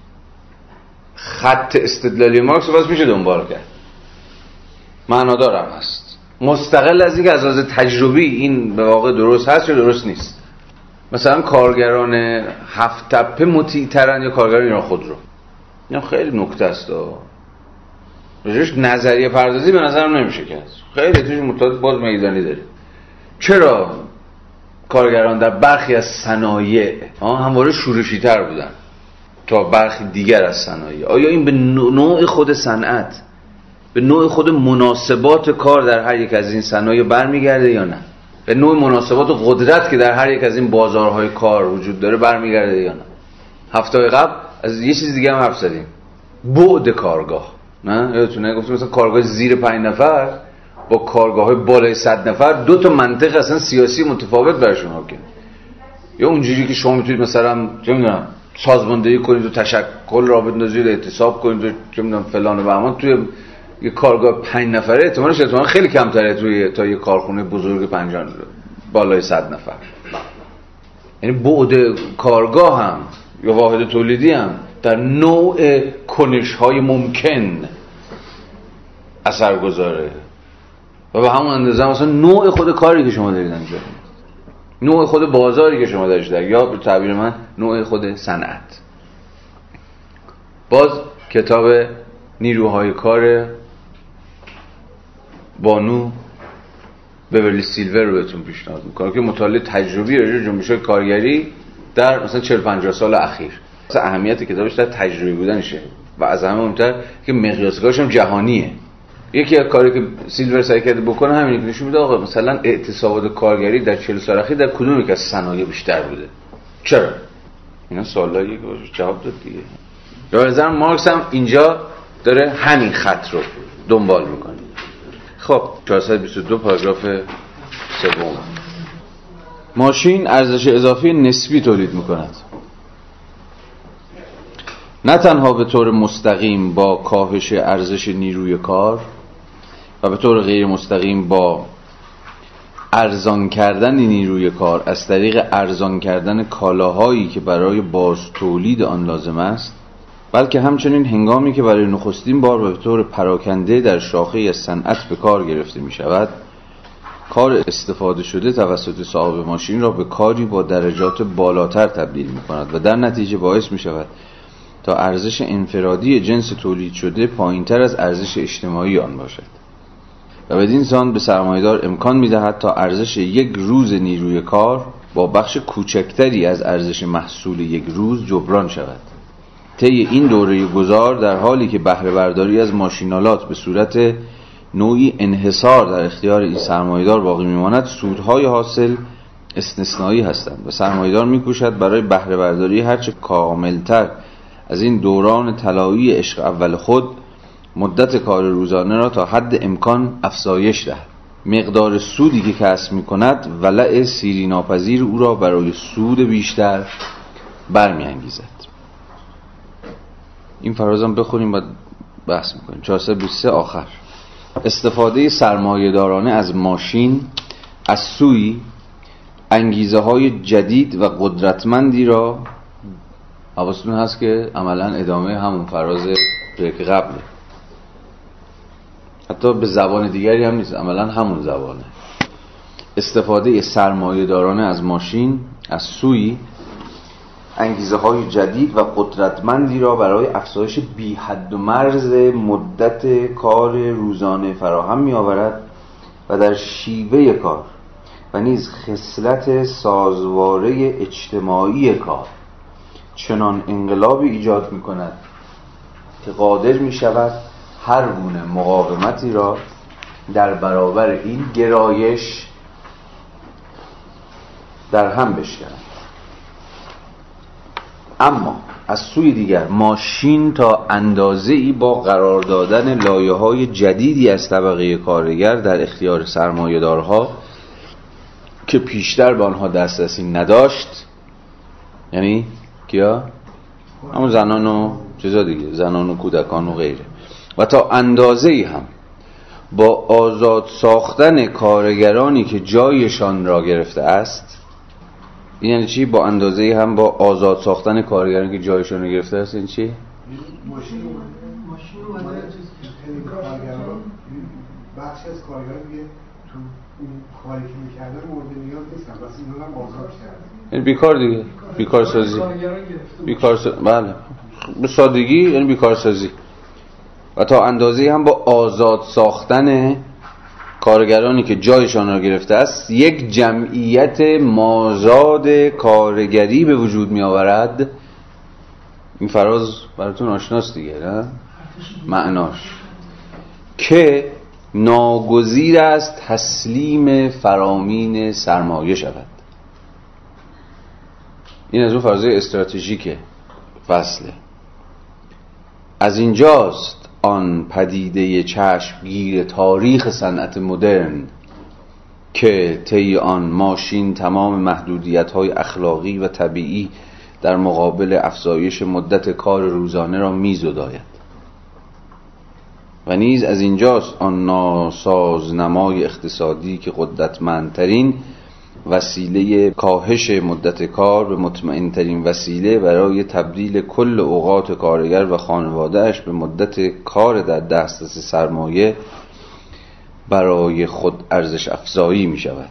خط استدلالی مارکس باز میشه دنبال کرد، معنادارم هست، مستقل از اینکه از لحاظ تجربی این به واقع درست هست یا درست نیست. مثلا کارگران هفت تپه مطیع‌ترن یا کارگران ایران خودرو؟ این خیلی نکته است، راجعش نظریه پردازی به نظرم نمیشه کرد، خیلی توش مطالعات باز میدانی داره. چرا کارگران در برخی از صنایع همواره شورشی تر بودن تا برخی دیگر از صنایع؟ آیا این به نوع خود صنعت، به نوع خود مناسبات کار در هر یک از این صنایع برمیگرده یا نه؟ به نوع مناسبات و قدرت که در هر یک از این بازارهای کار وجود داره برمیگرده یا نه؟ هفته قبل از یه چیز دیگه هم حرف زدیم، بعد کارگاه. نه یادتونه گفتم مثلا کارگاه زیر پنج نفر با کارگاه‌های بالای صد نفر دو تا منطق اصلا سیاسی متفاوت برشون حاکم. یا اونجوری که شما میتونید مثلا چه میدونم سازماندهی کنید و تشکل را بندازید، اعتصاب کنید و چه میدونم فلان و بهمان، توی یه کارگاه پنج نفره احتمالش احتمال خیلی کمتره توی تا یه کارخونه بزرگ پنجاه بالای صد نفر. یعنی بعد کارگاه هم یا واحد تولیدی هم در نوع کنش‌های ممکن اثر گذاره و به همون اندازه مثلا نوع خود کاری که شما دارید انجام میدید، نوع خود بازاری که شما دارید، یا به تعبیر من نوع خود صنعت. باز کتاب نیروهای کار بانو بیورلی سیلور رو بهتون پیشنهاد میکنم که مطالعه تجربی راجع به جنبش‌های کارگری در مثلا چهل پنجاه سال اخیر. مثلا اهمیت کتابش در تجربی بودنشه و از همه مهمتر که مقیاسش هم جهانیه. یکی از کاری که سیلور سعی کرده بکنه همینه که نشون میده آقا مثلا اعتصابات کارگری در چهل سال اخیر در کدوم یک از صنایع بیشتر بوده؟ چرا؟ اینا سوالاییه که جواب داد دیگه. به نظر مارکس هم اینجا داره همین خط رو دنبال میکنه. خب چهارصد و بیست و دو پاراگراف سوم، ماشین ارزش اضافی نسبی تولید میکند، نه تنها به طور مستقیم با کاهش ارزش نیروی کار و به طور غیر مستقیم با ارزان کردن نیروی کار از طریق ارزان کردن کالاهایی که برای باز تولید آن لازم است، بلکه همچنین هنگامی که برای نخستین بار به طور پراکنده در شاخه صنعت به کار گرفته می شود، کار استفاده شده توسط صاحب ماشین را به کاری با درجات بالاتر تبدیل می کند و در نتیجه باعث می شود تا ارزش انفرادی جنس تولید شده پایین‌تر از ارزش اجتماعی آن باشد و بدین سان به سرمایه‌دار امکان می‌دهد تا ارزش یک روز نیروی کار با بخش کوچکتری از ارزش محصول یک روز جبران شود. طی این دوره گذار در حالی که بهره برداری از ماشینالات به صورت نوعی انحصار در اختیار این سرمایه‌دار باقی می‌ماند، سودهای حاصل استثنایی هستند و سرمایه‌دار می‌کوشد برای بهره برداری هرچه کاملتر از این دوران طلایی عشق اول خود مدت کار روزانه را تا حد امکان افزایش دهد. مقدار سودی که کسب می‌کند ولع سیری ناپذیر او را برای سود بیشتر برمی‌انگیزد. این فرازم بخونیم بعد بحث می‌کنیم. چهارصد و بیست و سه آخر. استفاده سرمایه‌دارانه از ماشین از سوی انگیزه‌های جدید و قدرتمندی را، حواستون هست که عملاً ادامه همون فراز که قبله، حتی به زبان دیگری هم نیست، عملاً همون زبانه. استفاده سرمایه‌دارانه از ماشین از سوی انگیزه‌های جدید و قدرتمندی را برای افزایش بی حد و مرز مدت کار روزانه فراهم می‌آورد و در شیوه کار و نیز خصلت سازواره اجتماعی کار چنان انقلابی ایجاد می‌کند که قادر می‌شود هر گونه مقاومتی را در برابر این گرایش در هم بشکند. اما از سوی دیگر ماشین تا اندازه‌ای با قرار دادن لایه‌های جدیدی از طبقه کارگر در اختیار سرمایه‌دارها که پیشتر به آنها دسترسی نداشت، یعنی کیا؟ همون زنان و چیزا دیگه، زنان و کودکان و غیره، و تا اندازه‌ای هم با آزاد ساختن کارگرانی که جایشان را گرفته است. این یعنی چی؟ با اندازه‌ای هم با آزاد ساختن کارگرانی که جایشان را گرفته است. این چی؟ ماشین ماشین اومده کارگران، بخشی از کارگران دیگه تو اون کاری که می‌کردن مورد نیاز نیستن، واسه اینا هم بازار کردن. یعنی بیکار دیگه، بیکارسازی. بیکارسازی، بله، به سادگی یعنی بیکارسازی. و تا اندازه‌ای هم با آزاد ساختن کارگرانی که جایشان را گرفته است یک جمعیت مازاد کارگری به وجود می آورد. این فراز براتون آشناست دیگه، نه؟ معناش که ناگزیر است تسلیم فرامین سرمایه شود. این از اون فرازهای استراتژیک فصله. از اینجاست آن پدیده چشمگیر تاریخ صنعت مدرن که طی آن ماشین تمام محدودیت‌های اخلاقی و طبیعی در مقابل افزایش مدت کار روزانه را می‌زداید. و نیز از اینجاست آن ناسازنمای اقتصادی که قدرتمندترین وسیله کاهش مدت کار به مطمئن‌ترین وسیله برای تبدیل کل اوقات کارگر و خانواده‌اش به مدت کار در دسترس سرمایه برای خود ارزش افزایی می شود.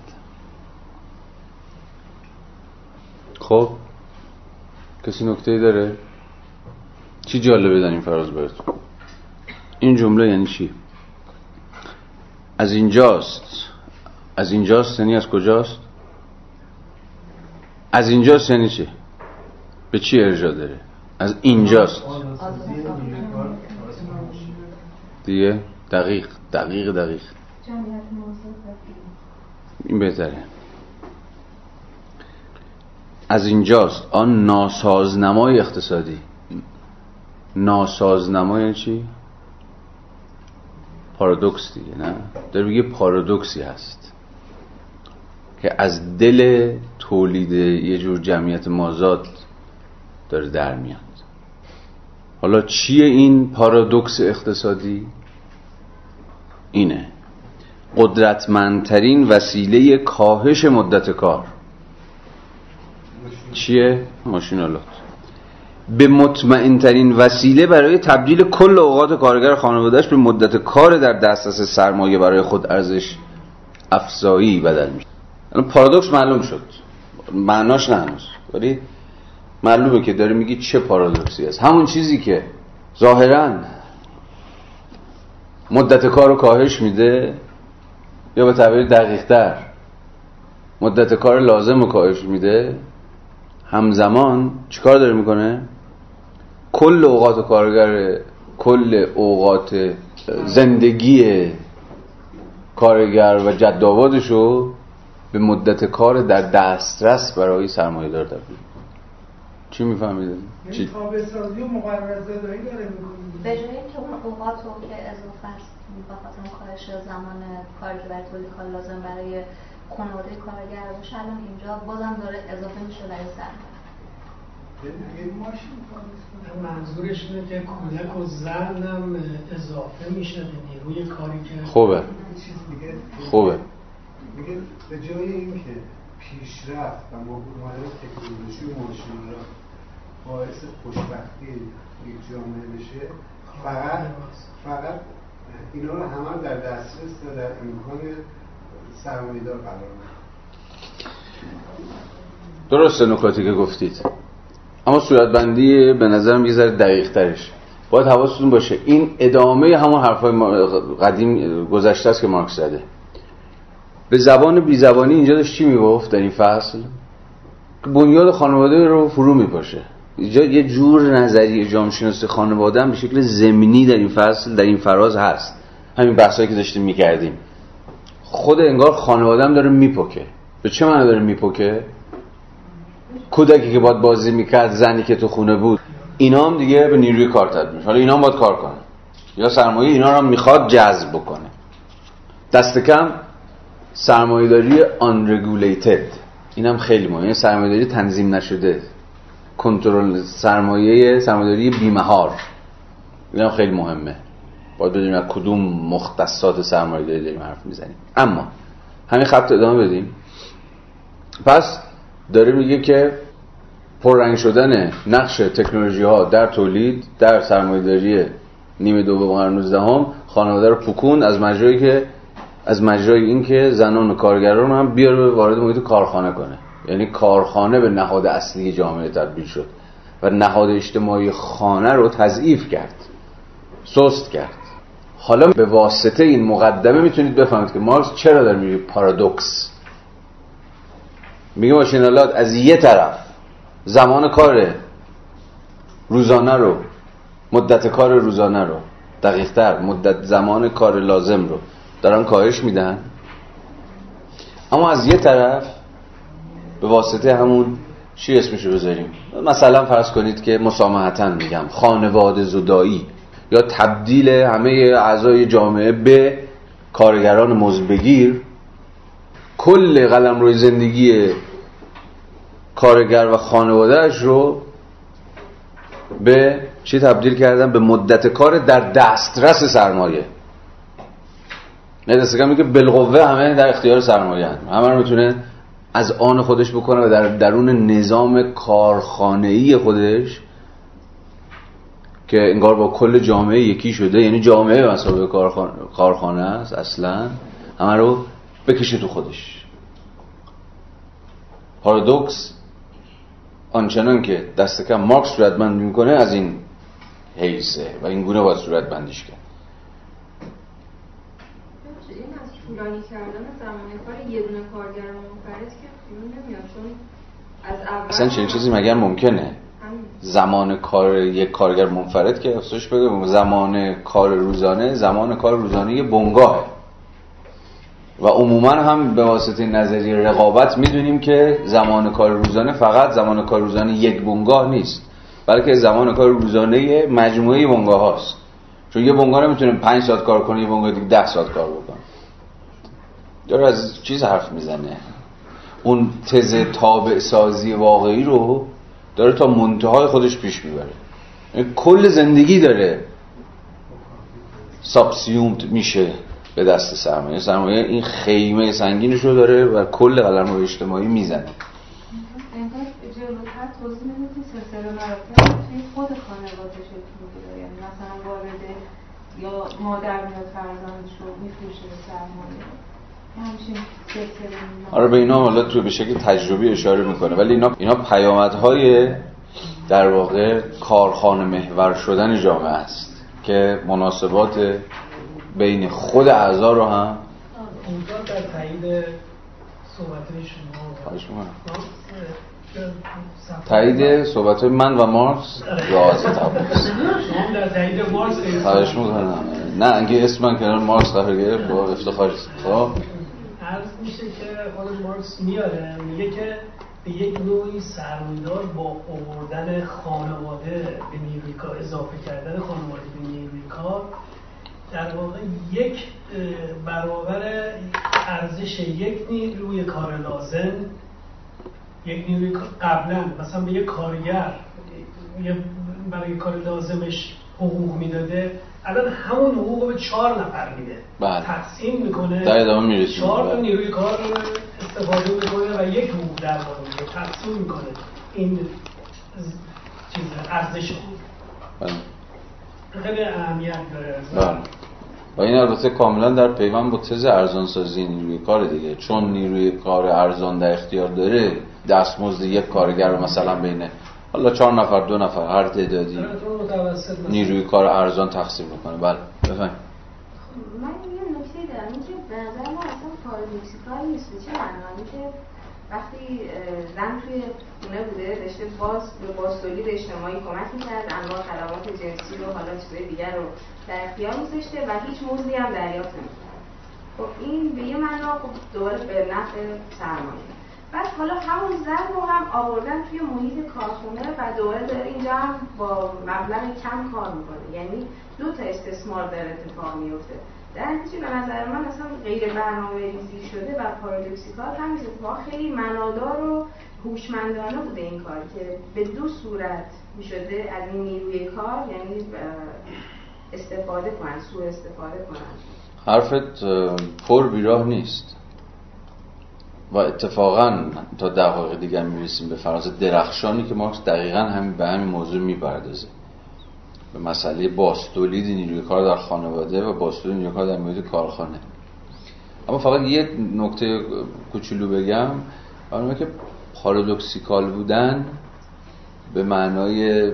خب کسی نکته‌ای داره؟ چی جالبه در این فراز براتون؟ این جمله یعنی چی؟ از اینجاست. از اینجاست یعنی از کجاست؟ از اینجاست یعنی چی؟ به چی ارجاع داره؟ از اینجاست دیگه. دقیق دقیق دقیق این بهتره. از اینجاست آن ناسازنمای اقتصادی. ناسازنمای یعنی چی؟ پارادوکس دیگه، نه؟ داره بگه پارادوکسی هست که از دل تولید یه جور جمعیت مازاد داره در میاد. حالا چیه این پارادوکس اقتصادی؟ اینه: قدرتمندترین وسیله کاهش مدت کار چیه؟ ماشینالات. به مطمئن ترین وسیله برای تبدیل کل اوقات کارگر خانواده‌اش به مدت کار در دسترس سرمایه برای خود ارزش افزایی بدل میشه. الان پارادوکس معلوم شد، معناش نه هنوز، ولی معلومه که داره میگی چه پارادوکسی است. همون چیزی که ظاهراً مدت کار رو کاهش میده، یا به تعبیر دقیق‌تر مدت کار لازم رو کاهش میده، همزمان چیکار داره میکنه؟ کل اوقات کارگر، کل اوقات زندگی کارگر و جد آبادش رو به مدت کار در دسترس برای سرمایه‌دار تبدیل. چی میفهمید؟ چی تابع‌سازی و مقرره‌زدایی داره میکنه. به جای اینکه اون اوقات رو که اضافه است به خاطر کاهش زمان کاری که برای تولید کار لازم برای خانواده کارگر باشه، الان اینجا بازم داره اضافه میشه برای سرمایه. منظورش اینه که کودک و زن هم اضافه میشه به نیروی کاری که خوبه. خوبه. میگه به جای اینکه پیشرفت و مبادله تکنولوژی و ماشین‌ها باعث خوشبختی یک جامعه بشه، فقط فقط اینا رو همه در دسترس و در امکان سرمایه‌دار قرار میده. درسته نکاتی که گفتید، اما صورتبندی به نظرم یه ذره دقیق ترش. باید حواستون باشه این ادامه همون حرفای قدیم گذشته است که مارکس زده. به زبان بی زبانی اینجا داشت چی میگفت در این فصل؟ که بنیاد خانواده رو فرو میپاشه. اینجا یه جور نظریه جامعه شناسی خانواده هم به شکل ضمنی در این فصل، در این فراز هست. همین بحثایی که داشتیم میکردیم. خود انگار خانواده هم داره میپکه. به چه معنی داره میپکه؟ کودکی که باید بازی میکرد، زنی که تو خونه بود، اینا هم دیگه به نیروی کار تبدیل میشه. حالا اینا هم باید کار کنه، یا سرمایه اینا رو هم میخواد جذب بکنه. دست کم سرمایه‌داری unregulated، اینم خیلی مهمه. یعنی سرمایه‌داری تنظیم نشده، کنترل سرمایه، سرمایه‌داری بی‌مهار، اینم خیلی مهمه. باید بدونیم از کدوم مختصات سرمایه‌داری داریم حرف میزنیم. اما همین خط ادامه بدیم. پس داره میگه که پررنگ شدن نقش تکنولوژی ها در تولید، در سرمایه‌داری نیمه دوم قرن نوزدهم خانواده رو پکون از مجرایی که از مجرای این که زنان و کارگران رو هم بیاره وارد محیط کارخانه کنه. یعنی کارخانه به نهاد اصلی جامعه تبدیل شد و نهاد اجتماعی خانه رو تضعیف کرد، سست کرد. حالا به واسطه این مقدمه میتونید بفهمید که مارکس چرا داره میگه پارادوکس. میگه ماشین‌آلات از یه طرف زمان کار روزانه رو، مدت کار روزانه رو، دقیق‌تر مدت زمان کار لازم رو دارن کاهش میدن، اما از یه طرف به واسطه همون چی اسمشو بذاریم، مثلا فرض کنید که مسامحتاً میگم خانواده زدایی یا تبدیل همه اعضای جامعه به کارگران مزدبگیر، کل قلمروی زندگی کارگر و خانواده‌اش رو به چی تبدیل کردن؟ به مدت کار در دسترس سرمایه. نه دست کم میگه بالقوه همه در اختیار سرمایه هست، همه رو میتونه از آن خودش بکنه و در درون نظام کارخانه‌ای خودش که انگار با کل جامعه یکی شده، یعنی جامعه مسابقه کارخانه کارخانه است اصلا، همه رو بکشه تو خودش. پارادوکس آنچنان که دست کم مارکس صورتبند میکنه از این حیثه و این گونه باید صورتبندیش کرد. این از طولانی کردن زمان کار یه دونه کارگر منفرد که بیرون نمیاد، چون از اول اصلا چنین چیزی مگر ممکنه؟ زمان کار یک کارگر منفرد که افسوش بگم زمان کار روزانه، زمان کار روزانه بنگاه و عموما هم به واسطه نظریه رقابت میدونیم که زمان کار روزانه فقط زمان کار روزانه یک بنگاه نیست، بلکه زمان کار روزانه مجموعه بنگاه هاست. چون یه بنگاه نمیتونه پنج ساعت کار کنه، یه بنگاه دیگه ده ساعت کار بکنه. داره از چیز حرف میزنه، اون تز تابع سازی واقعی رو داره تا منتهای خودش پیش میبره. یعنی کل زندگی داره سابسیومد میشه به دست سرمایه. سرمایه این خیمه سنگینش رو داره و کل قلمرو اجتماعی میزنه. انگار جلوتر توضیح میدید سلسله استرو نرفته توی خود خانواده شکل میگیره، یعنی مثلا والده یا مادر میاد فرزندش رو میفروشه به سرمایه همچین سلسله. آره به اینا حالا تو به شکل تجربی اشاره میکنه، ولی اینا اینا پیامدهای در واقع کارخانه محور شدن جامعه است که مناسبات بین خود اعضا رو هم اینجا در تایید صحبت‌های شما خواهش می‌کنم. تایید صحبت‌های من و مارکس راحت تابست. در تایید مارکس خواهش می‌کنم. نه اینکه اسم کنار مارکس قرار گرفت با افتخار است. خب عرض میشه که خود مارکس میاره میگه که به یک نوعی سرمایه‌دار با آوردن خانواده به نیروی کار، اضافه کردن خانواده به نیروی کار، در واقع یک برابر ارزش یک نیروی کار لازم، یک نیروی قبلا مثلا به یک کارگر برای کار لازمش حقوق میداده، الان همون حقوق رو به چهار نفر میده، تقسیم میکنه، در ادامه میرسیم چهار تا نیروی کار استفاده میکنه و یک حقوق در واقع میده، تقسیم میکنه این چیز ارزش حقوق. خیلی اهمیت داره. بله. و این البته کاملا در پیوند با تز ارزانسازی نیروی کار دیگه، چون نیروی کار ارزان در اختیار داره دستمزد یک کارگر رو مثلا بین حالا چهار نفر دو نفر هر تعدادی نیروی کار ارزان تقسیم میکنه. بله بفهم. من یه نکته دارم این که به نظر من اصلا پارادوکسیکال نیست. چه معنی که وقتی زن توی خونه بوده داشته باز به بازتولید اجتماعی کمک میکرد، انواع خدمات جنسی رو حالا چیزای دیگر رو در اختیار میذاشته و هیچ مزدی هم دریافت نمیکنه. خب این به یه معنا خب دوباره به نفع سرمایه. بعد حالا همون زن رو هم آوردن توی محیط کارخونه و دوباره داره اینجا هم با مبلغ کم کار میکنه، یعنی دو تا استثمار در اتفاق میفته. در نتیجه به نظر من اصلا غیر برنامه‌ریزی شده و پارادوکسیکال همین اتفاق خیلی معنادار و هوشمندانه بوده این کار که به دو صورت میشده از این نیروی کار، یعنی استفاده کنن، سوء استفاده کنن. حرفت پر بیراه نیست و اتفاقا تا دقایق دیگر میرسیم به فراز درخشانی که مارکس دقیقا همین به همین موضوع میپردازه، به مسئله بازتولید نیروی کار در خانواده و بازتولید نیروی کار در محیط کارخانه. اما فقط یه نکته کوچولو بگم، اونم که پارادوکسیکال بودن به معنای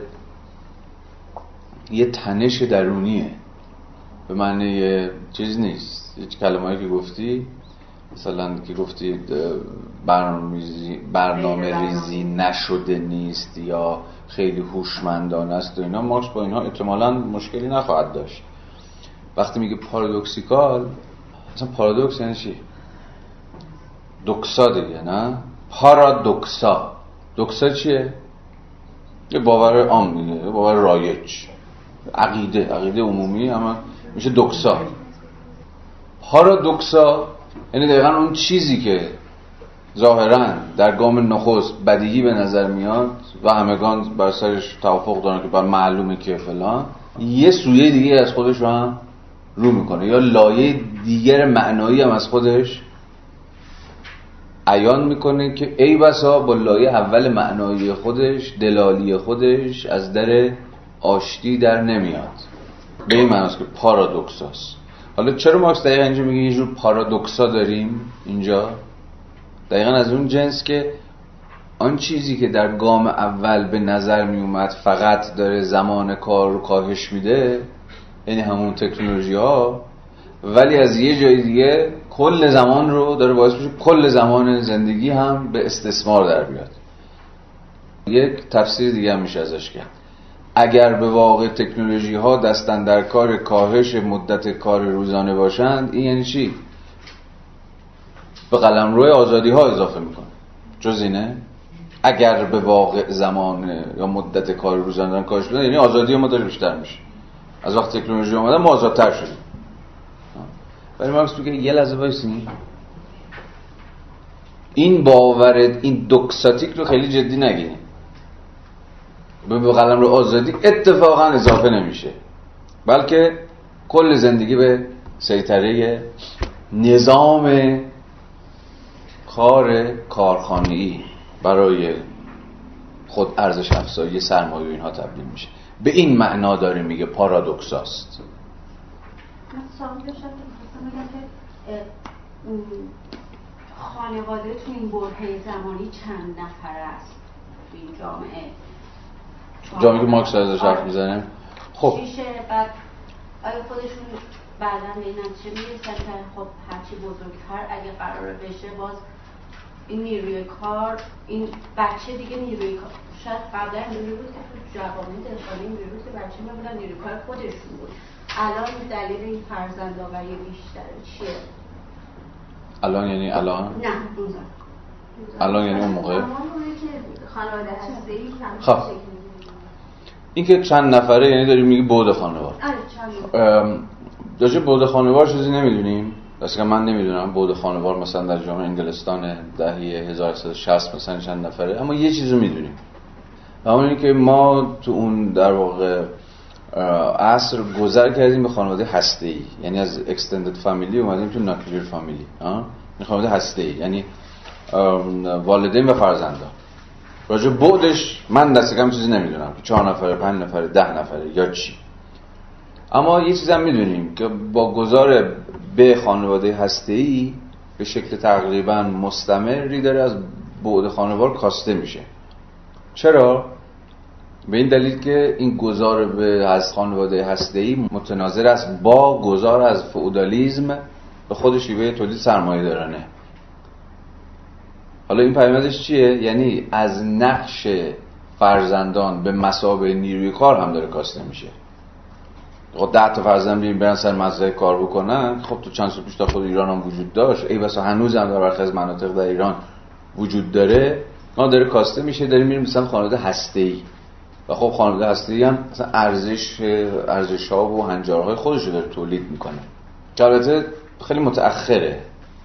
یه تنش درونیه، به معنی چیز نیست. هیچ کلمه‌ای که گفتی مثلا که گفتی برنامه ریزی, برنامه ریزی نشده نیست یا خیلی هوشمندانه است و اینا، مارکس با اینها احتمالاً مشکلی نخواهد داشت. وقتی میگه پارادوکسیکال، مثلا پارادوکس یعنی چی؟ دوکسا دیگه، نه؟ پارادوکسا. دوکسا چیه؟ یه باور عام دیگه، یه باور رایج، عقیده، عقیده عمومی، اما میشه دوکسا. پارادوکسا یعنی دقیقاً اون چیزی که ظاهراً در گام نخست بدیهی به نظر میاد و همگان بر سرش توافق دارن که بر معلومه که فلان، یه سویه دیگه از خودش رو هم رو میکنه یا لایه دیگر معنایی هم از خودش عیان میکنه که ای بسا با لایه اول معنایی خودش، دلالی خودش از در آشتی در نمیاد. به این معناست که پارادوکساست. حالا چرا مارکس دقیقا اینجا میگه یه جور پارادوکسا داریم اینجا؟ دقیقا از اون جنس که آن چیزی که در گام اول به نظر می اومد فقط داره زمان کار رو کاهش میده، یعنی همون تکنولوژی ها، ولی از یه جای دیگه کل زمان رو داره باعث میشه کل زمان زندگی هم به استثمار در بیاد. یک تفسیر دیگه هم میشه ازش کرد، اگر به واقع تکنولوژی ها دستن در کار کاهش مدت کار روزانه باشند، این یعنی چی؟ به قلمرو آزادی ها اضافه میکنه. جز اینه؟ اگر به واقع زمان یا مدت کار روزانه دارن کاهش بدن، یعنی آزادی ما داره بیشتر میشه. از وقت تکنولوژی اومده ما آزادتر شدیم. ولی مارکس میگه یه لحظه وایسین، این باور، این دوکساتیک رو خیلی جدی نگیریم. به قلمرو آزادی اتفاقا اضافه نمیشه، بلکه کل زندگی به سیطره نظام کار کارخانه‌ای برای خود ارزش افزایی سرمایه و اینها تبدیل میشه. به این معنا داره میگه پارادوکساست. من سوالی داشتم که می‌خواستم بگم که خانواده تو این برهه زمانی چند نفره است تو این جامعه؟ جامعه که مارکس ازش حرف میزنه. خب شیشه بعد آیا خودشون بعداً به این نتیجه میرسن که خب هرچی بزرگتر اگه قراره بشه باز این نیروی کار، این بچه دیگه نیروی کار شاید قبلا اینجوری بود که تو جوامع دهقانی اینجوری بود که بچه میبودن نیروی کار خودشون بود. الان دلیل این فرزندآوری بیشتر چیه؟ الان یعنی الان؟ نه روزا الان یعنی اون موقع؟ خانواده هسته‌ای خب این که چند نفره یعنی داریم میگی بعد خانوار. آره چند راجع بعد خانوار چیزی نمیدونیم. اصلا من نمیدونم بعد خانوار مثلا در جامعه انگلستان دهه هزار و سیصد و شصت مثلا چند نفره، اما یه چیزو میدونیم و اون اینه که ما تو اون در واقع عصر گذر کردیم به خانواده هسته‌ای، یعنی از اکستندد فامیلی اومدیم تو ناکلیر فامیلی. ها این خانواده هسته‌ای یعنی والدین و فرزندان. راجع بعدش من دست کم چیزی نمیدونم که چهار نفره، پنج نفره، ده نفره یا چی. اما یه چیزم میدونیم که با گذار به خانواده هسته‌ای به شکل تقریبا مستمری داره از بعد خانوار کاسته میشه. چرا؟ به این دلیل که این گذار به از خانواده هسته‌ای متناظر است با گذار از فئودالیسم به خود شیوه تولید سرمایه‌دارانه. حالا این پیامدش چیه؟ یعنی از نقش فرزندان به مثابه نیروی کار هم داره کاسته میشه. خب ده تا فرزند بیاریم برن سر مزرعه کار بکنن، خب تو چند سال پیش تا خود ایران هم وجود داشت، ای بسا هنوز هم در برخی از مناطق در ایران وجود داره. ما داره کاسته میشه، داریم میریم مثلا خانواده هسته‌ای و خب خانواده هسته‌ای هم مثلا ارزش ارزش‌ها و هنجارهای خودش رو داره تولید میکنه که البته خیلی متأخره.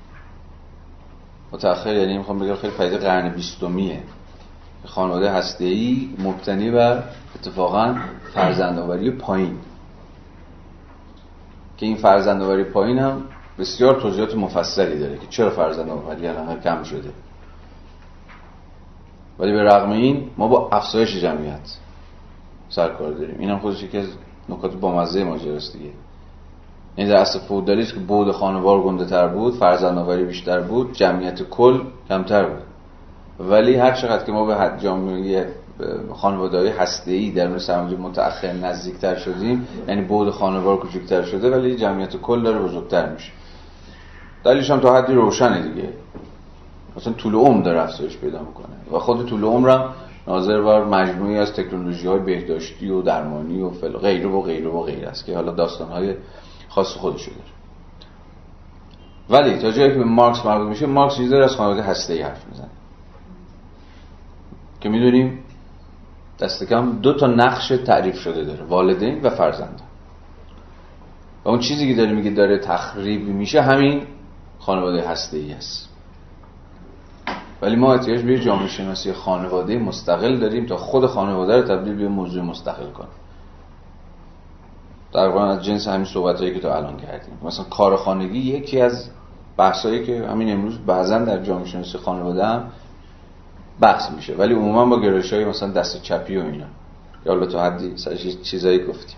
متأخر یعنی میخوام بگم خیلی پدیده قرن بیستمیه. خانواده هسته‌ای مبتنی بر اتفاقا فرزندآوری پایین که این فرزندآوری پایین هم بسیار توضیحات مفصلی داره که چرا فرزندآوری الان کم شده. ولی به رغم این ما با افزایش جمعیت سرکار داریم. این هم خودش یکی از نکات بامزه ماجراست دیگه. این در اصل فئودالیسم که بعد خانوار گنده تر بود، فرزندآوری بیشتر بود، جمعیت کل کمتر بود. ولی هر چقدر که ما به جامعه خانواده‌های هسته‌ای در اون سرمایه متأخر نزدیکتر شدیم، یعنی بعد خانوار کوچکتر شده ولی جمعیت کل داره بزرگتر میشه. دلیلش هم تا حدی روشنه دیگه. مثلا طول عمر داره افزایش پیدا میکنه و خود طول عمر هم ناظر بر مجموعی از تکنولوژی‌های بهداشتی و درمانی و فل غیره و غیره و غیره است که حالا داستان‌های خاص خودشو داره. ولی تا جایی که به مارکس مربوط میشه، مارکس چیزی از خانواده هسته‌ای حرف میزنه که میدونیم دست کم دو تا نقش تعریف شده داره، والدین و فرزندان. و اون چیزی که داره میگه داره تخریب میشه همین خانواده هسته‌ای است. ولی ما احتیاج به جامعه شناسی خانواده مستقل داریم تا خود خانواده رو تبدیل به موضوع مستقل کنیم. در واقع از جنس همین صحبتایی که تا الان کردیم. مثلا کار خانگی یکی از بحثایی که همین امروز بعضا در جامعه شناسی خانواده هم بحث میشه، ولی عموما با گرایش‌های مثلا دست چپی و اینا یا حالا تا حدی سرش چیزایی گفتیم.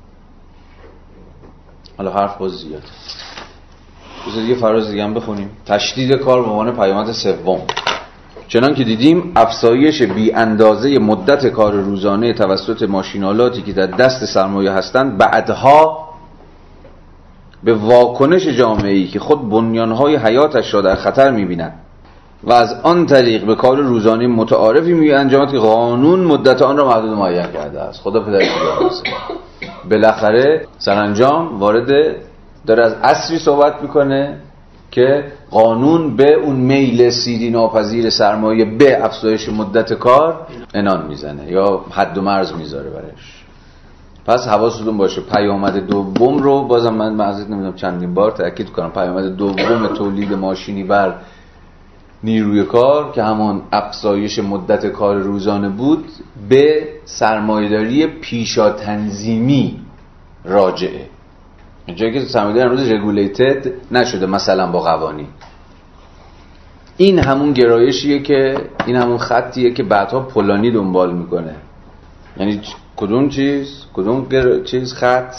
حالا حرف باز زیاده. بذار دیگه فراز دیگه هم بخونیم. تشدید کار به عنوان پیامد سوم. چنان که دیدیم افزایش بی اندازه مدت کار روزانه توسط ماشینالاتی که در دست سرمایه هستند بعدها به واکنش جامعه‌ای که خود بنیانهای حیاتش را در خطر می‌بیند و از آن طریق به کار روزانه متعارفی می‌انجامد که قانون مدت آن را محدود معین کرده است. خدا پدرش بیامرزه. بالاخره سرانجام وارد داره از عصری صحبت میکنه که قانون به اون میل سیری ناپذیر سرمایه به افزایش مدت کار عنان میزنه یا حد و مرز میذاره برش. پس حواستون باشه پیامد دوم رو بازم من معذرت نمیدونم چندین بار تاکید کنم، پیامد دوم تولید ماشینی بر نیروی کار که همون افزایش مدت کار روزانه بود به سرمایه‌داری پیشا تنظیمی راجعه. جایی که سرمایه‌داری امروز رگولیتد نشده مثلا با قوانین، این همون گرایشیه که این همون خطیه که بعدها پولانی دنبال میکنه. یعنی کدوم چیز کدوم گر... چیز خط؟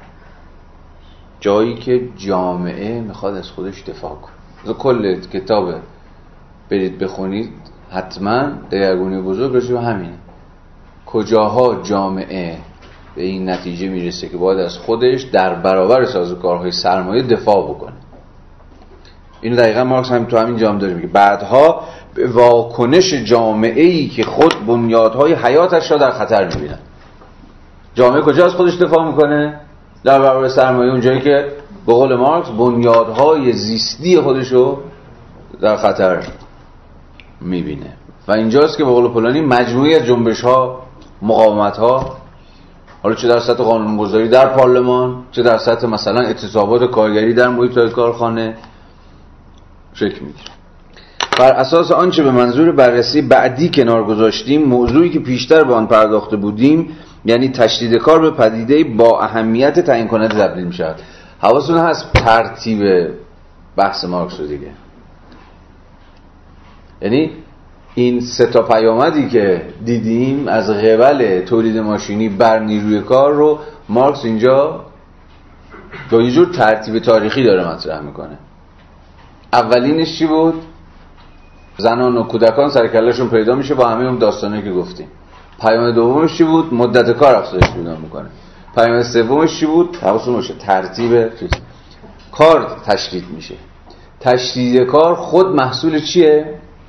جایی که جامعه میخواد از خودش دفاع کنه. کل کتاب برید بخونید حتما دگرگونی بزرگ راجع به همینه. کجاها جامعه به این نتیجه میرسه که باید از خودش در برابر سازوکارهای سرمایه دفاع بکنه. اینو دقیقا مارکس هم تو همین جام داره میگه. بعدها به واکنش جامعه‌ای که خود بنیادهای حیاتش را در خطر میبینه. جامعه کجا از خودش دفاع میکنه؟ در برابر سرمایه، اونجایی که به قول مارکس بنیادهای زیستی خودشو در خطر میبینه. و اینجاست که به قول پولانی مجموعی از جنبش‌ها، مقاومت‌ها، حالا چه در سطح قانونگذاری در پارلمان، چه در سطح مثلا اعتصابات کارگری در محیط‌های کارخانه شکل میگیره. بر اساس آنچه به منظور بررسی بعدی کنار گذاشتیم، موضوعی که پیشتر به آن پرداخته بودیم، یعنی تشدید کار به پدیده با اهمیت تعیین کننده تبدیل می‌شود. حواستون هست ترتیب بحث مارکس رو دیگه. یعنی این سه تا پیامدی که دیدیم از قبل تولید ماشینی بر نیروی کار رو مارکس اینجا با یه جور ترتیب تاریخی داره مطرح میکنه. اولینش چی بود؟ زنان و کودکان سرکله‌شون پیدا میشه با همه اون داستانی که گفتیم. پیام دومش چی بود؟ مدت کار افزایش پیدا میکنه. پیام سومش چی بود؟ حواستون باشه ترتیب چیز. کار تشدید میشه. تشدید کار خود محصول چیه؟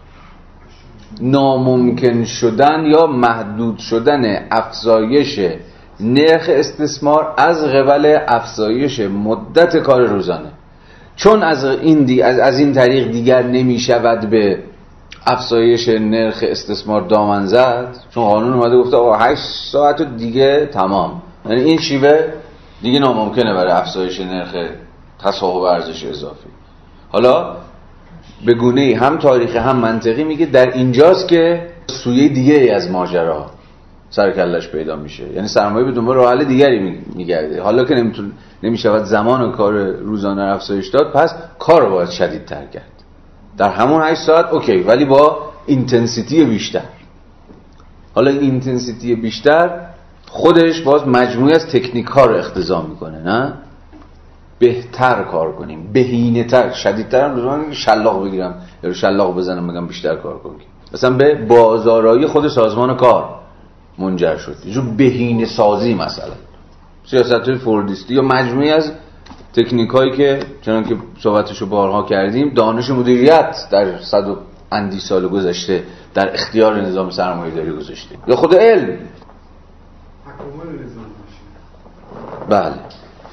ناممکن شدن یا محدود شدن افزایش نرخ استثمار از قبل افزایش مدت کار روزانه. چون از این دی... از... از این طریق دیگر نمی شود به افزایش نرخ استثمار دامن زد، چون قانون اومده گفته آقا هشت ساعت دیگه تمام، یعنی این شیوه دیگه ناممکنه برای افزایش نرخ تصاحب ارزش اضافی. حالا به گونه‌ای هم تاریخی هم منطقی میگه در اینجاست که سویه دیگه ای از ماجرا سرکلش پیدا میشه، یعنی سرمایه به دنبال راه حل دیگری میگرده. حالا که نمیتون نمیشود زمان و کار روزانه افزایش داد، پس کار رو باید شدیدتر کرد. در همون هشت ساعت اوکی، ولی با اینتنسیتی بیشتر. حالا این اینتنسیتی بیشتر خودش باز مجموعی از تکنیک ها رو اقتضا میکنه. نه بهتر کار کنیم، بهینه‌تر، شدیدتر هم لزوما شلاق بگیرم یا شلاق بزنم بگم بیشتر کار کنیم. مثلا به بازارایی خود سازمان کار منجر شد. یه جور بهینه سازی، مثلا سیاست‌های فوردیستی یا مجموعی از تکنیک‌هایی که چنان که صحبتشو بارها کردیم دانش مدیریت در صد و اندی سال گذشته در اختیار نظام سرمایه‌داری گذاشته، یا خود علم. تکامل نظام باشه. بله. نه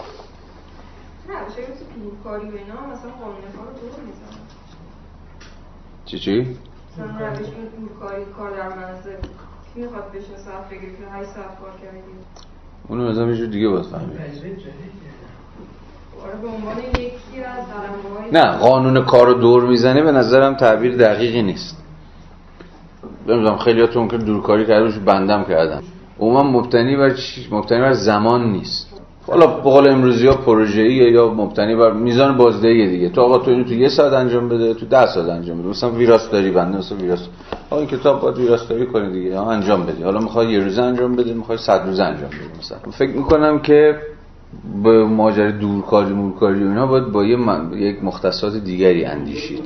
چه تو دورکاری و اینا مثلا قانون کار رو دور میزنن. چی چی؟ مثلا روش این دورکاری کار در منزل کی میخواد بشه ساعت بگیره که هشت ساعت کار کردی؟ اونو مثلا یه جور دیگه باید فهمید. آره به عنوان یکی از علامه‌های نه، قانون کار رو دور میزنه به نظرم تعبیر دقیقی نیست. نمیدونم خیلیاتون که دورکاری کردنش بندم کردن. عموما مبتنی بر مبتنی بر زمان نیست. حالا به قول امروزی‌ها پروژه‌ایه یا مبتنی بر میزان بازدهی دیگه. تو آقا تو اینو تو یه ساعت انجام بده، تو ده ساعت انجام بده. مثلا ویراستاری بنده مثلا ویراست. آقا این کتاب باید ویراستاری کنی دیگه، یا انجام بدی. حالا میخوای یه روزه انجام بده، میخوای صد روزه انجام بده مثلا. فکر می‌کنم که به ماجرای دورکاری مورکاری و اینا باید با یه من... یک مختصات دیگری اندیشید.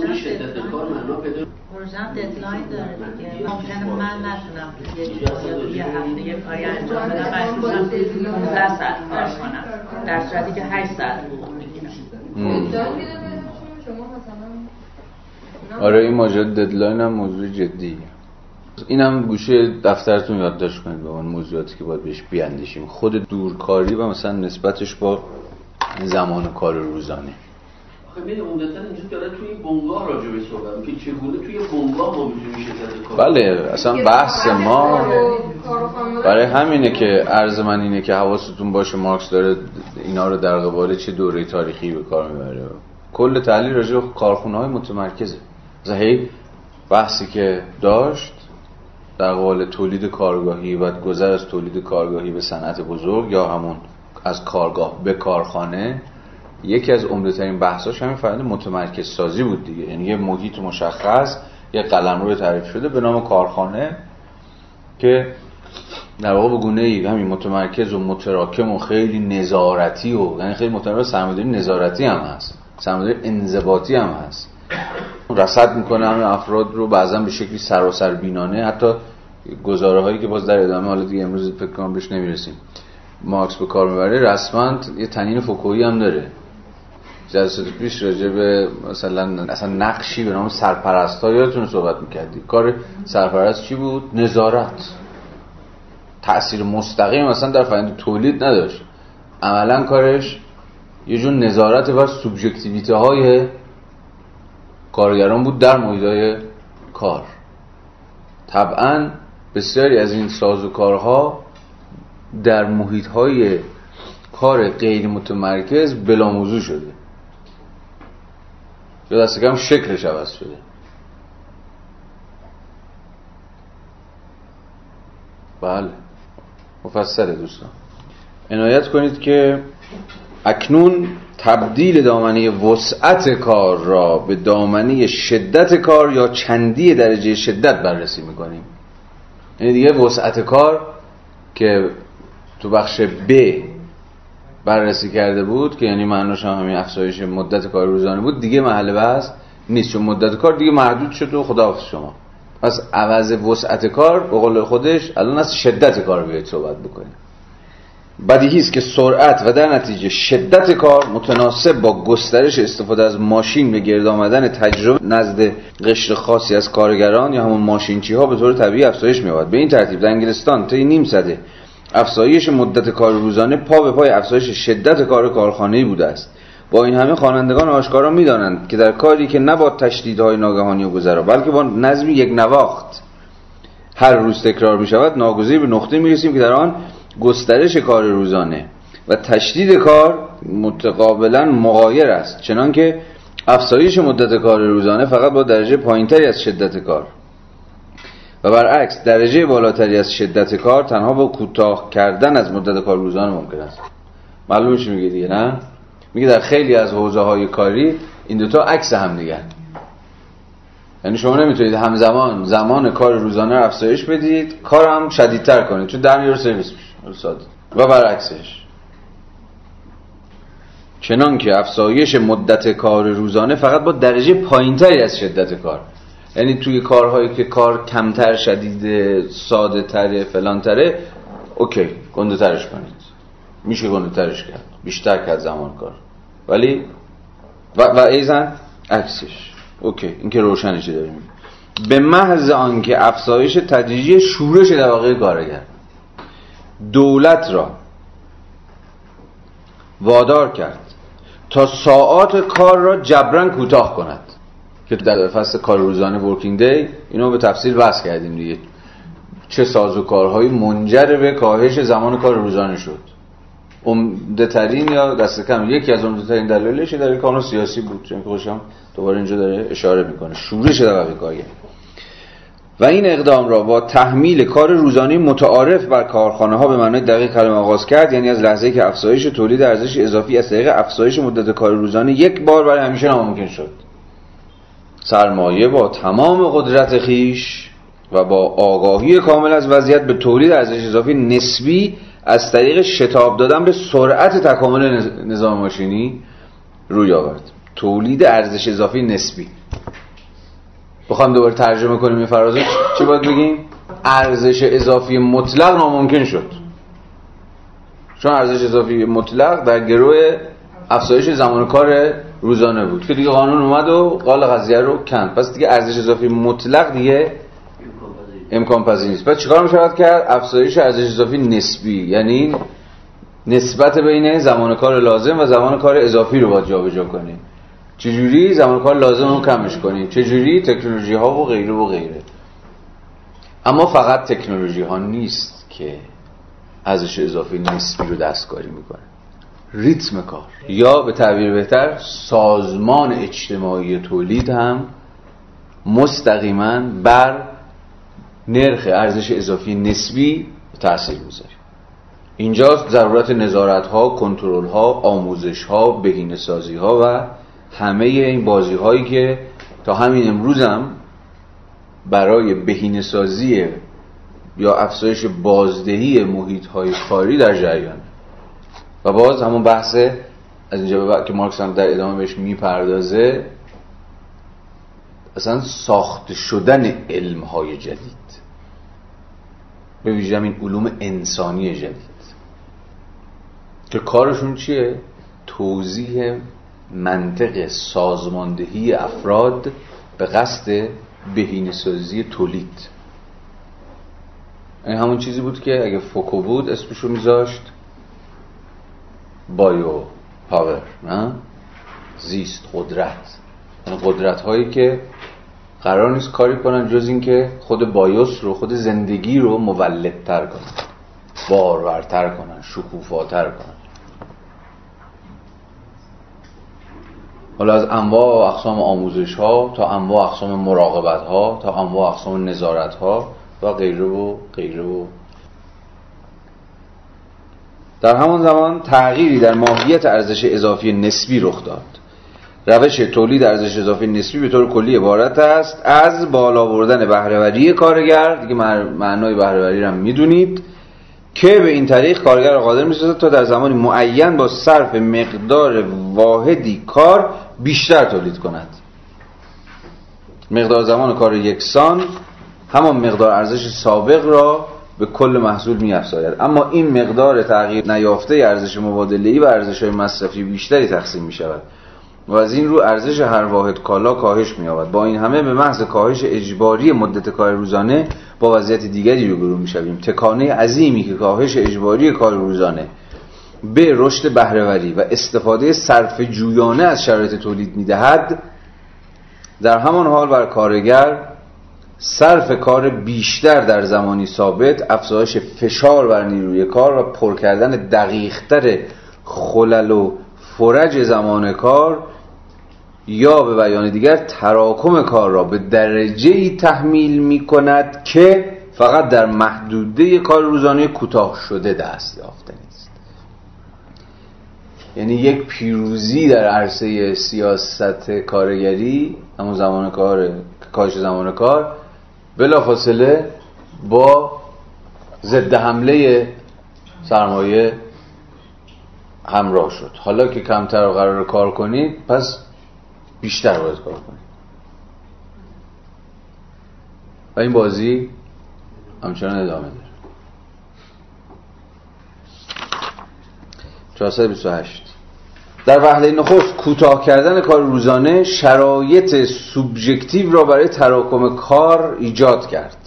پروژه ددلاین داره دیگه. ممکنه من نتونم یک یا یه هفته یه کاری انجام بدم، مجبورم پانزده ساعت کار کنم در صورتی که هشت ساعت حقوق میگیرم. آره این ماجرا ددلاین هم موضوع جدیه. اینم گوشه دفترتون یادداشت کنید به اون موضوعاتی که باید بهش بیاندیشیم. خود دورکاری و مثلا نسبتش با زمان کار روزانه. آخه ببین عمدتاً اینجا داره توی بنگاه راجع به صحبت که چگونه توی بنگاه ما میتونیم شرکت کار. بله اصلا بحث ما برای همینه که عرض من اینه که حواستون باشه مارکس داره اینا رو در قبال چه دوره تاریخی به کار میبره. کل تحلیل راجع به کارخونه‌های متمرکزه. زهی بحثی که داشت در قبال تولید کارگاهی و گذر از تولید کارگاهی به صنعت بزرگ یا همون از کارگاه به کارخانه، یکی از عمده‌ترین بحثاش همین فرآیند متمرکز سازی بود دیگه. یعنی یه محیط مشخص، یه قلمرو تعریف شده به نام کارخانه که در واقع به گونه‌ای همین متمرکز و متراکم و خیلی نظارتی و یعنی خیلی متمرکز، سرمایه‌داری نظارتی هم هست، سرمایه‌داری انضباطی هم هست، رصد میکنه همه افراد رو بعضا به شکلی سراسر بینانه. حتی گزاره هایی که باز در ادامه حالا دیگه امروز فکر کنم بهش نمیرسیم مارکس به کار میبره، رسما یه تنین فوکویی هم داره. جلسات پیش راجع به مثلا اصلا نقشی به نام سرپرستا یادتون صحبت میکردی. کار سرپرست چی بود؟ نظارت. تأثیر مستقیم مثلا در فرآیند تولید نداشت، عملا کارش یه جور نظارت بر سوبژکتیویته های کارگران بود در محیط‌های کار. طبعا بسیاری از این سازوکارها در محیط‌های کار غیر متمرکز بلا موضوع شده یا دست کم شکلش عوض شده. بله مفصله دوستان. عنایت کنید که اکنون تبدیل دامنه وسعت کار را به دامنه شدت کار یا چندی درجه شدت بررسی میکنیم. یعنی دیگه وسعت کار که تو بخش ب بررسی کرده بود که یعنی معناش هم همین افزایش مدت کار روزانه بود، دیگه محل بحث نیست، چون مدت کار دیگه محدود شد و خداحافظ شما. پس عوض وسعت کار به قول خودش الان از شدت کار بیاید صحبت بکنیم. بدیهی است که سرعت و در نتیجه شدت کار متناسب با گسترش استفاده از ماشین به گرد آمدن تجربه نزد قشر خاصی از کارگران یا همون ماشینچی ها به طور طبیعی افزایش می‌یابد. به این ترتیب در انگلستان طی نیم سده افزایش مدت کار روزانه پا به پای افزایش شدت کار کارخانه‌ای بوده است. با این همه خوانندگان آشکارا می‌دانند که در کاری که نه با تشدیدهای ناگهانی و گذرا بلکه با نظمی یک نواخت هر روز تکرار می‌شود، ناگزیر به نقطه می‌رسیم که در آن گسترش کار روزانه و تشدید کار متقابلا مغایر است، چنانکه افزایش مدت کار روزانه فقط با درجه پایینتری از شدت کار و برعکس درجه بالاتری از شدت کار تنها با کوتاه کردن از مدت کار روزانه ممکن است. معلومه چی میگه دیگه؟ نه میگه در خیلی از حوزه‌های کاری این دوتا عکس هم دیگه. یعنی شما نمیتونید همزمان زمان کار روزانه رو افزایش بدید، کارم شدیدتر کنید چون در میاره سرویس میشه ساده، و برعکسش. چنان که افزایش مدت کار روزانه فقط با درجه پایینتری از شدت کار، یعنی توی کارهایی که کار کمتر شدیده ساده تره فلان تره اوکی گنده ترش کنید، میشه گنده ترش کرد، بیشتر کرد زمان کار، ولی و, و ایزن عکسش اوکی این که روشنشه داریم. به محض آنکه افزایش تدریجی شورش در واقع کارگر دولت را وادار کرد تا ساعات کار را جبران کوتاه کند که در فصل کار روزانه ورکینگ دی اینو به تفصیل بحث کردیم دیگه، چه سازوکارهایی منجر به کاهش زمان کار روزانه شد. عمده‌ترین یا دست کم یکی از عمده‌ترین دلایلش در این قانون سیاسی بود، چون که خوشم دوباره اینجا داره اشاره میکنه شورش در واقع کارگر و این اقدام را با تحمیل کار روزانه متعارف بر کارخانه ها به معنای دقیق کلمه آغاز کرد، یعنی از لحظه‌ای که افزایش تولید ارزش اضافی از طریق افزایش مدت کار روزانه یک بار برای همیشه ناممکن شد. سرمایه با تمام قدرت خیش و با آگاهی کامل از وضعیت به تولید ارزش اضافی نسبی از طریق شتاب دادن به سرعت تکامل نظام ماشینی روی آورد. تولید ارزش اضافی نسبی بخوام دوباره ترجمه کنیم این فرازه چی باید بگیم؟ ارزش اضافی مطلق ناممکن شد، چون ارزش اضافی مطلق در گروه افزایش زمان کار روزانه بود که دیگه قانون اومد و قال قضیه رو کند. پس دیگه ارزش اضافی مطلق دیگه امکان پذیر نیست. پس چیکار میشود کرد؟ افزایش ارزش اضافی نسبی، یعنی نسبت بین زمان کار لازم و زمان کار اضافی رو باید جابجا کنیم. چجوری؟ زمان کار لازم رو کمش کنیم. چجوری؟ تکنولوژی ها و غیره و غیره. اما فقط تکنولوژی ها نیست که ارزش اضافی نسبی رو دستکاری میکنه. ریتم کار یا به تعبیر بهتر سازمان اجتماعی تولید هم مستقیما بر نرخ ارزش اضافی نسبی تأثیر میذاره. اینجاست ضرورت نظارت ها، کنترل ها، آموزش ها، بهینه سازی ها و همه این بازی هایی که تا همین امروز هم برای بهینه سازی یا افزایش بازدهی محیط های کاری در جریان. و باز همون بحث از اینجا به بعد که مارکس هم در ادامه بهش میپردازه، اصلا ساخته شدن علم های جدید، به ویژه این علوم انسانی جدید که کارشون چیه؟ توضیح منطق سازماندهی افراد به قصد بهینه‌سازی تولید. این همون چیزی بود که اگه فوکو بود اسمشو میذاشت بایو پاور، نه؟ زیست قدرت. یعنی قدرت هایی که قرار نیست کاری کنن جز این که خود بایوس رو، خود زندگی رو مولدتر کنن، بارورتر کنن، شکوفاتر کنن. حالا از انواع و اقسام آموزش ها تا انواع و اقسام مراقبت ها تا انواع و اقسام نظارت ها و غیره و غیره. و در همان زمان تغییری در ماهیت ارزش اضافی نسبی رخ داد. روش تولید ارزش اضافی نسبی به طور کلی عبارت است از بالا بردن بهره‌وری کارگر، دیگه معنای بهره‌وری رو هم میدونید، که به این طریق کارگر را قادر می‌سازد تا در زمانی معین با صرف مقدار واحدی کار بیشتر تولید کند. مقدار زمان کار یکسان همان مقدار ارزش سابق را به کل محصول می‌افزاید، اما این مقدار تغییر نیافته ارزش مبادله‌ای و ارزش‌های مصرفی بیشتری تقسیم می‌شود و از این رو ارزش هر واحد کالا کاهش می‌یابد. با این همه به محض کاهش اجباری مدت کار روزانه با وضعیت دیگری روبرو می‌شویم. تکانه عظیمی که کاهش اجباری کار روزانه به رشد بهره‌وری و استفاده صرف جویانه از شرایط تولید می‌دهد، در همان حال بر کارگر صرف کار بیشتر در زمانی ثابت، افزایش فشار بر نیروی کار و پر کردن دقیق‌تر خلل و فرج زمان کار، یا به بیان دیگر تراکم کار را به درجه‌ای تحمیل می‌کند که فقط در محدوده کار روزانه کوتاه شده دست یافتنی است. یعنی یک پیروزی در عرصه سیاست کارگری، همون زمان کار، کاهش زمان کار، بلافاصله با ضد حمله سرمایه همراه شد. حالا که کمتر قرار کار کنید پس بیشتر باید کار کنید. و این بازی همچنان ادامه داره. چهارصد و بیست و هشت. در وهله نخست کوتاه کردن کار روزانه شرایط سوبژکتیو را برای تراکم کار ایجاد کرد.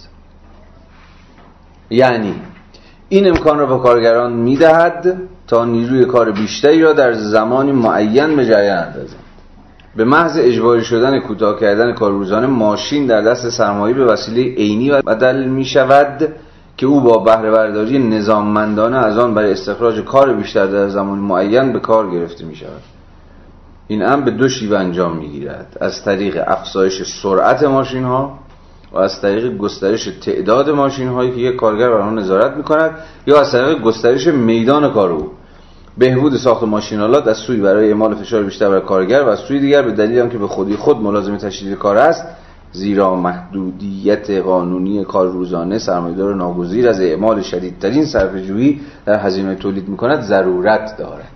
یعنی این امکان را به کارگران می‌دهد تا نیروی کار بیشتری را در زمانی معین به جریان اندازند. به محض اجباری شدن کوتاه کردن کار روزانه، ماشین در دست سرمایه‌ای به وسیله عینی و بدل می‌شود که او با بهره برداری نظاممندانه از آن برای استخراج کار بیشتر در زمان معین به کار گرفته می‌شود. این امر به دو شیوه انجام می‌گیرد: از طریق افزایش سرعت ماشین‌ها و از طریق گسترش تعداد ماشین‌هایی که یک کارگر بر آنها نظارت می‌کند، یا از طریق گسترش میدان کار او. بهبود ساخت ماشین‌آلات از سوی برای اعمال فشار بیشتر بر کارگر و از سوی دیگر به دلیل آنکه به خودی خود ملازم تشدید کار است، زیرا محدودیت قانونی کار روزانه سرمایه‌دار ناگزیر از اعمال شدیدترین صرفه‌جویی در هزینه تولید می‌کند ضرورت دارد.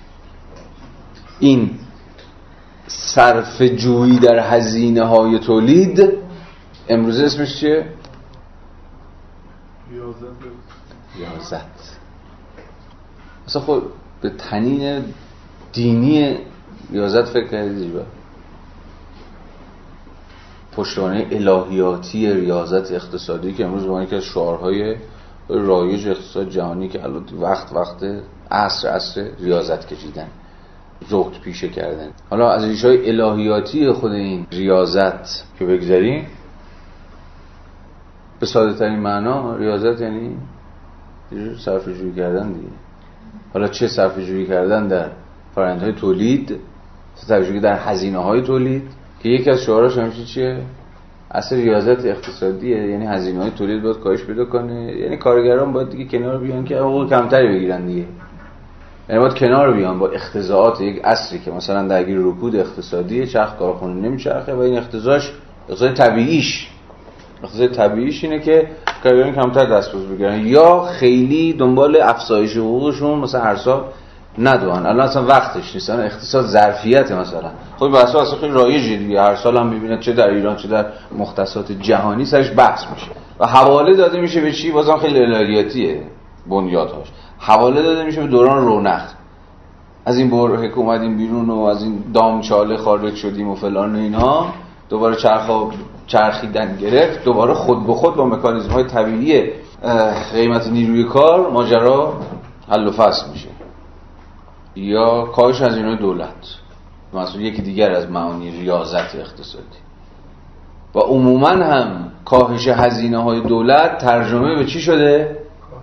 این صرفه‌جویی در هزینه‌های تولید امروزه اسمش چیه؟ ریاضت. ریاضت. اصلا خود به تنین دینی ریاضت فکر کردید؟ با پشتوانه الهیاتی ریاضت اقتصادی که امروز با یکی از شعارهای رایج اقتصاد جهانی که الان وقت وقت عصر عصر ریاضت کشیدن، زهد پیشه کردن. حالا از ریشه‌های الهیاتی خود این ریاضت که بگذاریم، به ساده ترین معنا ریاضت یعنی صرفه جویی کردن دیگه. حالا چه صرفه جویی کردن در فرآیندهای تولید، صرفه جویی در هزینه‌های تولید، که یکی از شعاراش همیشه چیه؟ اصل ریاضت اقتصادیه، یعنی هزینه‌های تولید باید کاهش پیدا کنه، یعنی کارگران باید دیگه کنار بیان که حقوق کمتری بگیرن دیگه، یعنی باید کنار بیان با اختزاعات یک عصری که مثلا درگیر رکود اقتصادی، چرخ کارخونه نمیچرخه و این اختزاعش اقتصاد طبیعیش اقتصاد طبیعیش اینه که کارگران کمتر دستمزد بگیرن یا خیلی دنبال افزایش حقوقشون مثلا هر سال ندوان. الان اصلا وقتش نیست، الان اقتصاد ظرفیت مثلا خب بحث اصلا خیلی رایجه دیگه، هر سال هم میبینید چه در ایران چه در مختصات جهانی سرش بحث میشه و حواله داده میشه به چی؟ بازم خیلی الهیاتیه بنیادهاش، حواله داده میشه به دوران رونق، از این بر حکومت این بیرون و از این دامچاله خارج شدیم و فلان و اینها، دوباره چرخا چرخیدن گرفت، دوباره خود به خود با مکانیزم های طبیعی قیمت نیروی کار ماجرا حل و فصل میشه. یا کاهش هزینه‌های دولت، مثلا یکی دیگر از معانی ریاضت اقتصادی. و عموما هم کاهش هزینه‌های دولت ترجمه به چی شده؟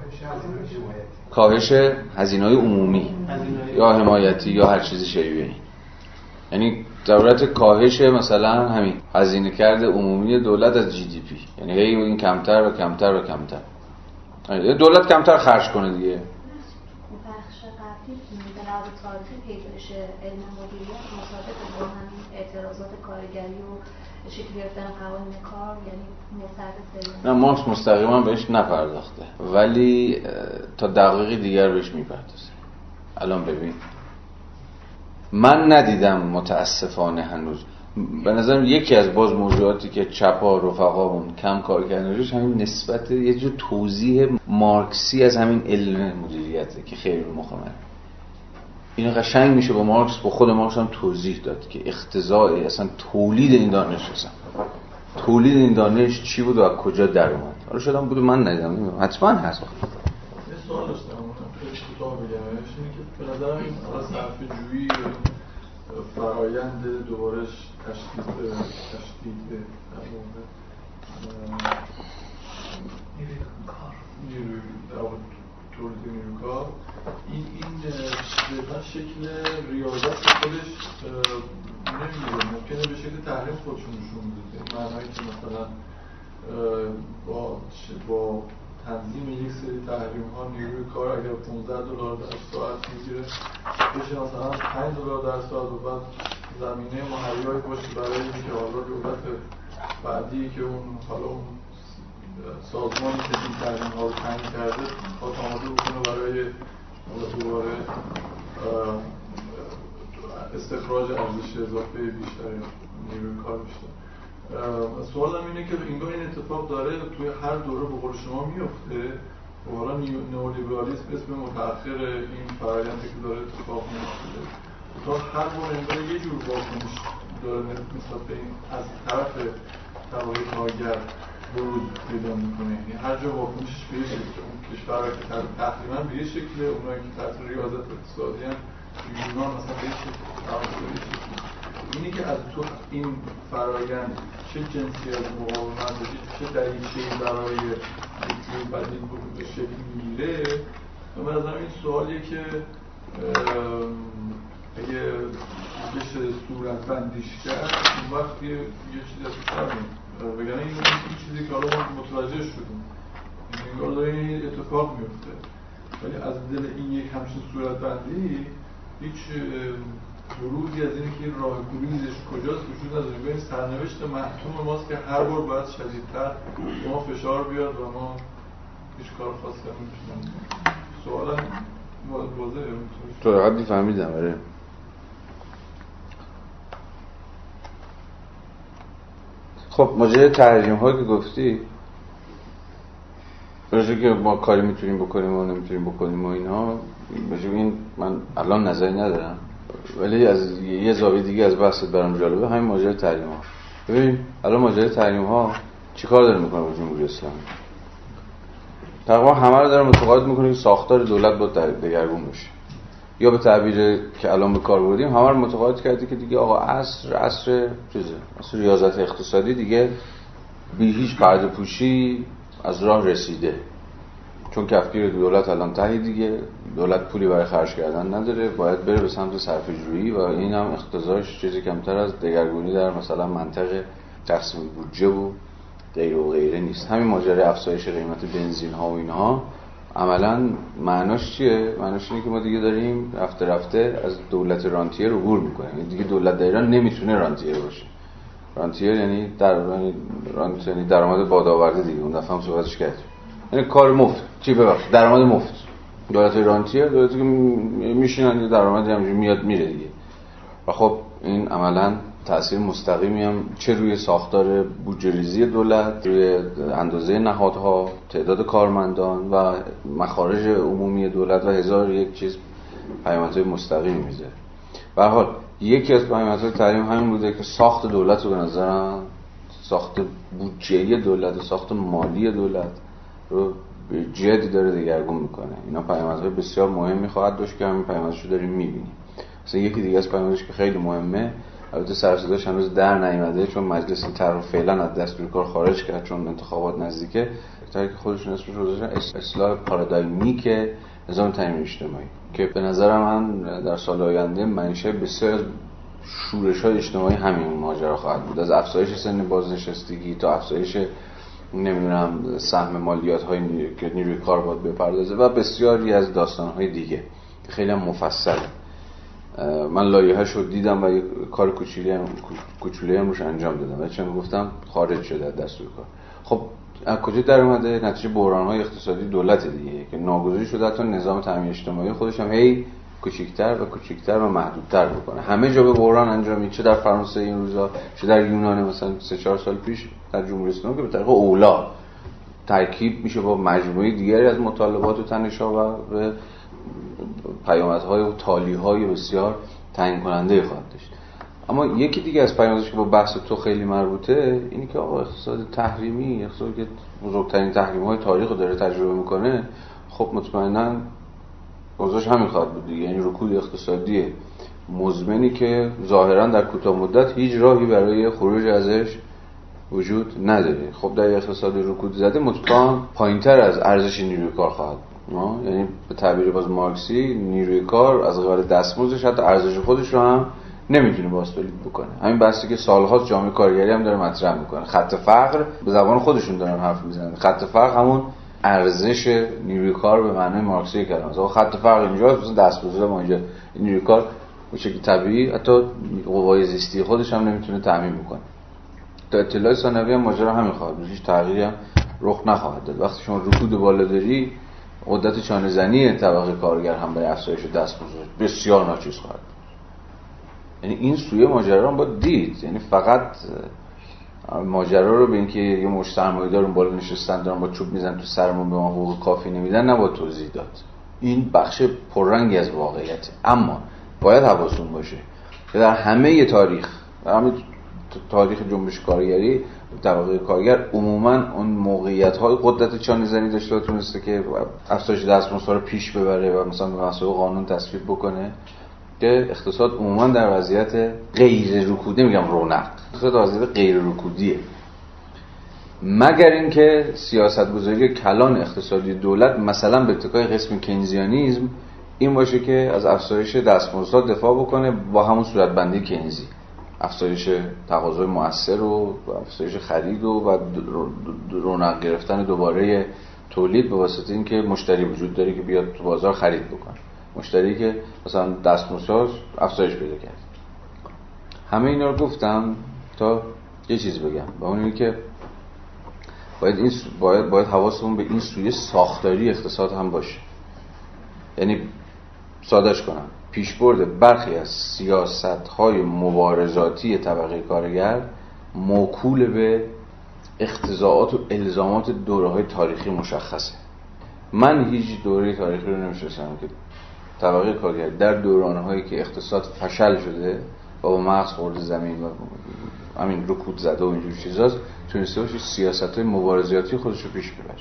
کاهش هزینه‌های عمومی یا حمایتی یا هر چیزی شبیه. یعنی ضرورت کاهش مثلا همین هزینه کرده عمومی دولت از جی دی پی، یعنی هی این کمتر و کمتر و کمتر، دولت کمتر خرج کنه دیگه. بخش قبلی به لحاظ تاریخی پیدایش علم مدیریت مصادف با همین اعتراضات کارگری و شکل گرفتن قوانین کار، یعنی مرتبط. نه مارکس مستقیما بهش نپرداخته ولی تا دقایقی دیگر بهش میپردازه. الان ببین من ندیدم متاسفانه هنوز، به نظرم یکی از باز موضوعاتی که چپا رفقامون کم کار کردن روش همین نسبت یه جور توضیح مارکسی از همین علم مدیریته که خیلی رو مخه من این قشنگ میشه با مارکس، با خود مارکس هم توضیح داد که اختزاع اصلا تولید این دانش اصلا تولید این دانش چی بود و از کجا در اومد. حالا شدم بود من ندیدم، نمیدونم حتما هست. یه سوال داشتم اشتباه بگم، اینه که به نظرم این صرفه‌جویی فرایند دوباره تشدید تشدید در واقع نیروی در واقع تولید نیروی کار، این این به شکل ریاضت خودش نمیگیره، ممکنه به شکل تحریم خودشون نشون بده، معنایی که مثلا با با تنظیم یک سری تحریم ها نیروی کار اگر پانزده دلار در ساعت میگیره بشه مثلا پنج دلار در ساعت و بعد زمینه مهیایی باشه برای اینکه حالا دولت بعدی که اون حالا اون سازمانی که این تحریم ها رو تنگ کرده تا آماده بکنه برای دوباره استخراج ارزش اضافه بیشتر نیروی کار بیشتر. سوالم اینه که اینگاه این اتفاق داره توی هر دوره به قول شما میفته و حالا نئولیبرالیسم اسم متأخر این فرآیندی که داره اتفاق میفته تا هر بار انگار یه جور واکنش داره نسبت به این از طرف طبقه کارگر ورود پیدا میکنه، یعنی هر جا واکنشش به یه شکل، اون کشورها که تقریبا به یه شکله، اونایی که تحت ریاضت اقتصادی هم یونان مثلا به یه شکل، اینی که از تو این فرایند چه جنسی از مقاومت باشید چه دریچه‌ای برای یک بدیل به شکل میگیره. به نظرم این سوالیه که اگه بشه صورت بندیش کرد اون وقت یه, یه چیزی از سرمون بگم این این چیزی که حالا ما متوجه شدیم این داره این اتفاق میفته، ولی از دل این یک همچین صورت بندی هیچ بروزی از اینه که این راه گریزش کجاست وجود نداره. این سرنوشت محتوم ماست که هر بار باید شدیدتر به ما فشار بیاد و ما هیچ کار خاصی نمی‌تونیم. سوالم واضحه تو حدی فهمیدم. آره خب ماجرای تحریم ها که گفتی راجع که ما کاری میتونیم بکنیم و نمیتونیم بکنیم و اینها، راجع این من الان نظری ندارم ولی از یه زاویه دیگه از بحثت برام جالبه همین ماجرای تحریم ها. ببین الان ماجرای تحریم ها چیکار داره میکنه با جمهوری اسلامی؟ تقریبا همه رو داره متقاعد میکنه که ساختار دولت باید دگرگون بشه، یا به تعبیر که الان به کار بردیم همه رو متقاعد کرده که دیگه آقا عصر عصر چیزه، عصر ریاضت اقتصادی دیگه بی هیچ پرده پوشی از راه رسیده، چون کفگیر دولت الان تهی دیگه، دولت پولی برای خرج کردن نداره، باید بره به سمت صرفه‌جویی و این هم اقتضاش چیزی کمتر از دگرگونی در مثلا منطق تقسیم بودجه و غیر و غیره نیست. همین ماجرای افزایش قیمت بنزین ها و اینها عملاً معناش چیه؟ معناش اینه که ما دیگه داریم رفته رفته از دولت رانتیر عبور میکنیم. دیگه دولت در ایران نمیتونه رانتیر باشه. رانتیر یعنی در رانت یعنی درآمد بادآورده دیگه. اون دفعه هم صحبتش کردیم. یعنی کار مفت. چی ببخشید درآمد مفت. دولت رانتیر دولتی که میشینن درآمدی همینجوری میاد میره دیگه. و خب این عملاً تأثیر مستقیمی هم چه روی ساختار بودجه ریزی دولت، روی اندازه نهادها، تعداد کارمندان و مخارج عمومی دولت و هزار یک چیز پیامدهای مستقیمی میذاره. به هر حال یکی از پیامدهای تحریم همین بوده که ساخت دولت رو به نظرم ساخت بودجه دولت، ساخت مالی دولت رو به جدی داره دگرگون میکنه. اینا پیامدهای بسیار مهمی خواهد داشت که همین پیامدش رو داریم میبینیم. مثلا یکی دیگه از پیامدش که خیلی مهمه، البته سر و صداش هنوز در نیامده چون مجلس این طرح فعلا از دستور کار خارج کرد چون انتخابات نزدیکه، طرحی که خودشون اسمش رو گذاشتن اصلاح پارادایمیک نظام تامین اجتماعی که به نظر من در سال آینده منشأ بسیار از شورش‌های اجتماعی همین ماجرا خواهد بود، از افزایش سن بازنشستگی تا افزایش نمیدونم سهم مالیات‌های نیروی که نیروی کار باید بپردازه و بسیاری از داستان‌های دیگه که خیلی هم مفصله. من لایحه‌اش رو دیدم و یک کار کوچیکی هم کوچولی هم روش انجام دادم و چون گفتم خارج شده از دستور کار. خب از کجا در اومده؟ نتیجه بحران‌های اقتصادی دولت دیگه که ناگزیر شده تا نظام تامین اجتماعی خودش هم هی کوچیک‌تر و کوچیک‌تر و محدودتر بکنه. همه جا به بحران انجام میشه، چه در فرانسه این روزا، چه در یونان مثلا سه چهار سال پیش در جمهوری اسلامی که به طریق اولا ترکیب میشه با مجموعه دیگری از مطالبات و تنش‌ها و به پیامدهای و تالیهای بسیار تعیین کننده خواهد داشت. اما یکی دیگه از پیامدش که با بحث تو خیلی مربوطه اینی که آقا اقتصاد تحریمی، اقتصادی که بزرگترین تحریم‌های تاریخ رو داره تجربه میکنه، خب مطمئناً اوضاعش همین خواهد بود دیگه. یعنی رکود اقتصادی مزمنی که ظاهراً در کوتاه مدت هیچ راهی برای خروج ازش وجود نداره. خب در اقتصاد رکود زده مطلقاً پایین‌تر از ارزش نیروی کار خواهد بود. یعنی به تعبیر باز مارکسی نیروی کار از قبل دستمزدش حتی ارزش خودش رو هم نمیتونه باز تولید بکنه. همین بحثی که سال‌هاست جامعه کارگری هم داره مطرح میکنه. خط فقر به زبان خودشون دارن حرف میزنن. خط فقر همون ارزش نیروی کار به معنای مارکسی کلمه است. خط فقر اینجاست، مثلا دستمزد ما اینجا نیروی کار به شکل طبیعی حتی قوای زیستی خودش هم نمیتونه تامین بکنه. تا اطلاع ثانوی هم ماجرا همین خواهد بود. هیچ تغییری هم رخ نخواهد داد. وقتی شما رکود بالا داری، قدرت چانه‌زنی طبقه کارگر هم برای افزایش دستمزد بسیار ناچیز خواهد بود. یعنی این سوی ماجرا رو باید دید. یعنی فقط ماجرا رو به اینکه یه مشت سرمایه‌دار اون بالا نشستن دارن با چوب میزنن تو سرمون به ما حقوق کافی نمیدن نباید توضیح داد. این بخش پررنگی از واقعیت. اما باید حواستون باشه که در همه تاریخ، در همه تاریخ جنبش کارگری طبقه کارگر عموما اون موقعیت‌های قدرت چانه‌زنی داشته و تونسته که افزایش دستمزد رو پیش ببره و مثلا به مسائل قانون تصویب بکنه که اقتصاد عموما در وضعیت غیر رکودی، میگم رونق، اقتصاد در وضعیت غیر رکودیه، مگر اینکه سیاست‌گذاری کلان اقتصادی دولت مثلا به اتکای قسم کینزیانیسم این باشه که از افزایش دستمزدها دفاع بکنه با همون صورتبندی کینزی، افزایش تقاضای مؤثر و افزایش خرید و رونق گرفتن دوباره تولید به واسطه اینکه مشتری وجود داره که بیاد تو بازار خرید بکنه، مشتری که مثلا دستمزدش افزایش پیدا کرد. همه اینا رو گفتم تا یه چیز بگم و اون اینه که باید این باید باید حواسمون به این سوی ساختاری اقتصاد هم باشه. یعنی سادهش کنم، پیشبرد برخی از سیاست‌های مبارزاتی طبقه کارگر موکول به اقتضاعات و الزامات دوره‌های تاریخی مشخصه. من هیچ دوره تاریخی رو نمی‌شناسم که طبقه کارگر در دوران‌هایی که اقتصاد فشل شده و با مغز خورده زمین و همین رکود زده و اینجور چیزاست تونسته باشه سیاست‌های مبارزاتی خودش رو پیش ببره،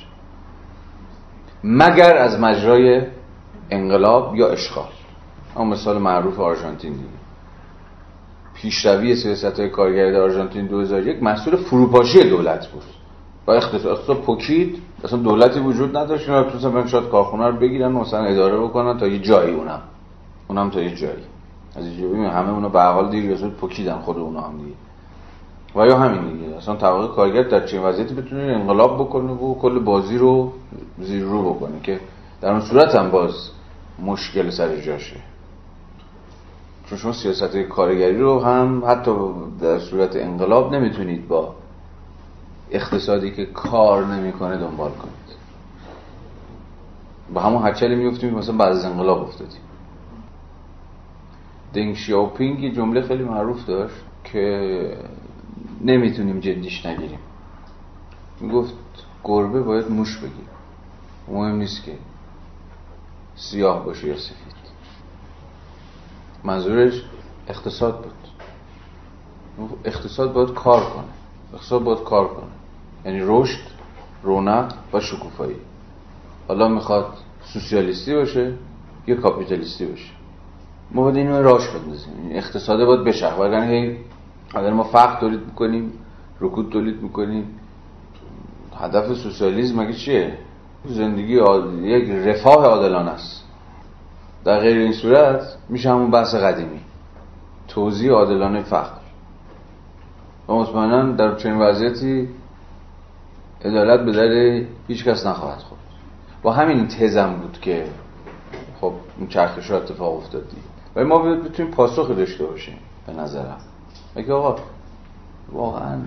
مگر از مجرای انقلاب یا اشغال. اما مثال معروف آرژانتین دیگه، پیشروی سیاست‌های کارگری در آرژانتین دو هزار و یک محصول فروپاشی دولت بود و اقتصاد پوکید، اصلا دولتی وجود نداشت، اینا تونستن برن شاید کارخونه رو بگیرن و مثلا اداره بکنن تا یه جایی، اونم اونم تا یه جایی از اینجا ببین همه اونا به حال دیر یا زود پوکیدن خود اونا هم دیگه. و یا همین دیگه اصلا طبقه کارگر در چه وضعیتی بتونه انقلاب بکنه و کل بازی رو زیر رو بکنه که در اون صورت هم باز مشکل سر جاشه. چون شما سیاست کارگری رو هم حتی در صورت انقلاب نمیتونید با اقتصادی که کار نمیکنه دنبال کنید. با همون هچلی میفتیم مثلا بعد از انقلاب افتادیم. دنگ شیاوپینگ یه جمله خیلی معروف داشت که نمیتونیم جدیش نگیریم. میگفت گربه باید موش بگیره، مهم نیست که سیاه باشه یا سفید. منظورش اقتصاد بود. اقتصاد باید کار کنه، اقتصاد باید کار کنه، یعنی رشد، رونق و شکوفایی. حالا میخواد سوسیالیستی باشه یا کاپیتالیستی باشه، ما باید اینو راش بندازیم. اقتصاد باید بچرخه، وگرنه اگر ما فقر تولید میکنیم، رکود تولید میکنیم. هدف سوسیالیسم مگه چیه؟ زندگی عادل، یک رفاه عادلانه است. در غیر این صورت میشه همون بحث قدیمی، توزیع عادلانه فقر. و مطمئنا در چنین وضعیتی عدالت به در هیچ کس نخواهد خورد. و همین تزم بود که خب این چرخش ها اتفاق افتاد دیگه. ولی ما بتونیم پاسخی داشته باشیم به نظرم. اگه آقا واقعا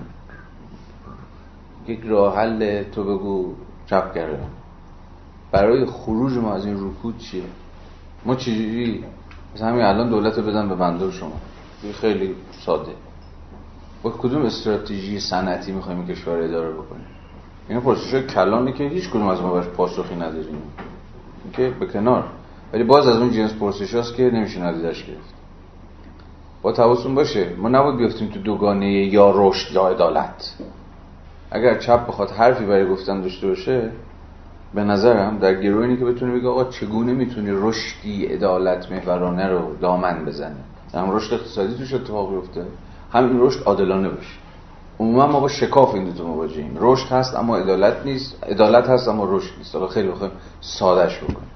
یک راه حل تو بگو چپگره برای خروج ما از این رکود چیه؟ ما چجوری مثلا همین الان دولت بدن به بنده شما، خیلی ساده، با کدوم استراتژی صنعتی میخوایم این کشور رو اداره بکنیم؟ این پرسش‌های کلانه که هیچ کدوم از ما بهش پاسخی نداریم که به کنار، ولی باز از اون جنس پرسش‌هاست که نمیشه نادیدش گرفت. با حواستون باشه ما نباید بیفتیم تو دوگانه یا رشد یا عدالت. اگر چپ بخواد حرفی برای گفتن داشته باشه، به نظرم در گروه اینی که بتونه بگه آقا چگونه میتونی رشدی عدالت محورانه رو دامن بزنه، هم رشد اقتصادی توش اتفاق بیفته، همین رشد عادلانه باشه. عموما ما با شکاف این دو تا مواجهیم. رشد هست اما عدالت نیست، عدالت هست اما رشد نیست. حالا خیلی بخوایم سادهش بکنیم.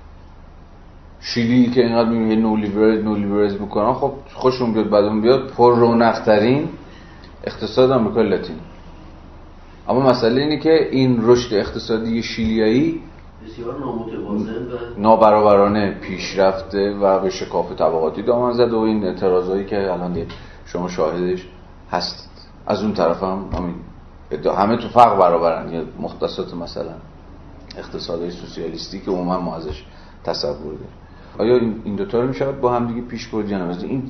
شیلی که اینقدر میگه نو لیبرال نو لیبرالیسم میکنن، خب خوشون بیاد بعدون بیاد پر رونق‌ترین اقتصاد آمریکای لاتین. اما مسئله اینه که این رشد اقتصادی شیلیایی بسیار نامتوازن و نابرابرانه پیش رفته و به شکاف طبقاتی دامن زده و این اعتراضایی که الان شما شاهدش هستید. از اون طرف هم همین همه تو فرق برابرن، یا مختصات مثلا اقتصادی سوسیالیستی که عموما ما ازش تصور داریم. آیا این دو تا رو میشه با هم دیگه پیش برد یا نه؟ این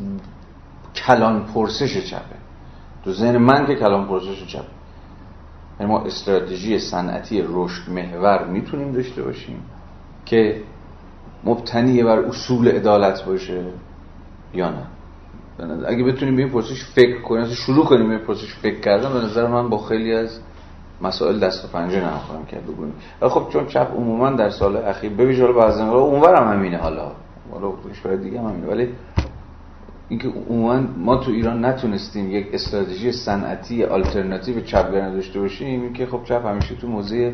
کلان پرسش چپه تو ذهن من که کلان پرسش چپه. یعنی ما استراتژی صنعتی رشد محور میتونیم داشته باشیم که مبتنی بر اصول عدالت باشه یا نه؟ اگه بتونیم به این پرسش فکر کنیم، شروع کنیم به این پرسش فکر کردن، به نظر من با خیلی از مسائل دست و پنجه نرم خواهیم کرد بگویم. ولی خب چون چپ عموما در سال اخیر ببینید حالا بعضی موقع اونورم همینه، حالا حالا کشور دیگه هم همینه، ولی اینکه عموما ما تو ایران نتونستیم یک استراتژی صنعتی آلترناتیو چپگرا داشته باشیم، این که خب چپ همیشه تو موضع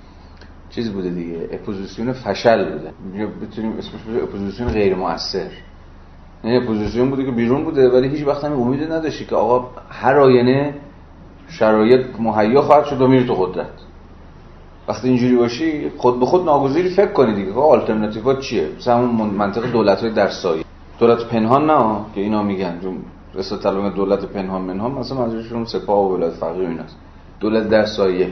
چیز بوده دیگه، اپوزیسیون فشل بوده، یا بتونیم اسمش بذاریم اپوزیسیون غیر مؤثر. نه اپوزیسیون بوده که بیرون بوده ولی هیچ وقت هم امید نداشتی که آقا هر آینه شرایط مهیا خواهد شد و میره تو قدرت. وقتی اینجوری باشی خود به خود ناگزیری فکر کنی دیگه آقا آلترناتیوها چیه؟ مثلا همون منطق دولت‌های در سایه، دولت پنهان نه که اینا میگن، چون رسالت طلبان دولت پنهان منهان مثلا منظورشون سپاه و ولایت فقیه و ایناست. دولت در سایه،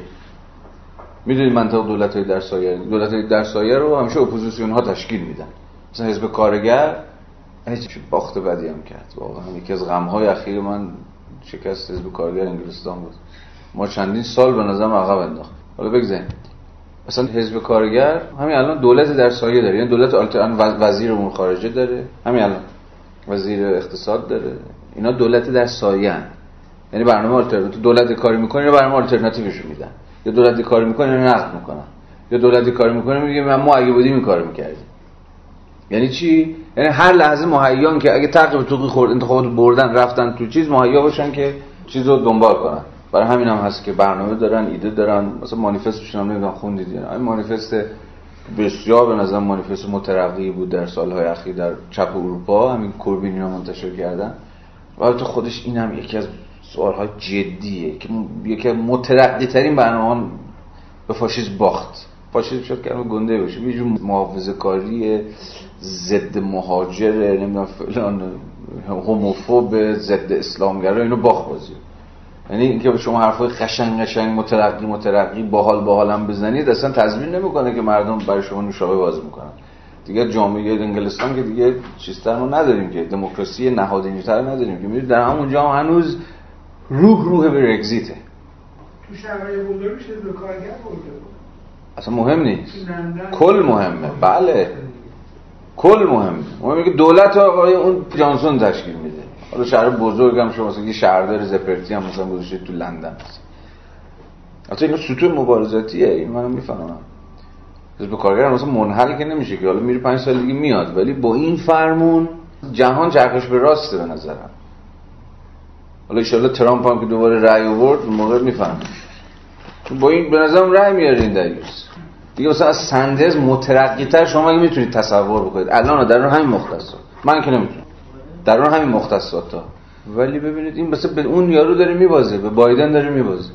میدونید منطق دولت‌های در سایه، دولت‌های در سایه رو همیشه اپوزیسیون‌ها تشکیل میدن. مثلا حزب کارگر هیچ باخت بدی هم کرد. واقعا یکی از غم‌های اخیر من شکست حزب کارگر انگلستان بود. ما چندین سال به نظرم عقب انداخت. حالا بگذاریم مثلا حزب کارگر همین الان دولت در سایه داره، یعنی دولت آلترن وزیر امور خارجه داره، همین الان وزیر اقتصاد داره، اینا دولت در سایه ان. یعنی برنامه آلترناتیو، دولت کاری میکنه اینا برنامه آلترناتیوشو میدن، یا دولت کاری میکنه اینا نقد میکنن، یا دولت کاری میکنه میگه من ما اگه بودیم این کارو میکردیم. یعنی چی؟ یعنی هر لحظه مهیان که اگه تعقیب توقی خورد انتخابات بردن رفتن تو چیز مهیا باشن که چیزو دنبال کنن. برای همین هم هست که برنامه دارن، ایده دارن. مثلا مانیفستشون هم نمیدونم خوندید یا نه. این مانیفست بسیار به نظر مانیفست مترقی بود در سالهای اخیر در چپ اروپا، همین کوربینی‌ها منتشر کردن. و البته خودش این هم یکی از سوال‌های جدیه که یکی مترقی ترین برنامه‌ها به فاشیسم باخت. فاشیسم شد که همه گنده باشه، یه جور محافظه‌کاری ضد مهاجر، نمیدونم فلان، هوموفوب، ضد اسلامگرا، اینو باخت بازی. یعنی اینکه به شما حرفای قشنگ قشنگ مترقی مترقی باحال باحال هم بزنید اصلا تضمین نمیکنه که مردم برای شما نوشابه باز میکنن. دیگه جامعه انگلستان که دیگه چیزتر ما نداریم، که دموکراسی نهادینی‌تر نداریم، که می‌بینید در همونجا هم هنوز روح روح برگزیته. تو شهرهای بزرگ چیز به کارگر برده اصلا مهم نیست، کل مهمه. بله کل مهمه. مهمه که دولت آقای اون جانسون تشکیل میده. حالا شهر بزرگ هم شما مثلا یه شهردار زپرتی هم مثلا گذاشتید تو لندن، اصلا این ستون مبارزاتیه. این منم میفهمم. حزب کارگر مثلا منحل که نمیشه که حالا میره پنج سال دیگه میاد، ولی با این فرمون جهان چرخش به راسته به نظرم. حالا ان شاءالله ترامپ هم که دوباره رأی آورد اون موقع میفهمه. چون با این به نظرم رأی میارین دیروز دیگه. مثلا از سندرز مترقی‌تر شما اگه میتونید تصور بکنید الان در همین مختصات، من که نمیتونم در اون همین مختصات ها، ولی ببینید این مثلا به اون یارو داره میبازه، به بایدن داره میبازه.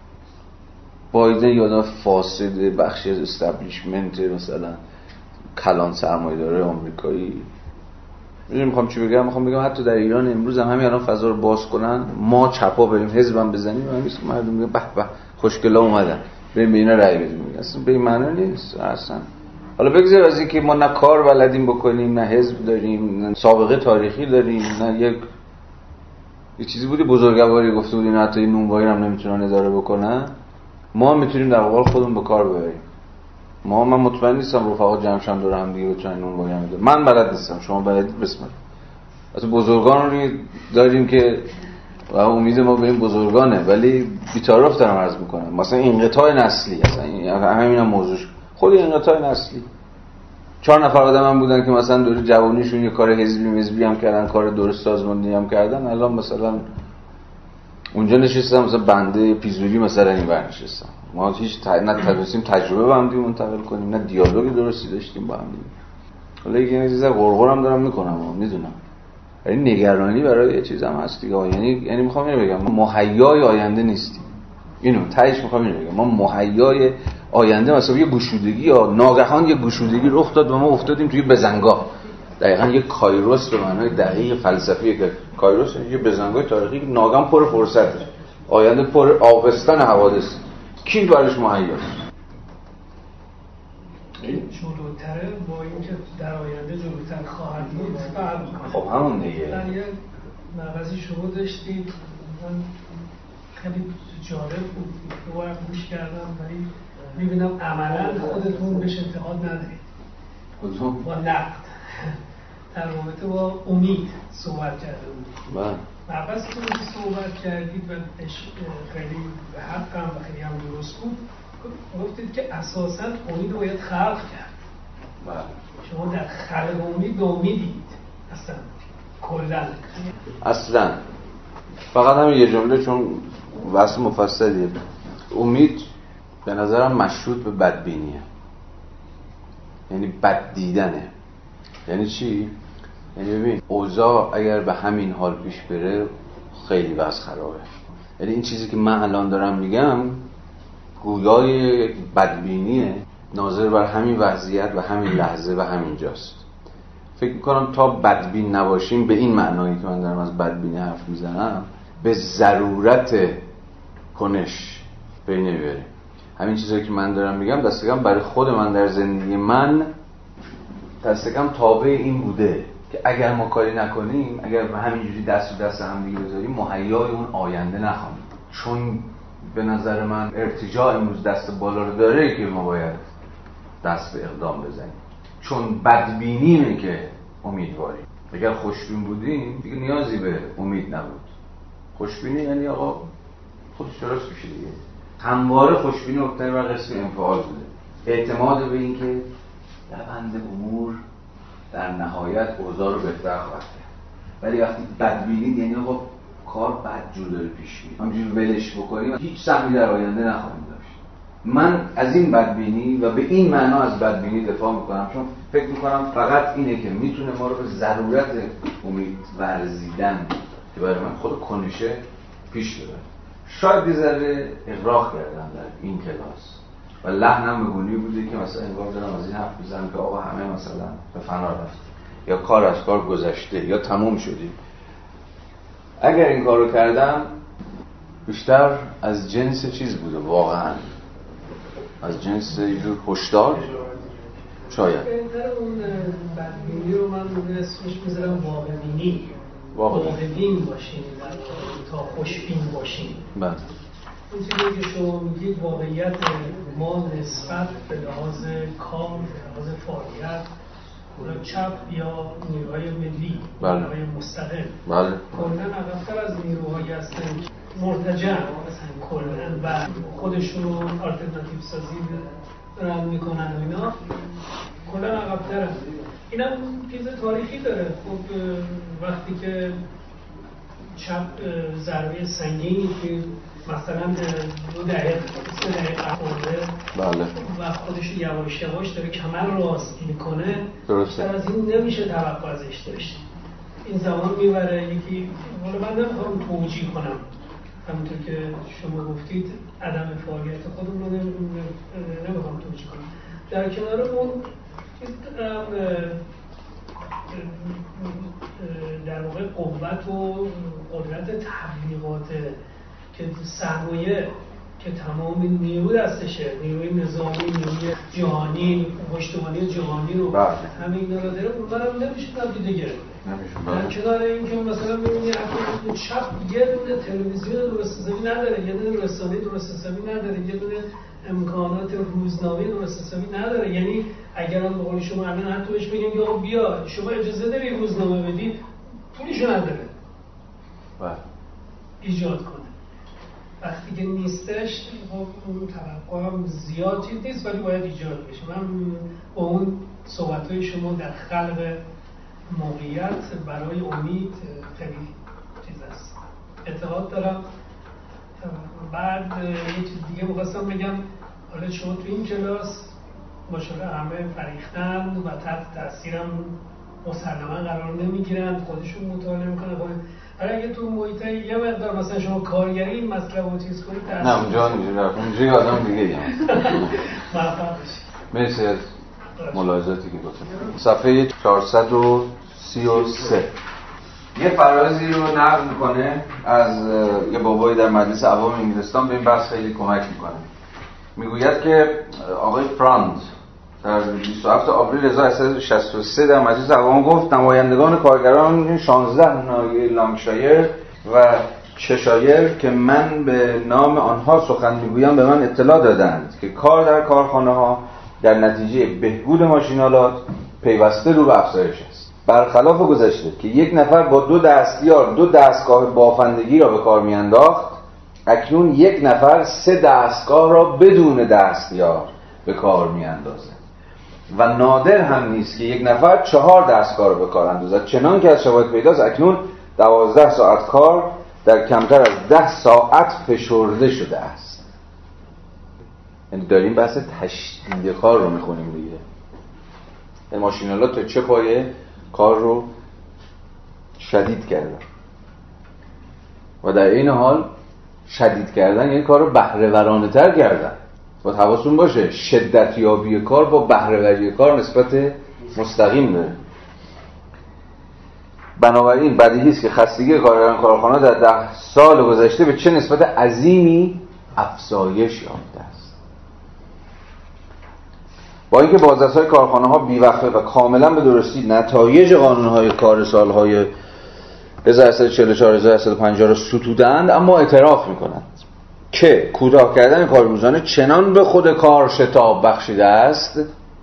بایدن یادم فاسد بخشی از استابلیشمنت مثلا کلان سرمایه‌دار آمریکایی. میدونم میخوام چی بگم؟ میخوام بگم حتی در ایران امروز هم همین الان فضا رو باز کنن، ما چپا بریم حزبم بزنیم، همیشه مردم میگن به به خوشگلا اومدن بریم به اینا رأی بدیم. اصلا به این معنی نیست اصلا. حالا بگذار از اینکه ما نه کار بلدیم بکنیم، نه حزب داریم، نه سابقه تاریخی داریم، نه یک یه چیزی بودی بزرگواری گفته بودیم حتی این نونوایی هم نمیتونن اداره بکنن، ما میتونیم در واقع خودمون به کار ببریم. ما من مطمئن نیستم رفقا جمعشن دور هم دیگه بتونن نونوایی هم اداره. من بلد نیستم، شما بلدید بسم الله. اصلا بزرگان رو داریم که و امید ما به این بزرگانه، ولی بی‌تعارف دارم عرض میکنم. مثلا انقطاع نسلی، اصلا همینم موضوعش خود انقطاع نسلی. چهار نفر آدم هم بودن که مثلا دور جوانیشون یه کار حزبی مزبی هم کردن، کار درست سازماندهی هم کردن، الان مثلا اونجا نشستم مثلا بنده پیزوری مثلا این ور نشستم. ما هیچ ت... نه تونستیم تجربه با هم دیگه منتقل کنیم، نه دیالوگ درستی داشتیم با هم دیگه. حالا یه چیزا غرغرم دارم میکنم، میدونم. یعنی نگرانی برای یه چیزام هست دیگه. یعنی یعنی میخوام اینو بگم ما مهیای آینده نیستیم. اینو تهش میخوام اینو بگم، ما مهیای آینده مثلا یه گشودگی یا ناگهان یه گشودگی رخ داد و ما افتادیم توی بزنگاه. دقیقاً یه کایروس به معنای دقیق فلسفی که کایروس یه بزنگاه تاریخی که ناگهان پر فرصته، آینده پر آبستن حوادث. کی برایش مهیاست؟ جلوتره با اینکه در آینده جلوتر خواهد بود فرق می‌کنه. خب همون دیگه. در یه مغازی شما داشتید، من خیلی جالب بود، دوباره گوش کردم ولی می‌بینم عملاً خودتون بهش اعتقاد ندارید. کدوم؟ با نقد در رابطه با امید صحبت کرده بود. بله. مبحثتون که صحبت کردید و خیلی به حقم و خیلی هم درست بود، گفتید که اساساً امید رو باید خلق کرد. بله. شما در خلق امید به امیدید اصلا کلاً اصلا فقط همین یه جمله چون بحث مفصلیه. امید به نظرم مشروط به بدبینیه، یعنی بد دیدنه. یعنی چی؟ یعنی ببین اوضاع اگر به همین حال پیش بره خیلی وضع خرابه. یعنی این چیزی که من الان دارم میگم گویای بدبینیه ناظر بر همین وضعیت و همین لحظه و همین جاست. فکر میکنم تا بدبین نباشیم، به این معنایی که من دارم از بدبینی حرف میزنم، به ضرورت کنش پی نمیبریم. همین چیزایی که من دارم میگم دست کم برای خود من در زندگی من دست کم تابع این بوده که اگر ما کاری نکنیم، اگر همینجوری دست و دست هم دیگه بذاریم، مهیای اون آینده نخواهیم. چون به نظر من ارتجاع امروز دست بالا رو داره که ما باید دست به اقدام بزنیم. چون بدبینیمه که امیدواریم. اگر خوشبین بودیم دیگه نیازی به امید نبود. خوشبینی یعنی آقا خودش درست میشه دیگه. همواره خوشبینی مبتنی بر قسم انفعال بوده. اعتماد به این که روند امور در نهایت اوضاع رو بهتر خواهد کرد. ولی وقتی بدبینید یعنی آقا کار بدجور داره پیش میره، همینجوری ولش بکنیم هیچ سهمی در آینده نخواهیم داشت. من از این بدبینی و به این معنا از بدبینی دفاع میکنم، چون فکر میکنم فقط اینه که میتونه ما رو به ضرورت امید ورزیدن که برای من خود کنشه پیش ببره. شاید یه ذره اغراق کردم در این کلاس و لحنم به گونه‌ای بوده که مثلا انگار دارم از این حرف میزنم که آقا همه مثلا به فنا رفت یا کار از کار گذشته یا تموم شدیم. اگر این کارو کردم بیشتر از جنس چیز بوده، واقعا از جنس یه جور هشدار شاید. بهتر اون بدبینی رو من به اسمش میذارم واقع‌بینی. واقع‌بین باشین تا خوشبین باشین. بله. اون چیزی که شما میگید واقعیت ما نسبت به لحاظ کار، به لحاظ فعالیت چپ یا نیروهای ملی، بله. نیروهای مستقل بله. کلاً عقب‌تر از نیروهایی هستن مرتجع مثلا کلاً و خودشون رو آلترناتیو سازی دارن میکنن و اینا کلاً عقب‌ترن. اینم چیز تاریخی داره. خب وقتی که چپ ضربه سنگینی که مثلا دو دهه سه دهه خورده بله. و خودش یواش یواش داره کمر راست میکنه، درسته. بیشتر از این نمیشه توقع ازش داشت. این زمان میبره یکی، حالا من نمیخوام توجیه کنم، همونطور که شما گفتید عدم فعالیت خودمون رو نمیخوام توجیه کنم. در کنار اون در واقع قوت و قدرت تبلیغات که سرمایه که تمام نیرو دستشه، نیروی نظامی، نیروی جهانی، پشتوانه جهانی رو همه اینا رو داره، اون برم نمیشه نادیده گرفت. در کنار این که مثلا میبینی چپ یه دونه تلویزیون درست حسابی نداره، یه دونه رسانه درست حسابی نداره، یه دونه امکانات روزنامه درست حسابی نداره. یعنی اگر هم به قول شما الان حتی بهش بگیم که بیا شما اجازه داری روزنامه بدید، پولشو نداره بله ایجاد کنه. وقتی که نیستش خب اون توقع هم زیاد چیز نیست ولی باید ایجاد بشه. من با اون صحبت‌های شما در خلق موقعیت برای امید خیلی چیز است، اعتقاد دارم. بعد یه چیز دیگه می‌خواستم بگم، حالا شما تو این کلاس ماشاءالله همه فریختن و تحت تاثیرم مسلما قرار نمیگیرن، خودشون مطالعه میکنن. حالا اگه تو محیط یه مقدار مثلا شما کارگری این مطلب رو چیز کنید، نه اونجا نمیشه رفت، اونجا یه آدم دیگه ای هست. موفق باشید. مرسی از ملاحظاتی که گفتم. صفحه چهارصد و سی و سه یه فرازی رو نقل میکنه از یه بابایی در مجلس عوام انگلستان، به این بحث خیلی کمک میکنه. میگوید که آقای فراند در بیست و هفتم آوریل هزار و هشتصد و شصت و سه در مجلس عوام گفت نمایندگان کارگران شانزده ناحیه لانکشایر و چشایر که من به نام آنها سخن میگویم به من اطلاع دادند که کار در کارخانه ها در نتیجه بهبود ماشین‌آلات پیوسته رو به افزایش است. برخلاف گذشته که یک نفر با دو دستیار دو دستگاه بافندگی را به کار میانداخت، اکنون یک نفر سه دستگاه را بدون دستیار به کار میاندازد و نادر هم نیست که یک نفر چهار دستگاه را به کار اندازد. چنان که از شواهد پیداست اکنون دوازده ساعت کار در کمتر از ده ساعت فشرده شده است. یعنی داریم بحث تشدید کار رو میخونیم دیگه. این ماشین‌آلات تا چه پایه کار رو شدید کردن و در این حال شدید کردن یعنی کار رو بهره‌ورانه تر کردن. باید حواستون باشه شدتیابی کار با بهره‌وری کار نسبت مستقیم داره. بنابراین بدیهی است که خستگی کارگران کارخانه در ده سال گذشته به چه نسبت عظیمی افزایش یافته است. با اینکه بازرس‌های کارخانه‌ها بی‌وقفه و کاملا به درستی نتایج قانون‌های کار سال‌های هزار و هشتصد و چهل و چهار هزار و هشتصد و پنجاه را ستودند، اما اعتراف می‌کنند که کوتاه کردن کار روزانه چنان به خود کار شتاب بخشیده است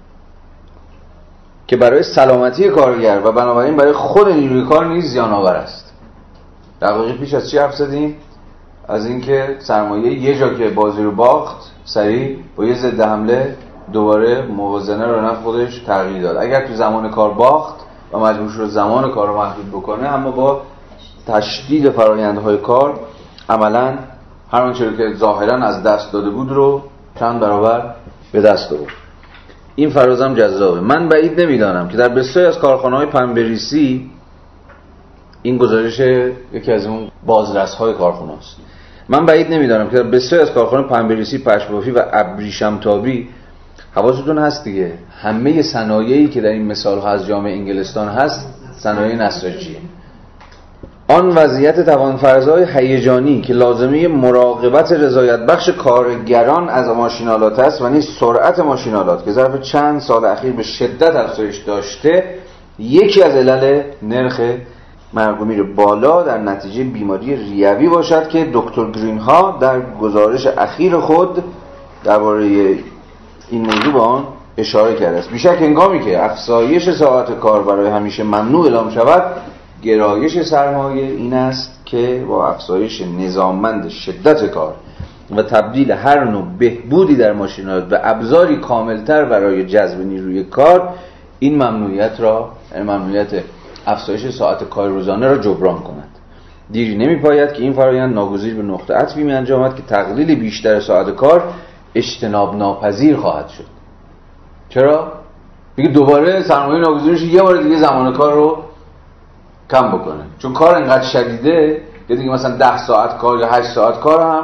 که برای سلامتی کارگر و بنابراین برای خود نیروی کار نیز زیان آور است. در واقع پیش از چی حرف زدیم؟ از اینکه سرمایه یه جا که بازی رو باخت سریع با یه ضد حمله دوباره موازنه رو نفع خودش تغییر داد. اگر تو زمان کار باخت و مجبور شد زمان کار رو محدود بکنه، اما با تشدید فرآیندهای کار عملاً هر آنچه که ظاهراً از دست داده بود رو چند برابر به دست آورد. این فرازم جذابه. من بعید نمیدانم که در بسیاری از کارخانه‌های پنبه‌ریسی این گزارش یکی از اون بازرس‌های کارخونه است. من بعید نمیدارم که بسیاری از کارخانه پنبه‌ریزی، پشم‌بافی و ابریشم‌تابی، حواستون هست دیگه، همه صنایعی که در این مثال‌ها از جامعه انگلستان هست صنایع نساجیه. آن وضعیت توانفرزهای هیجانی که لازمه مراقبت رضایت بخش کارگران از ماشین‌آلات است و نیز سرعت ماشین‌آلات که ظرف چند سال اخیر به شدت افزایش داشته، یکی از علل نرخ مرگ و میر بالا در نتیجه بیماری ریوی باشد که دکتر گرین‌ها در گزارش اخیر خود درباره این موضوع با آن اشاره کرده است. بیشک هنگامی که افزایش ساعات کار برای همیشه ممنوع اعلام شود، گرایش سرمایه این است که با افزایش نظاممند شدت کار و تبدیل هر نوع بهبودی در ماشین‌آلات به ابزاری کاملتر برای جذب نیروی کار، این ممنوعیت را، ممنوعیت افزایش ساعت کار روزانه را جبران کند. دیری نمی‌پاید که این فرآیند ناگزیر به نقطه عطفی می‌انجامد که تقلیل بیشتر ساعت کار اجتناب ناپذیر خواهد شد. چرا؟ دیگه دوباره سرمایه ناگزیر میشه یه بار دیگه زمان کار رو کم بکنه، چون کار انقدر شدیده که دیگه مثلا ده ساعت کار یا هشت ساعت کار هم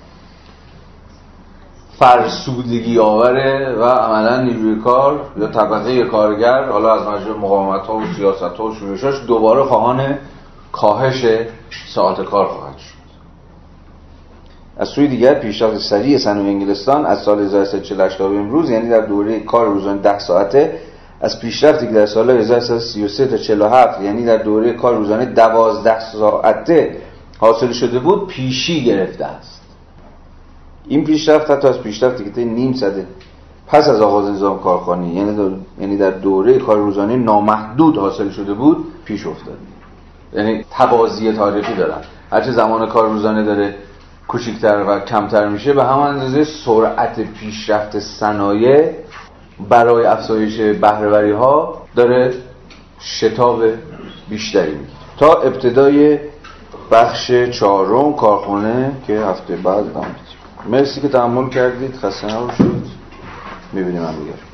فرسودگی آوره و عملا نیروی کار یا طبقه کارگر حالا از مجموع مقاومت‌ها و سیاست‌ها و شورش‌هاش دوباره خواهان کاهش ساعت کار خواهد شد. از سوی دیگر پیشرفت سریع صنایع انگلستان از سال هزار و سیصد و چهل و هشت تا به امروز، یعنی در دوره کار روزانه ده ساعته، از پیشرفتی که در سال هزار و سیصد و سی و سه تا چهل و هفت، یعنی در دوره کار روزانه دوازده ساعته حاصل شده بود، پیشی گرفته است. این پیشرفت حتی از پیشرفتی که تا نیم صده پس از آغاز نظام کارخانه‌ای، یعنی در یعنی در دوره کار روزانه نامحدود حاصل شده بود، پیش افتاد. یعنی تبعاضی تاریخی دارن. هرچه زمان کار روزانه داره کوچکتر و کمتر میشه، به همان اندازه سرعت پیشرفت صنایع برای افزایش بهره‌وری ها داره شتاب بیشتری میگیره. تا ابتدای بخش چهارم کارخونه که هفته بعد ادامه میدیم. مرسی که تحمل کردید. خسته نباشید. میبینیم هم دیگر.